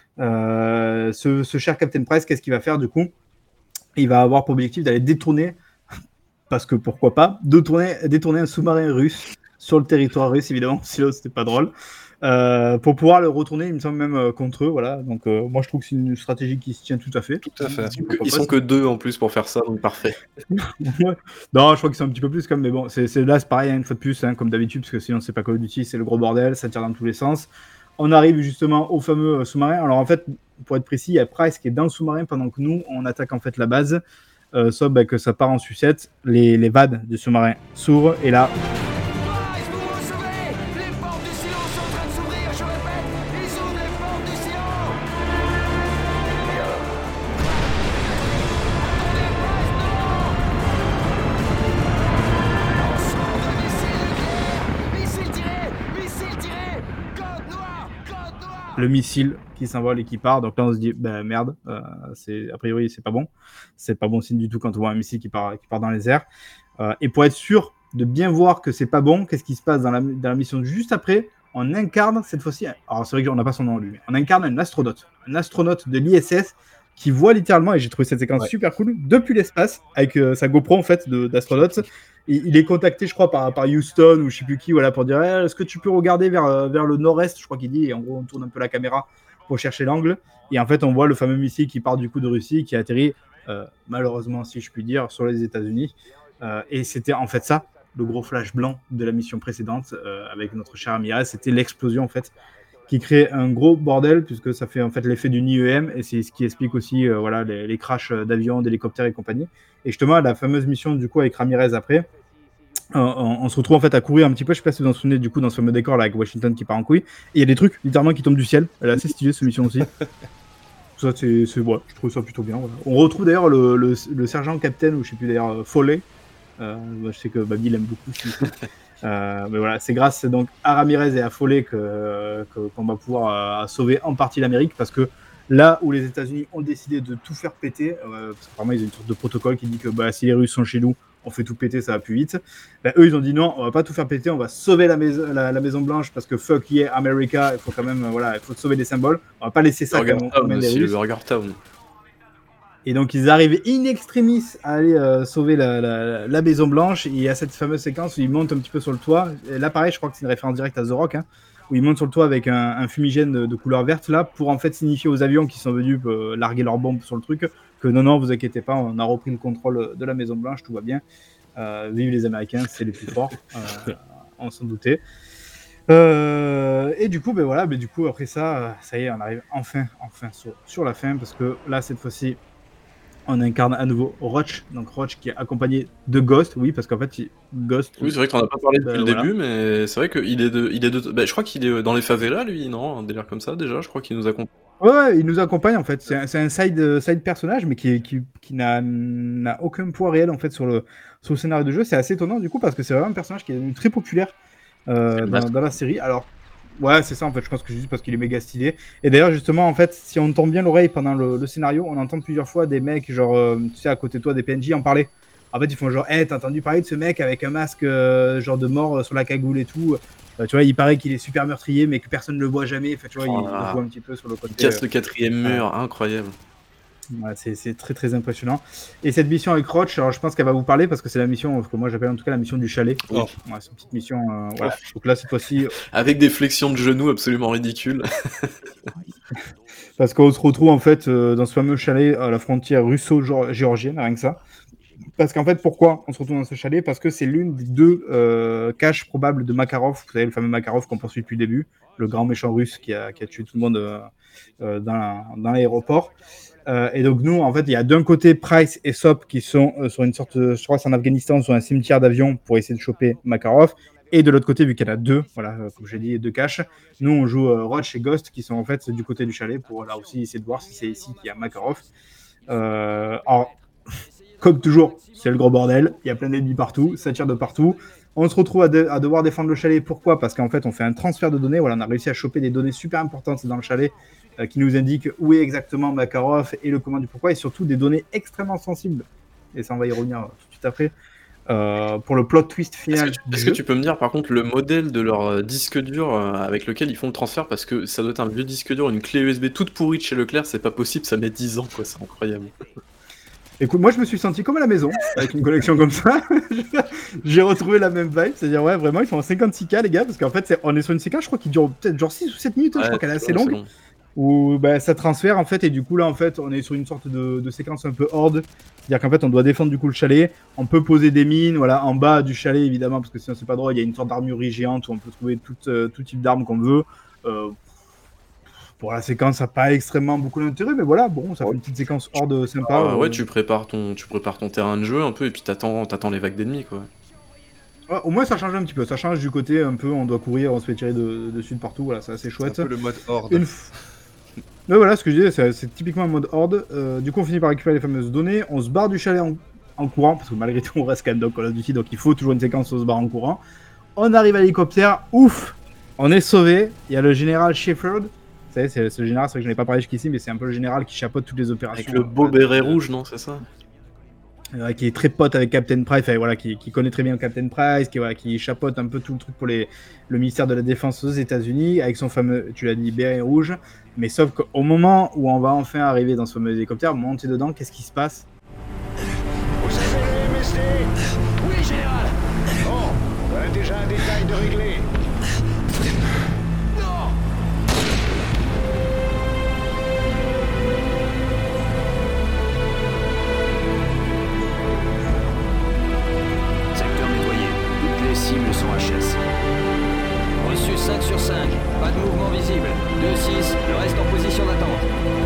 Ce cher Captain Price, qu'est-ce qu'il va faire du coup? Il va avoir pour objectif d'aller détourner, parce que pourquoi pas, détourner un sous-marin russe sur le territoire russe, évidemment, sinon c'était pas drôle. Pour pouvoir le retourner, il me semble même contre eux, voilà. Donc moi je trouve que c'est une stratégie qui se tient tout à fait. Tout à fait. Ils sont que deux en plus pour faire ça, donc parfait. Ouais. Non, je crois qu'ils sont un petit peu plus comme, mais bon, c'est pareil, une fois de plus, comme d'habitude, parce que sinon c'est pas Call of Duty, c'est le gros bordel, ça tire dans tous les sens. On arrive justement au fameux sous-marin. Alors en fait, pour être précis, il y a Price qui est dans le sous-marin pendant que nous on attaque en fait la base. Sauf que ça part en sucette, les VAD du sous-marin s'ouvrent et là. Price, vous recevez! Les portes du silence sont en train de s'ouvrir, je le missile qui s'envole et qui part. Donc là, on se dit, ben merde, a priori, c'est pas bon. C'est pas bon signe du tout quand on voit un missile qui part dans les airs. Et pour être sûr de bien voir que c'est pas bon, qu'est-ce qui se passe dans la mission juste après? On incarne cette fois-ci, alors c'est vrai qu'on n'a pas son nom lui, mais on incarne un astronaute de l'ISS qui voit littéralement, et j'ai trouvé cette séquence super cool, depuis l'espace, avec sa GoPro en fait d'astronaute. Il est contacté, je crois, par Houston ou je sais plus qui, voilà, pour dire est-ce que tu peux regarder vers le nord-est, je crois qu'il dit, et en gros on tourne un peu la caméra pour chercher l'angle, et en fait on voit le fameux missile qui part du coup de Russie, qui atterrit, malheureusement si je puis dire, sur les États-Unis, et c'était en fait ça, le gros flash blanc de la mission précédente, avec notre cher Ramirez, c'était l'explosion en fait, qui crée un gros bordel, puisque ça fait en fait l'effet d'une IEM, et c'est ce qui explique aussi voilà, les crashs d'avions, d'hélicoptères et compagnie. Et justement, la fameuse mission du coup avec Ramirez après, on se retrouve en fait à courir un petit peu, je sais pas si vous en souvenez du coup dans ce fameux décor là avec Washington qui part en couille, et il y a des trucs littéralement qui tombent du ciel, elle est assez stylée cette mission aussi. Ça, c'est ouais, je trouve ça plutôt bien. Voilà. On retrouve d'ailleurs le sergent capitaine, ou je sais plus d'ailleurs, Foley. Je sais que Babi l'aime beaucoup. Mais voilà, c'est grâce donc à Ramirez et à Foley qu'on va pouvoir sauver en partie l'Amérique, parce que là où les États-Unis ont décidé de tout faire péter, parce qu'apparemment ils ont une sorte de protocole qui dit que si les Russes sont chez nous, on fait tout péter, ça va plus vite. Eux, ils ont dit non, on va pas tout faire péter, on va sauver la Maison Blanche, parce que fuck yeah, America, il faut quand même, voilà, il faut sauver des symboles. On va pas laisser ça comme les Russes. Burger Town. Et donc ils arrivent in extremis à aller sauver la Maison Blanche. Et il y a cette fameuse séquence où ils montent un petit peu sur le toit. Et là pareil, je crois que c'est une référence directe à The Rock, où ils montent sur le toit avec un fumigène de couleur verte là, pour en fait signifier aux avions qui sont venus larguer leurs bombes sur le truc que non, vous inquiétez pas, on a repris le contrôle de la Maison Blanche, tout va bien. Vive les Américains, c'est les plus forts. On s'en doutait. Et du coup, du coup après ça, ça y est, on arrive enfin sur la fin, parce que là cette fois-ci on incarne à nouveau Roach, donc Roach qui est accompagné de Ghost, oui, parce qu'en fait, Ghost... Oui, c'est vrai qu'on n'a pas parlé depuis le début, mais c'est vrai qu'il est je crois qu'il est dans les favelas, lui, non? Un délire comme ça, déjà, je crois qu'il nous accompagne. Ouais, il nous accompagne, en fait. C'est un side personnage, mais qui n'a aucun poids réel, en fait, sur le scénario de jeu. C'est assez étonnant, du coup, parce que c'est vraiment un personnage qui est devenu très populaire dans la série. Alors, ouais, c'est ça, en fait, je pense que c'est juste parce qu'il est méga stylé. Et d'ailleurs, justement, en fait, si on tend bien l'oreille pendant le scénario, on entend plusieurs fois des mecs, genre, tu sais, à côté de toi, des PNJ en parler. En fait, ils font genre, hey, t'as entendu parler de ce mec avec un masque genre de mort sur la cagoule et tout. Tu vois, il paraît qu'il est super meurtrier, mais que personne ne le voit jamais. Enfin, tu vois, il joue un petit peu sur le côté. Il casse le quatrième mur, incroyable. Ouais, c'est très très impressionnant. Et cette mission avec Roach, alors je pense qu'elle va vous parler, parce que c'est la mission que moi j'appelle en tout cas la mission du chalet. Oui. Ouais, c'est une petite mission. Voilà. Donc là, cette fois-ci. Avec des flexions de genoux absolument ridicules. Parce qu'on se retrouve en fait dans ce fameux chalet à la frontière russo-géorgienne, rien que ça. Parce qu'en fait, pourquoi on se retrouve dans ce chalet? Parce que c'est l'une des deux caches probables de Makarov. Vous savez, le fameux Makarov qu'on poursuit depuis le début, le grand méchant russe qui a tué tout le monde dans l'aéroport. Et donc nous, en fait, il y a d'un côté Price et Sop qui sont sur une sorte, je crois que c'est en Afghanistan, sur un cimetière d'avions pour essayer de choper Makarov. Et de l'autre côté, vu qu'il y en a deux, voilà, comme j'ai dit, deux caches, nous on joue Roach et Ghost qui sont en fait du côté du chalet pour là aussi essayer de voir si c'est ici qu'il y a Makarov. Alors, comme toujours, c'est le gros bordel, il y a plein d'ennemis partout, ça tire de partout. On se retrouve à devoir défendre le chalet. Pourquoi? Parce qu'en fait, on fait un transfert de données. Voilà, on a réussi à choper des données super importantes dans le chalet qui nous indiquent où est exactement Makarov et le comment du pourquoi, et surtout des données extrêmement sensibles. Et ça, on va y revenir tout de suite après. Pour le plot twist final. Est-ce que tu peux me dire par contre le modèle de leur disque dur avec lequel ils font le transfert? Parce que ça doit être un vieux disque dur, une clé USB toute pourrie de chez Leclerc, c'est pas possible, ça met 10 ans, quoi, c'est incroyable. Écoute, moi je me suis senti comme à la maison avec une collection comme ça. J'ai retrouvé la même vibe, c'est-à-dire ouais, vraiment ils font 56K les gars, parce qu'en fait on est sur une séquence, je crois qu'il dure peut-être genre 6 ou 7 minutes, ouais, je crois qu'elle est assez longue. Où ça transfère en fait, et du coup là en fait on est sur une sorte de séquence un peu horde, c'est-à-dire qu'en fait on doit défendre du coup le chalet, on peut poser des mines, voilà, en bas du chalet évidemment, parce que sinon c'est pas drôle, il y a une sorte d'armurerie géante où on peut trouver tout type d'armes qu'on veut. Pour la séquence, ça n'a pas extrêmement beaucoup d'intérêt, mais voilà, bon, ça fait une petite séquence horde sympa. Ouais, tu prépares ton terrain de jeu un peu, et puis t'attends les vagues d'ennemis, quoi. Ouais, au moins ça change un petit peu, ça change du côté un peu, on doit courir, on se fait tirer dessus de partout, voilà, c'est assez chouette. C'est un peu le mode horde. Mais voilà, ce que je disais, c'est typiquement un mode horde. Du coup, on finit par récupérer les fameuses données, on se barre du chalet en courant, parce que malgré tout, on reste quand même dans Call of Duty, donc il faut toujours une séquence où on se barre en courant. On arrive à l'hélicoptère, ouf, on est sauvé, il y a le général Shepherd. savez, c'est le général, c'est vrai que je n'en ai pas parlé jusqu'ici, mais c'est un peu le général qui chapeaute toutes les opérations. Avec le beau béret rouge, non, c'est ça? Qui est très pote avec Captain Price, enfin, voilà, qui connaît très bien Captain Price, qui chapeaute un peu tout le truc pour le ministère de la Défense aux États-Unis, avec son fameux, tu l'as dit, béret rouge. Mais sauf qu'au moment où on va enfin arriver dans ce fameux hélicoptère, monter dedans, qu'est-ce qui se passe? Vous avez le MSD? Oui, général. Bon, voilà déjà un détail de régler. Non. Secteur nettoyé. Toutes les cibles sont HS. Reçu 5 sur 5. Pas de mouvement visible. 2-6. Le reste en position d'attente.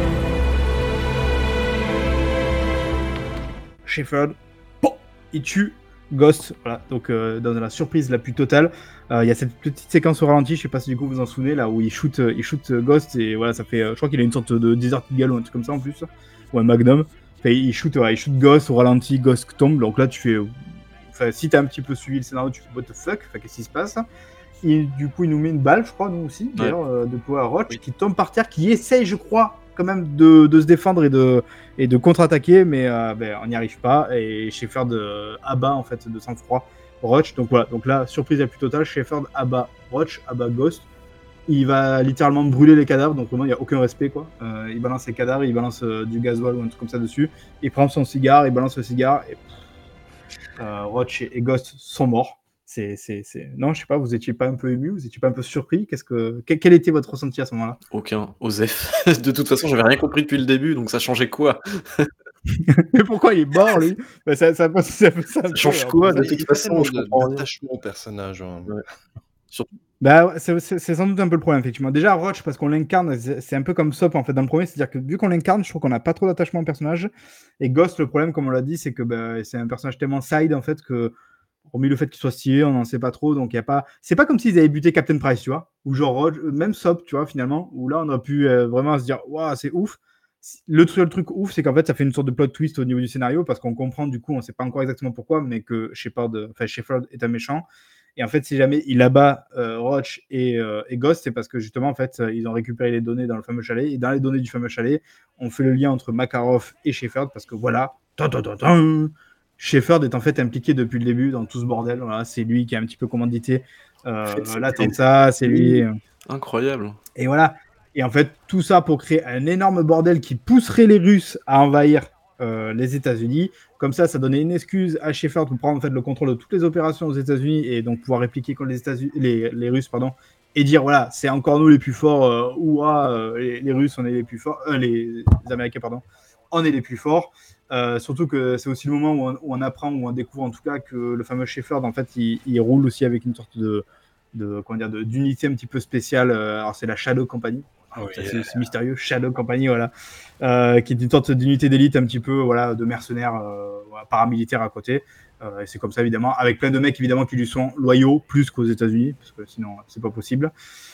Shepherd, bon, il tue Ghost, voilà, donc dans la surprise la plus totale. Il y a cette petite séquence au ralenti, je sais pas si du coup vous en souvenez, là où il shoot Ghost, et voilà, ça fait, je crois qu'il a une sorte de Desert Eagle ou un truc comme ça en plus, ou un Magnum. Enfin, il shoot Ghost au ralenti, Ghost tombe, donc là tu fais, enfin, si t'as un petit peu suivi le scénario, tu fais what the fuck, enfin, qu'est-ce qui se passe? Et du coup, il nous met une balle, je crois, nous aussi, d'ailleurs, de Power Roach, qui tombe par terre, qui essaye, je crois, quand même de se défendre et de contre-attaquer, mais on n'y arrive pas. Et Shepherd abat, en fait, de sang-froid Roach. Donc voilà, donc là, surprise la plus totale, Shepherd abat Roach, abat Ghost. Il va littéralement brûler les cadavres, donc vraiment, il n'y a aucun respect, quoi. Il balance les cadavres, il balance du gasoil ou un truc comme ça dessus. Il prend son cigare, il balance le cigare, et Roach et Ghost sont morts. Non, je sais pas, vous étiez pas un peu ému, vous étiez pas un peu surpris? Quel était votre ressenti à ce moment-là? Aucun, Osef. De toute façon, j'avais rien compris depuis le début, donc ça changeait quoi? Mais pourquoi il est mort, lui? Bah, ça change quoi, de toute façon? Je comprends rien. Attachement au personnage. Hein. Ouais. Bah, ouais, c'est sans doute un peu le problème, effectivement. Déjà, Roach, parce qu'on l'incarne, c'est un peu comme Sop, en fait, dans le premier, c'est-à-dire que vu qu'on l'incarne, je trouve qu'on n'a pas trop d'attachement au personnage. Et Ghost, le problème, comme on l'a dit, c'est que c'est un personnage tellement side, en fait, que hormis le fait qu'il soit stylé, on n'en sait pas trop, donc il y a pas. C'est pas comme s'ils avaient buté Captain Price, tu vois, ou genre Roach, même Sop, tu vois, finalement, où là on aurait pu vraiment se dire, waouh, c'est ouf. Le truc ouf, c'est qu'en fait, ça fait une sorte de plot twist au niveau du scénario, parce qu'on comprend, du coup, on sait pas encore exactement pourquoi, mais que Shepherd est un méchant. Et en fait, si jamais il abat Roach et Ghost, c'est parce que justement, en fait, ils ont récupéré les données dans le fameux chalet, et dans les données du fameux chalet, on fait le lien entre Makarov et Shepherd, parce que voilà, Shepherd est en fait impliqué depuis le début dans tout ce bordel. Voilà, c'est lui qui a un petit peu commandité l'attentat, c'est lui. Incroyable. Et voilà. Et en fait, tout ça pour créer un énorme bordel qui pousserait les Russes à envahir les États-Unis. Comme ça donnait une excuse à Shepherd pour prendre en fait le contrôle de toutes les opérations aux États-Unis et donc pouvoir répliquer contre les Russes, pardon, et dire voilà, c'est encore nous les plus forts. Les Russes, on est les plus forts. Les Américains, pardon, on est les plus forts. Surtout que c'est aussi le moment où on apprend, où on découvre en tout cas que le fameux Shepherd, en fait, il roule aussi avec une sorte d'unité un petit peu spéciale. Alors c'est la Shadow Company. C'est mystérieux, Shadow Company, voilà, qui est une sorte d'unité d'élite un petit peu, voilà, de mercenaires paramilitaires à côté. Et c'est comme ça évidemment, avec plein de mecs évidemment qui lui sont loyaux plus qu'aux États-Unis, parce que sinon c'est pas possible.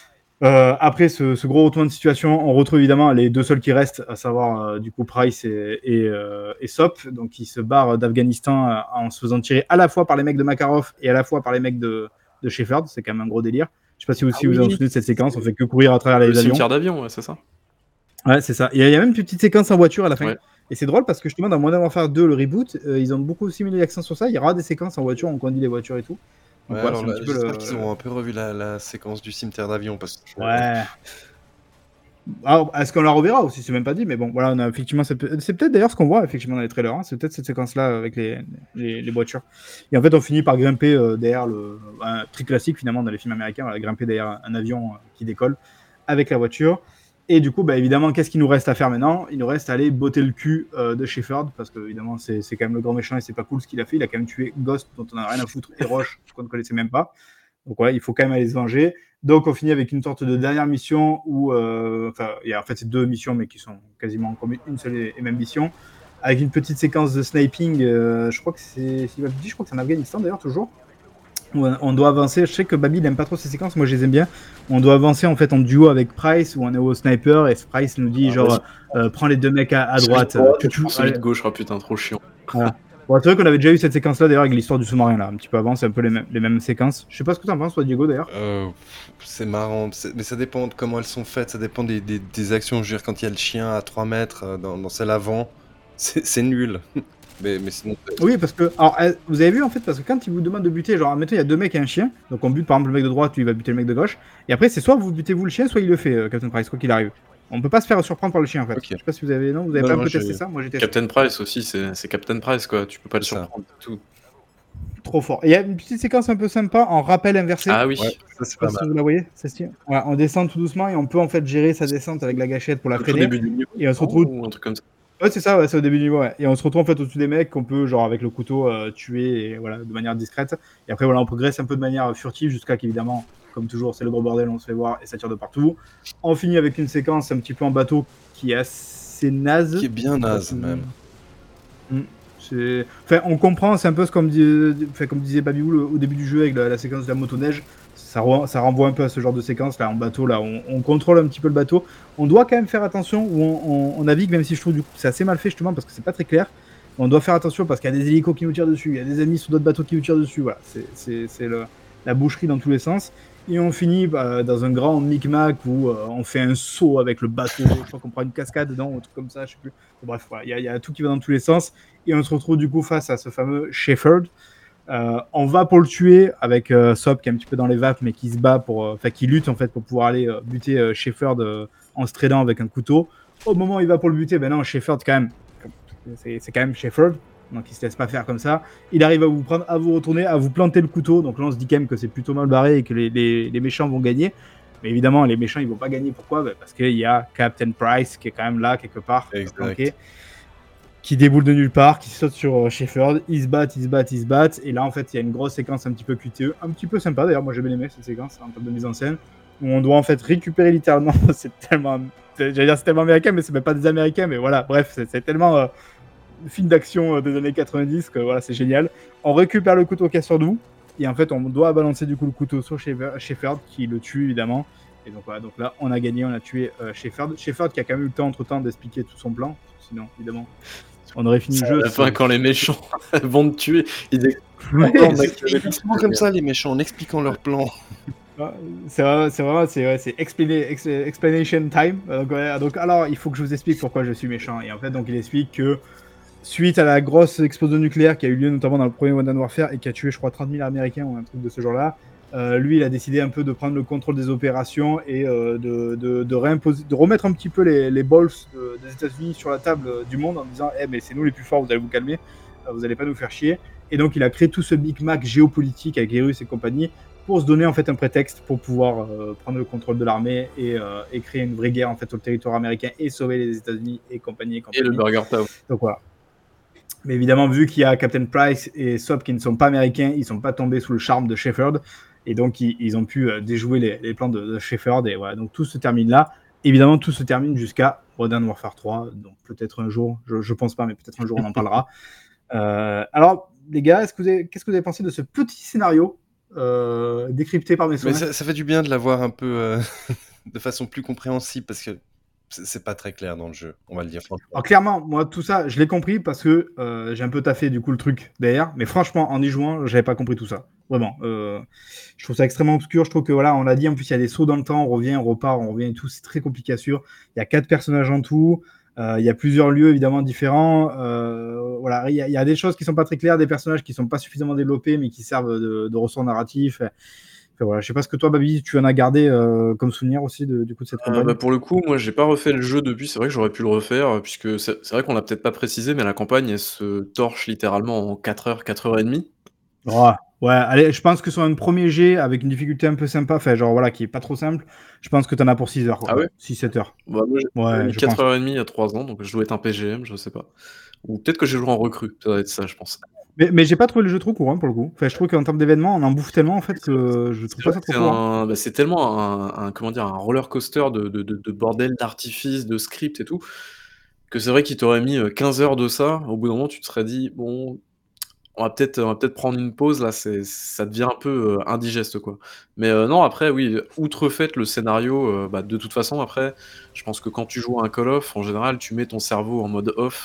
Après ce gros retournement de situation, on retrouve évidemment les deux seuls qui restent, à savoir du coup Price et Sop, donc ils se barrent d'Afghanistan en se faisant tirer à la fois par les mecs de Makarov et à la fois par les mecs de Shepherd. C'est quand même un gros délire. Je sais pas si vous vous en souvenez de cette séquence, on fait que courir à travers les avions. Le cimetière d'avion, ouais, c'est ça. Ouais, c'est ça. Il y a même une petite séquence en voiture à la fin. Ouais. Et c'est drôle parce que justement dans Modern Warfare 2, le reboot, ils ont beaucoup aussi mis l'accent sur ça. Il y aura des séquences en voiture, on conduit les voitures et tout. Donc, ouais, alors j'espère qu'ils ont un peu revu la séquence du cimetière d'avion. Parce que... Ouais. Alors, est-ce qu'on la reverra aussi? C'est même pas dit, mais bon, voilà, on a effectivement. C'est peut-être d'ailleurs ce qu'on voit effectivement dans les trailers. Hein. C'est peut-être cette séquence-là avec les voitures. Et en fait, on finit par grimper derrière un truc classique finalement dans les films américains, voilà, grimper derrière un avion qui décolle avec la voiture. Et du coup, bah, évidemment, qu'est-ce qu'il nous reste à faire maintenant? Il nous reste à aller botter le cul de Shepherd, parce que évidemment, c'est quand même le grand méchant et c'est pas cool ce qu'il a fait. Il a quand même tué Ghost, dont on a rien à foutre, et Roche, qu'on ne connaissait même pas. Donc ouais, il faut quand même aller se venger. Donc on finit avec une sorte de dernière mission où, il y a en fait c'est deux missions, mais qui sont quasiment comme une seule et même mission, avec une petite séquence de sniping. Je crois que c'est en Afghanistan d'ailleurs toujours. On doit avancer, je sais que Babi n'aime pas trop ces séquences, moi je les aime bien. On doit avancer en fait en duo avec Price, où on est au sniper, et Price nous dit prends les deux mecs à droite. Celui de gauche, putain, trop chiant. Voilà. Bon, c'est vrai qu'on avait déjà eu cette séquence-là d'ailleurs avec l'histoire du sous-marin là, un petit peu avant, c'est un peu les mêmes séquences. Je sais pas ce que t'en penses, toi, Diego, d'ailleurs. C'est marrant, mais ça dépend de comment elles sont faites, ça dépend des actions. Je veux dire, quand il y a le chien à 3 mètres dans celle avant, c'est nul. Mais sinon, Oui, parce que, alors, vous avez vu en fait, parce que quand il vous demande de buter, genre, admettons, il y a deux mecs et un chien, donc on bute par exemple le mec de droite, lui il va buter le mec de gauche, et après c'est soit vous butez vous le chien, soit il le fait, Captain Price, quoi qu'il arrive. On peut pas se faire surprendre par le chien en fait. Ok. Je sais pas si vous avez, non, vous avez Non, pas un non, peu j'ai- testé ça, moi j'ai testé. Captain Price aussi, c'est Captain Price, quoi. Tu peux pas le C'est ça. surprendre du tout. Trop fort. Et il y a une petite séquence un peu sympa en rappel inversé. Ah oui. Ouais, ça c'est Je sais pas pas si mal. vous la voyez, ça se tient. Voilà, on descend tout doucement et on peut en fait gérer sa descente avec la gâchette pour la Au tout freiner. début du niveau. Et on se retrouve. Ou un truc comme ça. Ouais, c'est ça, ouais, c'est au début du niveau. Ouais. Et on se retrouve en fait au-dessus des mecs qu'on peut, genre avec le couteau, tuer et, voilà, de manière discrète. Et après, voilà, on progresse un peu de manière furtive jusqu'à qu'évidemment, comme toujours, c'est le gros bordel, on se fait voir et ça tire de partout. On finit avec une séquence un petit peu en bateau qui est assez naze. Qui est bien naze même. Enfin, on comprend, c'est un peu ce comme, comme disait Babioul au début du jeu avec la séquence de la motoneige. Ça renvoie un peu à ce genre de séquence là en bateau. Là, on contrôle un petit peu le bateau. On doit quand même faire attention où on navigue, même si je trouve du coup c'est assez mal fait justement parce que c'est pas très clair. On doit faire attention parce qu'il y a des hélicos qui nous tirent dessus, il y a des ennemis sur d'autres bateaux qui nous tirent dessus. Voilà, c'est la boucherie dans tous les sens. Et on finit dans un grand micmac où on fait un saut avec le bateau. Je crois qu'on prend une cascade dedans ou un truc comme ça, je sais plus. Bref, voilà, il y a tout qui va dans tous les sens. Et on se retrouve du coup face à ce fameux Shepherd. On va pour le tuer avec Sop qui est un petit peu dans les vapes mais qui se bat qui lutte en fait pour pouvoir aller buter Shepherd en se traînant avec un couteau. Au moment où il va pour le buter, ben non, Shepherd quand même, c'est quand même Shepherd, donc il se laisse pas faire comme ça. Il arrive à vous prendre, à vous retourner, à vous planter le couteau. Donc là on se dit quand même que c'est plutôt mal barré et que les méchants vont gagner. Mais évidemment les méchants ils vont pas gagner. Pourquoi ? Parce qu'il y a Captain Price qui est quand même là quelque part, planqué, qui déboule de nulle part, qui saute sur Shepherd, ils se battent, et là en fait il y a une grosse séquence un petit peu QTE, un petit peu sympa d'ailleurs, moi j'ai bien aimé cette séquence en termes de mise en scène, où on doit en fait récupérer littéralement, c'est tellement américain, mais c'est même pas des américains, mais voilà, bref, c'est tellement film d'action des années 90 que voilà, c'est génial. On récupère le couteau qui est sur nous, et en fait on doit balancer du coup le couteau sur Shepherd, qui le tue évidemment. Et donc voilà, donc là on a gagné, on a tué Shepherd qui a quand même eu le temps entre temps d'expliquer tout son plan, sinon évidemment on aurait fini le jeu. À la fin, quand les méchants vont te tuer, ils expliquent comme ça les méchants en expliquant leur plan. C'est explanation time. Donc, alors, il faut que je vous explique pourquoi je suis méchant. Et en fait, donc, il explique que suite à la grosse explosion nucléaire qui a eu lieu notamment dans le premier Modern Warfare et qui a tué, je crois, 30 000 Américains ou un truc de ce genre-là, lui, il a décidé un peu de prendre le contrôle des opérations et de remettre un petit peu les balls des États-Unis sur la table du monde en disant mais c'est nous les plus forts, vous allez vous calmer, vous allez pas nous faire chier. Et donc, il a créé tout ce micmac géopolitique avec les Russes et compagnie pour se donner en fait un prétexte pour pouvoir prendre le contrôle de l'armée et créer une vraie guerre en fait sur le territoire américain et sauver les États-Unis et compagnie. Et le Burger Town. Donc voilà. Mais évidemment, vu qu'il y a Captain Price et Sop qui ne sont pas américains, ils ne sont pas tombés sous le charme de Shepherd. Et donc, ils ont pu déjouer les plans de Shepherd. Et voilà, donc tout se termine là. Évidemment, tout se termine jusqu'à Modern Warfare 3. Donc peut-être un jour, je pense pas, mais peut-être un jour on en parlera. Alors, les gars, qu'est-ce que vous avez pensé de ce petit scénario décrypté par mes soins? Mais ça fait du bien de l'avoir un peu de façon plus compréhensible parce que c'est pas très clair dans le jeu, on va le dire franchement. Alors, clairement, moi, tout ça, je l'ai compris parce que j'ai un peu taffé du coup le truc derrière. Mais franchement, en y jouant, j'avais pas compris tout ça. Vraiment. Je trouve ça extrêmement obscur. Je trouve que voilà, on a dit en plus, il y a des sauts dans le temps, on revient, on repart, on revient et tout. C'est très compliqué à suivre. Il y a 4 personnages en tout. Il y a plusieurs lieux évidemment différents. Voilà, il y a des choses qui sont pas très claires, des personnages qui sont pas suffisamment développés, mais qui servent de ressort narratif. Enfin, voilà, je sais pas ce que toi, Babi, tu en as gardé comme souvenir aussi du coup de cette campagne. Pour le coup, moi, j'ai pas refait le jeu depuis. C'est vrai que j'aurais pu le refaire, puisque c'est vrai qu'on l'a peut-être pas précisé, mais la campagne, elle se torche littéralement en 4 heures, 4 heures et demie. Ouais, allez, je pense que sur un premier jet avec une difficulté un peu sympa, enfin, genre voilà, qui est pas trop simple, je pense que t'en as pour 6 heures. Quoi. Ah ouais 6-7 heures. Bah, moi, j'ai mis je 4 pense. heures et demie il y a 3 ans, donc je dois être un PGM, je sais pas. Ou peut-être que j'ai joué en recrue, ça doit être ça, je pense. Mais j'ai pas trouvé le jeu trop court hein, pour le coup. Enfin, je trouve qu'en termes d'événements, on en bouffe tellement en fait que je trouve pas ça trop court. C'est tellement un roller coaster de bordel, d'artifice, de script et tout, que c'est vrai qu'il t'aurait mis 15 heures de ça. Au bout d'un moment, tu te serais dit, bon, on va peut-être prendre une pause là, ça devient un peu indigeste quoi. Mais non, après, oui, outre fait le scénario, de toute façon, après, je pense que quand tu joues à un Call of, en général, tu mets ton cerveau en mode off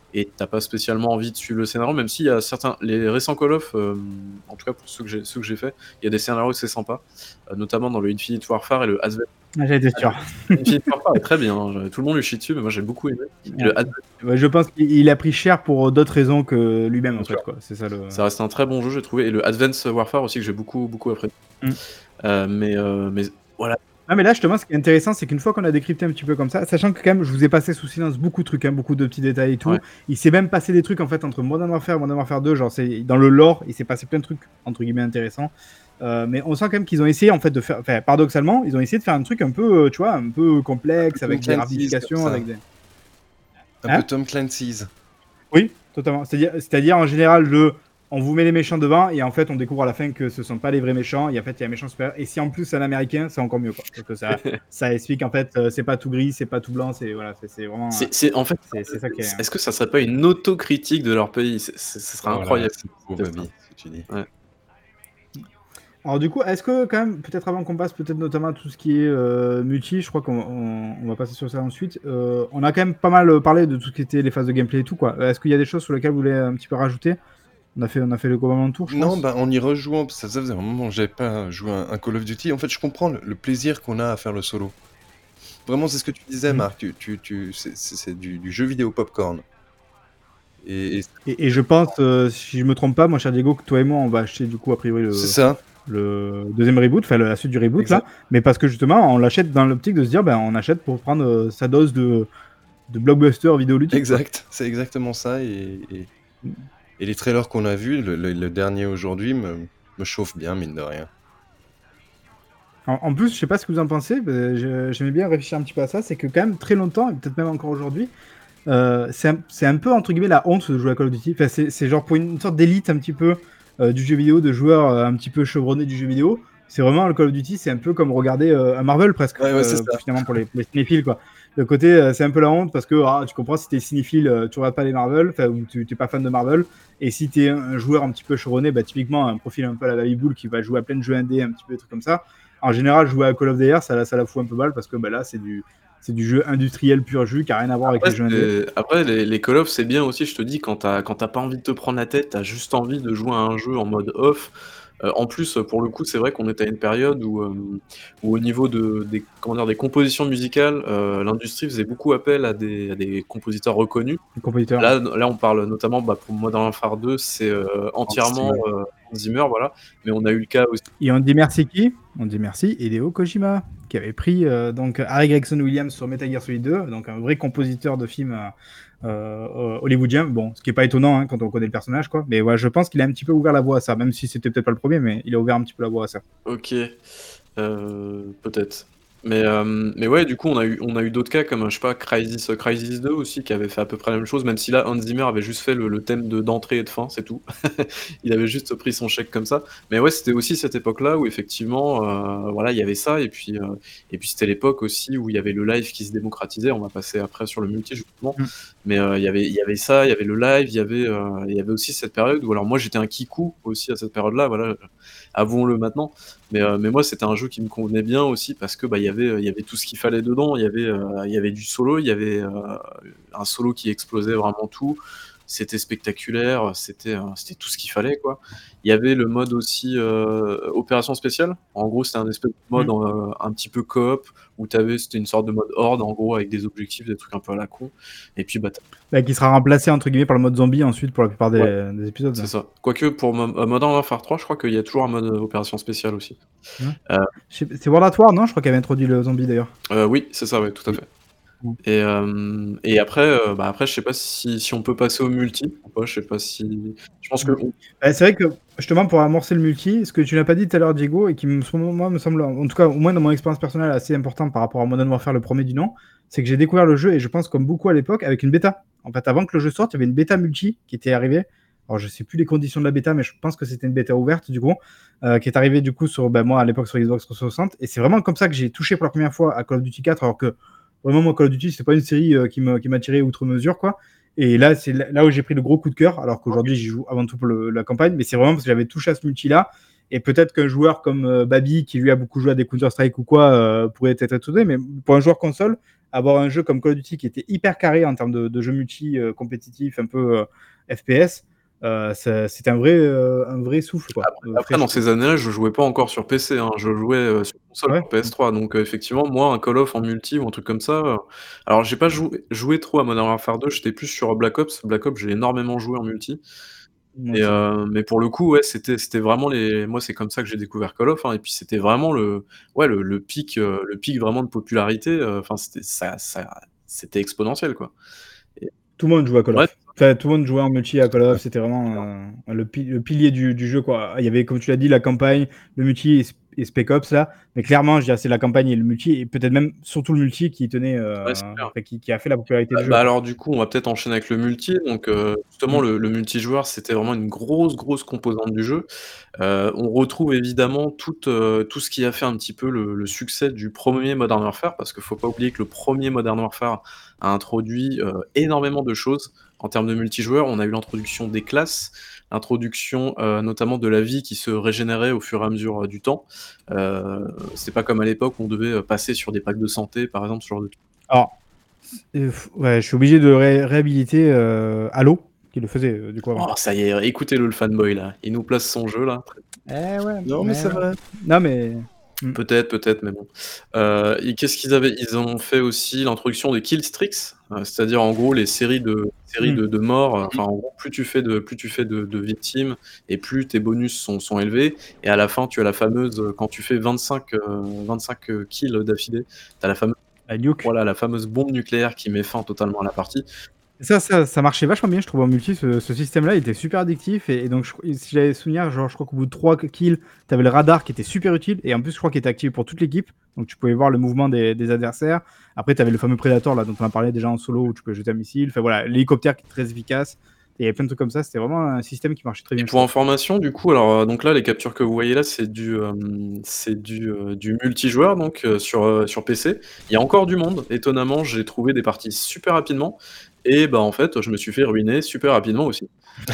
et t'as pas spécialement envie de suivre le scénario, même s'il y a les récents Call of, en tout cas pour ceux que j'ai fait, il y a des scénarios c'est sympa, notamment dans le Infinite Warfare et le Advent. J'étais sûr. Infinite Warfare est très bien, hein. Tout le monde lui chie dessus, mais moi j'ai beaucoup aimé. Et le Advent, Ouais, je pense qu'il a pris cher pour d'autres raisons que lui-même, en fait, sûr. quoi. C'est ça le. ça reste un très bon jeu, j'ai trouvé, et le Advance Warfare aussi que j'ai beaucoup apprécié. Mais voilà. Ah, mais là, justement, ce qui est intéressant, c'est qu'une fois qu'on a décrypté un petit peu comme ça, sachant que quand même, je vous ai passé sous silence beaucoup de trucs, hein, beaucoup de petits détails et tout. Ouais. Il s'est même passé des trucs en fait entre Modern Warfare et Modern Warfare 2, genre c'est dans le lore, il s'est passé plein de trucs entre guillemets intéressants. Mais on sent quand même qu'ils ont essayé en fait de faire, enfin, paradoxalement, ils ont essayé de faire un truc un peu, tu vois, un peu complexe avec des Clancy's, ramifications, comme ça. avec des. Un Hein peu Tom Clancy's. Oui, totalement. C'est-à-dire en général, on vous met les méchants devant et en fait on découvre à la fin que ce sont pas les vrais méchants et en fait il y a un méchant supérieur. Et si en plus c'est un américain, c'est encore mieux quoi. Parce que ça explique en fait c'est pas tout gris, c'est pas tout blanc, c'est voilà, c'est vraiment. En fait, c'est ça qui est. est-ce que ça serait pas une autocritique de leur pays? Ce serait incroyable. C'est beau, Baby, ce que tu dis. Ouais. Alors du coup, est-ce que quand même, peut-être avant qu'on passe peut-être notamment à tout ce qui est multi, je crois qu'on va passer sur ça ensuite. On a quand même pas mal parlé de tout ce qui était les phases de gameplay et tout quoi. Est-ce qu'il y a des choses sur lesquelles vous voulez un petit peu rajouter? On a fait le globalement tour, je pense. Non, bah, en y rejouant, parce que ça faisait un moment que j'avais pas joué à un Call of Duty. En fait, je comprends le plaisir qu'on a à faire le solo. Vraiment, c'est ce que tu disais, Marc. C'est du jeu vidéo popcorn. Et Et je pense, si je me trompe pas, mon cher Diego, que toi et moi, on va acheter du coup a priori c'est ça. le deuxième reboot, enfin la suite du reboot Exact. là, mais parce que justement, on l'achète dans l'optique de se dire, ben on achète pour prendre sa dose de blockbuster vidéoludique. Exact. C'est exactement ça. Et les trailers qu'on a vus, le dernier aujourd'hui, me chauffe bien, mine de rien. En plus, je sais pas ce que vous en pensez, mais j'aimais bien réfléchir un petit peu à ça, c'est que quand même très longtemps, et peut-être même encore aujourd'hui, c'est un peu entre guillemets la honte de jouer à Call of Duty. Enfin, c'est genre pour une sorte d'élite un petit peu du jeu vidéo, de joueurs un petit peu chevronnés du jeu vidéo. C'est vraiment le Call of Duty, c'est un peu comme regarder un Marvel presque, Ouais, c'est ça. finalement pour les cinéphiles quoi. Le côté, c'est un peu la honte parce que tu comprends, si t'es cinéphile, tu regardes pas les Marvel, ou tu t'es pas fan de Marvel, et si t'es un joueur un petit peu chevronné, bah, typiquement un profil un peu à la Baby Bull qui va jouer à plein de jeux indés, un petit peu des trucs comme ça. En général, jouer à Call of Duty, ça la fout un peu mal parce que bah, là, c'est du jeu industriel pur jus qui a rien à voir avec les jeux indés. Après, les Call of, c'est bien aussi, je te dis, quand t'as pas envie de te prendre la tête, t'as juste envie de jouer à un jeu en mode off. En plus, pour le coup, c'est vrai qu'on était à une période où au niveau des compositions musicales, l'industrie faisait beaucoup appel à des compositeurs reconnus. Les compositeurs. Là, on parle notamment pour Modern Warfare 2, c'est entièrement Hans Zimmer, voilà. Mais on a eu le cas aussi. Et on dit merci qui? On dit merci Hideo Kojima, qui avait pris donc Harry Gregson Williams sur Metal Gear Solid 2, donc un vrai compositeur de films hollywoodien. Bon, ce qui est pas étonnant hein, quand on connaît le personnage, quoi. Mais ouais, je pense qu'il a un petit peu ouvert la voie à ça, même si c'était peut-être pas le premier, mais il a ouvert un petit peu la voie à ça. Ok, peut-être. Mais ouais, du coup, on a eu d'autres cas comme, je sais pas, Crysis 2 aussi, qui avait fait à peu près la même chose, même si là, Hans Zimmer avait juste fait le thème d'entrée et de fin, c'est tout. Il avait juste pris son chèque comme ça. Mais ouais, c'était aussi cette époque-là où effectivement, voilà, il y avait ça, et puis c'était l'époque aussi où il y avait le live qui se démocratisait. On va passer après sur le multi, justement. Mais il y avait ça, il y avait le live, il y avait aussi cette période où, alors moi, j'étais un kikou aussi à cette période-là, voilà, avouons-le maintenant. Mais moi, c'était un jeu qui me convenait bien aussi parce que il y avait tout ce qu'il fallait dedans. Il y avait du solo, il y avait un solo qui explosait vraiment tout. C'était spectaculaire, c'était tout ce qu'il fallait, quoi. Il y avait le mode aussi opération spéciale. En gros, c'était un espèce de mode un petit peu coop où c'était une sorte de mode horde, en gros, avec des objectifs, des trucs un peu à la con. Et puis, qui sera remplacé entre guillemets par le mode zombie ensuite pour la plupart des épisodes. C'est ça. Quoique pour Modern Warfare 3, je crois qu'il y a toujours un mode opération spéciale aussi. C'est World at War, non? Je crois qu'il avait introduit le zombie d'ailleurs. Oui, c'est ça, ouais, tout à fait. Et après, je sais pas si on peut passer au multi ou pas. Je sais pas si. Je pense que. C'est vrai que justement pour amorcer le multi, ce que tu n'as pas dit tout à l'heure, Diego, et qui moi me semble, en tout cas au moins dans mon expérience personnelle, assez important par rapport à Modern Warfare le premier du nom, c'est que j'ai découvert le jeu et je pense comme beaucoup à l'époque avec une bêta. En fait, avant que le jeu sorte, il y avait une bêta multi qui était arrivée. Alors je sais plus les conditions de la bêta, mais je pense que c'était une bêta ouverte du coup, qui est arrivée du coup sur moi à l'époque sur Xbox 360. Et c'est vraiment comme ça que j'ai touché pour la première fois à Call of Duty 4, alors que vraiment, moi, Call of Duty, c'est pas une série qui m'a tiré outre mesure, quoi. Et là, c'est là où j'ai pris le gros coup de cœur, alors qu'aujourd'hui, j'y joue avant tout pour la campagne, mais c'est vraiment parce que j'avais touché à ce multi-là. Et peut-être qu'un joueur comme Babi, qui lui a beaucoup joué à des Counter-Strike ou quoi, pourrait être étonné, mais pour un joueur console, avoir un jeu comme Call of Duty qui était hyper carré en termes de jeu multi compétitif, un peu FPS, c'était un vrai souffle, quoi. Après, dans ces années-là, je jouais pas encore sur PC, hein, je jouais sur console, Ouais. sur PS3. Donc, effectivement, moi, un Call of en multi ou un truc comme ça. Alors, j'ai pas joué trop à Modern Warfare 2, j'étais plus sur Black Ops. Black Ops, j'ai énormément joué en multi. Moi aussi. Mais pour le coup, ouais, c'était vraiment les. Moi, c'est comme ça que j'ai découvert Call of, hein, et puis c'était vraiment le pic vraiment de popularité. Enfin, c'était exponentiel, quoi. Tout le monde jouait à Call Ouais. of. Enfin, tout le monde jouait en multi à Call of, c'était vraiment le pilier du jeu, quoi. Il y avait, comme tu l'as dit, la campagne, le multi et Spec Ops, là. Mais clairement, je dirais, c'est la campagne et le multi, et peut-être même surtout le multi qui tenait, Ouais, c'est clair. enfin, qui a fait la popularité du jeu. Bah alors du coup, on va peut-être enchaîner avec le multi. Donc justement, le multijoueur, c'était vraiment une grosse composante du jeu. On retrouve évidemment tout ce qui a fait un petit peu le succès du premier Modern Warfare, parce qu'il faut pas oublier que le premier Modern Warfare a introduit énormément de choses en termes de multijoueur. On a eu l'introduction des classes, l'introduction notamment de la vie qui se régénérait au fur et à mesure du temps. C'est pas comme à l'époque où on devait passer sur des packs de santé, par exemple, ce genre de trucs. Alors, ouais, je suis obligé de réhabiliter Halo, qui le faisait, du coup, avant. Oh, ça y est, écoutez-le, le fanboy, là. Il nous place son jeu, là. Ouais. Non, mais c'est vrai. Non, mais... Peut-être, mais bon. Et qu'est-ce qu'ils avaient? Ils ont fait aussi l'introduction des kill streaks, c'est-à-dire en gros les séries de morts. Enfin, en gros, plus tu fais de victimes et plus tes bonus sont élevés. Et à la fin, tu as la fameuse, quand tu fais 25 kills d'affilée, tu as La nuke. voilà, la fameuse bombe nucléaire qui met fin totalement à la partie. Ça marchait vachement bien, je trouve, en multi. Ce système-là, il était super addictif. Et donc, si j'avais souvenir, genre, je crois qu'au bout de 3 kills, tu avais le radar qui était super utile. Et en plus, je crois qu'il était activé pour toute l'équipe. Donc, tu pouvais voir le mouvement des adversaires. Après, tu avais le fameux Predator, là, dont on a parlé déjà en solo, où tu peux jeter un missile. Enfin, voilà, l'hélicoptère qui est très efficace. Et il y avait plein de trucs comme ça. C'était vraiment un système qui marchait très bien. Et pour information, du coup, alors donc là, les captures que vous voyez là, c'est du multijoueur donc sur PC. Il y a encore du monde. Étonnamment, j'ai trouvé des parties super rapidement. Et bah en fait, je me suis fait ruiner super rapidement aussi.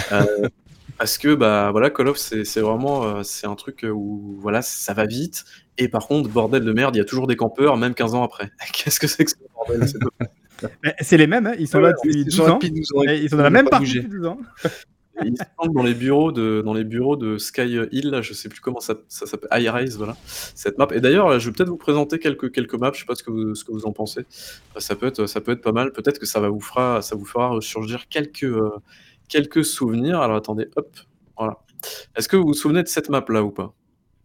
Parce que bah voilà, Call of, c'est vraiment c'est un truc où voilà, ça va vite. Et par contre, bordel de merde, il y a toujours des campeurs, même 15 ans après. Qu'est-ce que c'est que ce bordel? C'est les mêmes, hein. Ils sont là depuis 12 ans. Ils sont dans la même partie depuis 12 ans. Ils se planquent dans les bureaux de Sky Hill, là, je sais plus comment ça s'appelle, High Rise, voilà, cette map. Et d'ailleurs, je vais peut-être vous présenter quelques maps, je sais pas ce que vous en pensez. Ça peut être pas mal. Peut-être que ça vous fera ressurgir quelques souvenirs. Alors attendez, hop, voilà. Est-ce que vous vous souvenez de cette map là ou pas?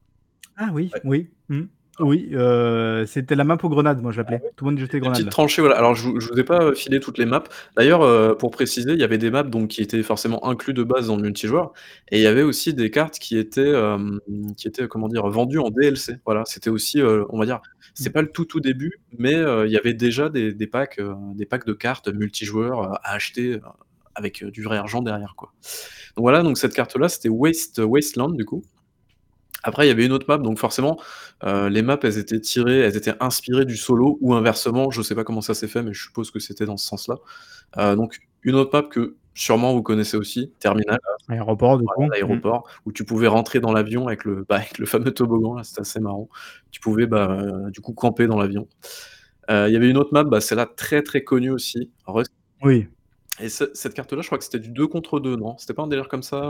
Ah oui, oui. Oui, c'était la map aux grenades, moi je l'appelais. Tout le monde jetait des grenades. Petite Là. tranchée, voilà. Alors je vous ai pas filé toutes les maps. D'ailleurs, pour préciser, il y avait des maps donc qui étaient forcément inclus de base dans le multijoueur, et il y avait aussi des cartes qui étaient comment dire, vendues en DLC. Voilà, c'était aussi, on va dire, c'est pas le tout début, mais il y avait déjà des packs de cartes multijoueurs à acheter avec du vrai argent derrière, quoi. Donc voilà, donc cette carte-là, c'était Wasteland du coup. Après, il y avait une autre map, donc forcément, les maps, elles étaient inspirées du solo ou inversement, je sais pas comment ça s'est fait, mais je suppose que c'était dans ce sens-là. Donc une autre map que sûrement vous connaissez aussi, Terminal. Aéroport, du Voilà, coup. l'aéroport, où tu pouvais rentrer dans l'avion avec le fameux toboggan, là, c'était assez marrant. Tu pouvais, du coup, camper dans l'avion. Il y avait une autre map, celle-là très, très connue aussi, Rust. Oui. Et cette carte-là, je crois que c'était du 2 contre 2, non? C'était pas un délire comme ça,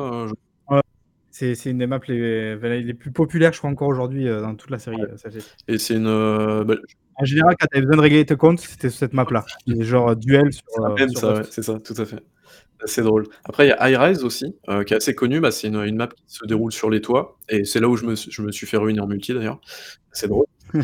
C'est une des maps les plus populaires, je crois, encore aujourd'hui dans toute la série. Et c'est une, En général, quand tu avais besoin de régler tes comptes, c'était sur cette map-là. Genre duel sur. même sur ça, ouais, Rust. c'est ça, tout à fait. C'est drôle. Après, il y a High Rise aussi, qui est assez connu. C'est une map qui se déroule sur les toits, et c'est là où je me suis fait ruiner en multi d'ailleurs. C'est drôle.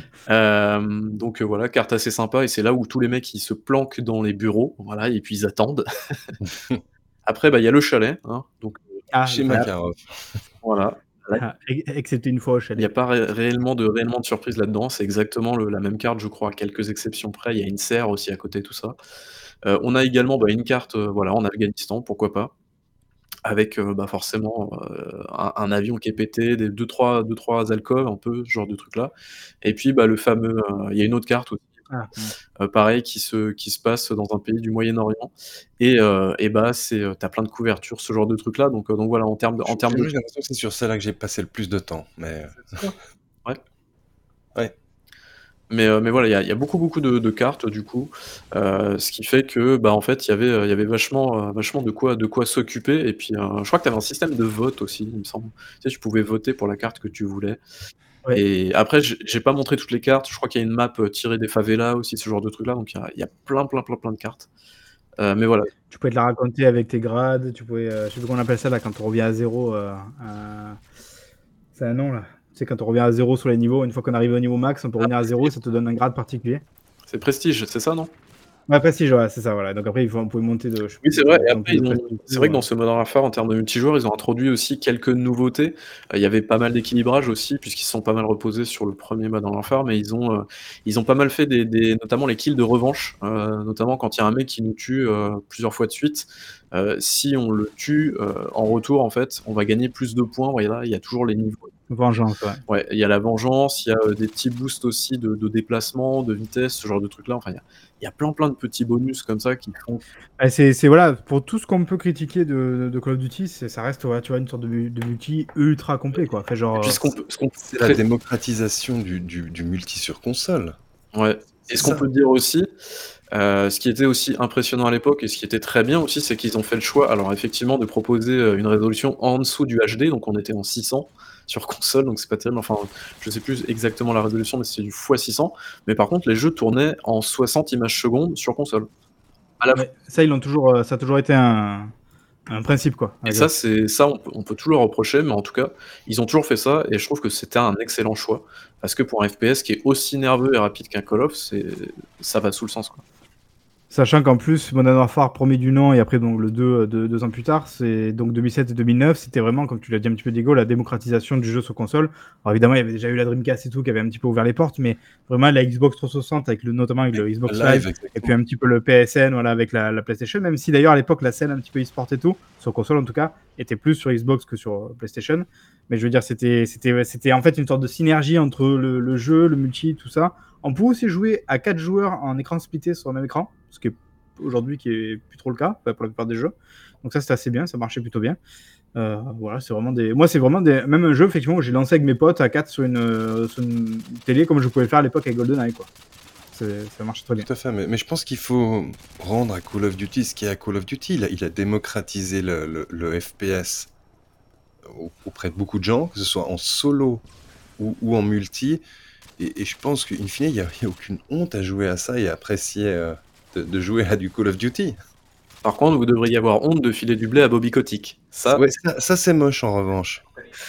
Donc voilà, carte assez sympa, et c'est là où tous les mecs ils se planquent dans les bureaux, voilà, et puis ils attendent. Après, il y a le chalet, hein, donc Chez Makarov. voilà. Excepté une fois au Il chalet. n'y a pas réellement de surprise là-dedans. C'est exactement la même carte, je crois, à quelques exceptions près. Il y a une serre aussi à côté, tout ça. On a également une carte voilà, en Afghanistan, pourquoi pas, avec forcément un avion qui est pété, des 2-3 alcôves, un peu ce genre de truc-là. Et puis le fameux, il y a une autre carte aussi, pareil, qui se passe dans un pays du Moyen-Orient, et t'as plein de couvertures, ce genre de truc-là. Donc voilà, en termes de J'ai l'impression que c'est sur celle-là que j'ai passé le plus de temps, mais... Ouais. Ouais. Mais voilà, il y a beaucoup de cartes du coup, ce qui fait que, bah, en fait, il y avait vachement de quoi s'occuper et puis, je crois que tu avais un système de vote aussi, il me semble. Tu sais, tu pouvais voter pour la carte que tu voulais Ouais. et après j'ai pas montré toutes les cartes, je crois qu'il y a une map, tirée des favelas aussi, ce genre de trucs là, donc il y a plein de cartes. Mais voilà. Tu pouvais te la raconter avec tes grades, tu pouvais, je sais plus comment on appelle ça là, quand on revient à 0, c'est un nom là. Tu sais, quand on revient à 0 sur les niveaux, une fois qu'on arrive au niveau max, on peut revenir à 0 et ça te donne un grade particulier. C'est Prestige, c'est ça, non? Ouais, prestige, ouais, c'est ça, voilà. Donc après, on pouvait monter de. Oui, c'est vrai et donc, après de prestige, c'est vrai que dans ouais. ce Modern Warfare, en termes de multijoueur, ils ont introduit aussi quelques nouveautés. Il y avait pas mal d'équilibrage aussi, puisqu'ils se sont pas mal reposés sur le premier Modern Warfare, mais ils ont pas mal fait des notamment les kills de revanche, notamment quand il y a un mec qui nous tue, plusieurs fois de suite, si on le tue, en retour, en fait, on va gagner plus de points. Voilà, il y a toujours les niveaux. Vengeance, ouais. Ouais, il y a la vengeance, il y a, des petits boosts aussi de déplacement, de vitesse, ce genre de trucs-là. Enfin, il y a plein de petits bonus comme ça qui font. Ah, c'est voilà, pour tout ce qu'on peut critiquer de Call of Duty, ça reste, ouais, tu vois, une sorte de multi ultra complet, quoi. Fait genre, Et puis ce qu'on peut C'est la démocratisation du multi sur console. Ouais. Et ce qu'on peut dire aussi, ce qui était aussi impressionnant à l'époque et ce qui était très bien aussi, c'est qu'ils ont fait le choix, alors effectivement, de proposer, une résolution en dessous du HD, donc on était en 600 sur console, donc c'est pas terrible. Enfin, je sais plus exactement la résolution, mais c'est du x600. Mais par contre, les jeux tournaient en 60 images secondes sur console. À la ouais, ça, ils l'ont toujours, ça a toujours été un principe, quoi. Et ça, on peut tout leur reprocher, mais en tout cas, ils ont toujours fait ça, et je trouve que c'était un excellent choix. Parce que pour un FPS qui est aussi nerveux et rapide qu'un Call of, ça va sous le sens, quoi. Sachant qu'en plus, Modern Warfare, premier du nom, et après donc le 2, 2 ans plus tard, c'est donc 2007 et 2009, c'était vraiment, comme tu l'as dit un petit peu Diego, la démocratisation du jeu sur console. Alors évidemment, il y avait déjà eu la Dreamcast et tout, qui avait un petit peu ouvert les portes, mais vraiment la Xbox 360, notamment avec le Xbox Live, et puis un petit peu le PSN, voilà, avec la PlayStation, même si d'ailleurs à l'époque, la scène un petit peu e-sport et tout, sur console en tout cas, était plus sur Xbox que sur PlayStation. Mais je veux dire, c'était en fait une sorte de synergie entre le jeu, le multi, tout ça. On peut aussi jouer à 4 joueurs en écran splitté sur le même écran, ce qui est aujourd'hui qui est plus trop le cas pour la plupart des jeux. Donc ça, c'était assez bien, ça marchait plutôt bien. Voilà, c'est vraiment des. Moi, c'est vraiment même un jeu effectivement où j'ai lancé avec mes potes à 4 sur une télé comme je pouvais le faire à l'époque avec GoldenEye, quoi. Ça marche très bien. Tout à fait, mais je pense qu'il faut rendre à Call of Duty ce qu'il y a à Call of Duty. Il a démocratisé le FPS auprès de beaucoup de gens, que ce soit en solo ou en multi. Et je pense qu'in fine, il n'y a aucune honte à jouer à ça et à apprécier de jouer à du Call of Duty. Par contre, vous devriez avoir honte de filer du blé à Bobby Kotick. Ça, Ouais, ça c'est moche en revanche.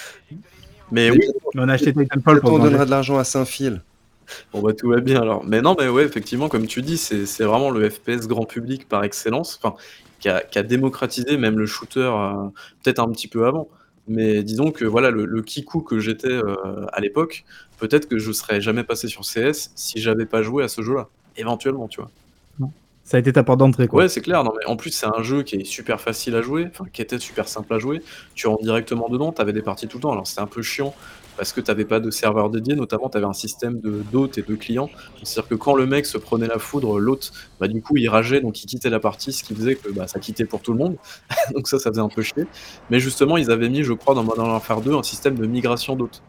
mais oui, On a acheté Titanfall pour On se venger. donnera de l'argent à Saint-Fil. bon bah tout va bien alors. Mais non, mais ouais, effectivement, comme tu dis, c'est vraiment le FPS grand public par excellence, enfin, qui a démocratisé même le shooter, peut-être un petit peu avant. Mais disons que voilà, le kikou que j'étais, à l'époque, peut-être que je serais jamais passé sur CS si j'avais pas joué à ce jeu-là. Éventuellement, tu vois? Ça a été ta porte d'entrée, quoi. Ouais, c'est clair. Non, mais en plus, c'est un jeu qui est super facile à jouer, enfin, qui était super simple à jouer. Tu rentres directement dedans, t'avais des parties tout le temps. Alors, c'était un peu chiant parce que t'avais pas de serveur dédié, notamment, t'avais un système d'hôtes et de clients. C'est-à-dire que quand le mec se prenait la foudre, l'hôte, bah, du coup, il rageait, donc il quittait la partie, ce qui faisait que bah, ça quittait pour tout le monde. Donc, ça faisait un peu chier. Mais justement, ils avaient mis, je crois, dans Modern Warfare 2, un système de migration d'hôtes.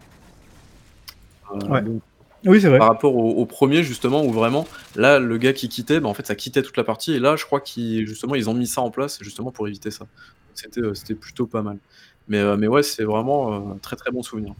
Ouais. Donc, Oui, c'est vrai. par rapport au premier justement où vraiment là le gars qui quittait, bah, en fait ça quittait toute la partie et là je crois justement ils ont mis ça en place justement pour éviter ça. C'était plutôt pas mal. Mais ouais, c'est vraiment, très, très bon souvenir.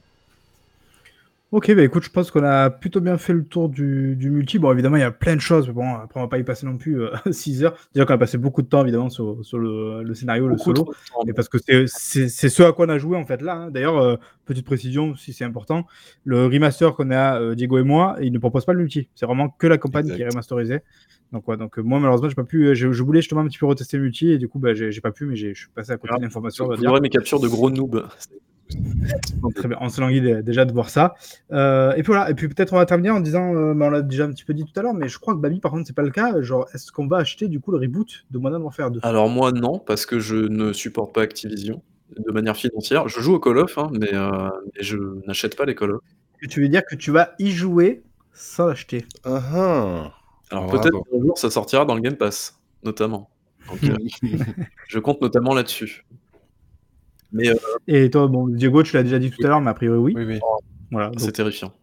Ok, bah écoute, je pense qu'on a plutôt bien fait le tour du multi. Bon, évidemment, il y a plein de choses, mais bon, après, on va pas y passer non plus 6 heures. Déjà qu'on a passé beaucoup de temps, évidemment, sur le scénario, le Beaucoup solo. trop de temps. Et parce que c'est ce à quoi on a joué, en fait, là, hein. D'ailleurs, petite précision, si c'est important, le remaster qu'on a, Diego et moi, il ne propose pas le multi. C'est vraiment que la campagne qui est remasterisée. Donc, ouais, moi, malheureusement, j'ai pas pu. Je voulais justement un petit peu retester le multi, et du coup, bah, j'ai pas pu, mais je suis passé à côté de l'information, on va Vous dire. aurez mes captures de gros noobs. Donc, très bien, on se languit déjà de voir ça. Et puis voilà, et puis peut-être on va terminer en disant, bah, on l'a déjà un petit peu dit tout à l'heure, mais je crois que Babi, par contre, c'est pas le cas. Genre, est-ce qu'on va acheter du coup le reboot de Modern Warfare 2? Alors moi non, parce que je ne supporte pas Activision de manière financière. Je joue au Call of, hein, mais je n'achète pas les Call of. Tu veux dire que tu vas y jouer sans l'acheter? Ah, Alors bravo. peut-être qu'un jour ça sortira dans le Game Pass, notamment. Donc je compte notamment là-dessus. Mais Et toi, bon, Diego, tu l'as déjà dit tout à l'heure, mais a priori, oui. Oui. Voilà, donc c'est terrifiant.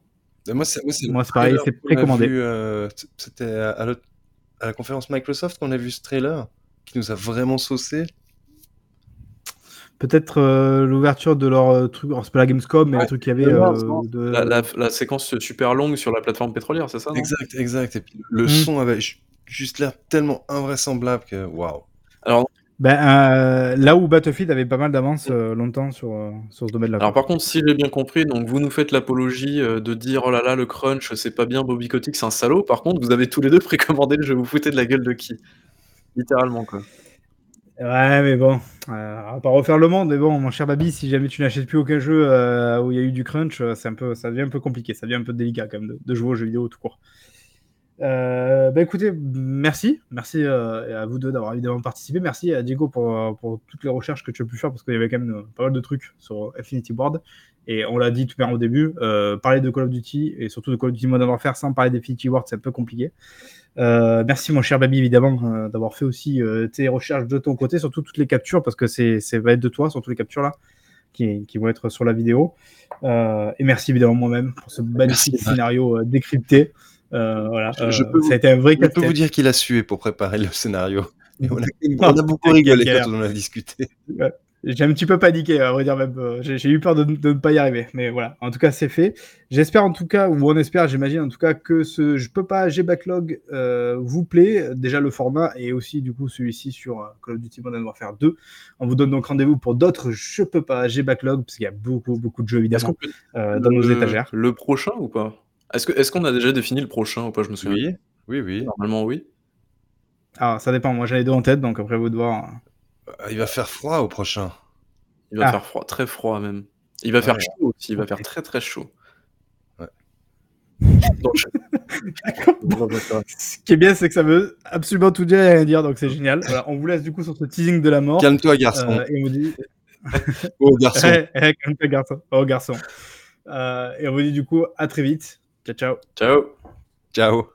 Moi, c'est le Moi, c'est pareil, trailer c'est qu'on a précommandé. vu, c'était à la conférence Microsoft qu'on a vu ce trailer qui nous a vraiment saucé. Peut-être l'ouverture de leur truc, alors c'est pas la Gamescom, mais Ouais, le truc qu'il y avait la séquence super longue sur la plateforme pétrolière, c'est ça, non? Exact. Et puis le Hmm. son avait juste l'air tellement invraisemblable que waouh. Alors, là où Battlefield avait pas mal d'avance longtemps sur ce domaine-là. alors quoi. par contre, si j'ai bien compris, donc vous nous faites l'apologie de dire oh là là, le crunch, c'est pas bien, Bobby Kotick, c'est un salaud. Par contre, vous avez tous les deux précommandé le jeu, vous foutez de la gueule de qui? Littéralement, quoi. Ouais, mais bon, on va pas refaire le monde, mais bon, mon cher Babi, si jamais tu n'achètes plus aucun jeu où il y a eu du crunch, ça devient un peu compliqué, ça devient un peu délicat quand même de jouer aux jeux vidéo tout court. Écoutez, merci à vous deux d'avoir évidemment participé. Merci à Diego pour toutes les recherches que tu as pu faire parce qu'il y avait quand même pas mal de trucs sur Infinity Ward. Et on l'a dit tout bien au début, parler de Call of Duty et surtout de Call of Duty Modern Warfare sans parler d'Infinity Ward, c'est un peu compliqué. Merci mon cher Babi évidemment d'avoir fait aussi tes recherches de ton côté, surtout toutes les captures parce que c'est va être de toi, surtout les captures là qui vont être sur la vidéo. Et merci évidemment moi-même pour ce magnifique scénario décrypté. Voilà, ça a été un vrai Je peux vous dire qu'il a sué pour préparer le scénario. Et on a beaucoup rigolé quand on en a discuté. Ouais. J'ai un petit peu paniqué, à vrai dire même. J'ai eu peur de ne pas y arriver. Mais voilà, en tout cas, c'est fait. J'espère en tout cas, ou on espère, j'imagine en tout cas, que ce Je peux pas, j'ai backlog vous plaît. Déjà le format et aussi du coup celui-ci sur Call of Duty Modern Warfare 2. On vous donne donc rendez-vous pour d'autres Je peux pas, j'ai backlog, parce qu'il y a beaucoup de jeux évidemment dans nos étagères. Le prochain ou pas? Est-ce qu'on a déjà défini le prochain ou pas? Je me souviens. Oui. Normalement, oui. Alors, ça dépend. Moi, j'en ai deux en tête, donc après, vous de voir. Il va faire froid au prochain. Il va faire froid, très froid même. Il va faire chaud aussi, il va faire très chaud. Ouais. Ce qui est bien, c'est que ça veut absolument tout dire et rien dire, donc c'est génial. Voilà, on vous laisse du coup sur ce teasing de la mort. Calme-toi, garçon. Et on vous dit... Oh, garçon. Calme-toi, garçon. Oh, garçon. Et on vous dit du coup à très vite. Ciao. Ciao.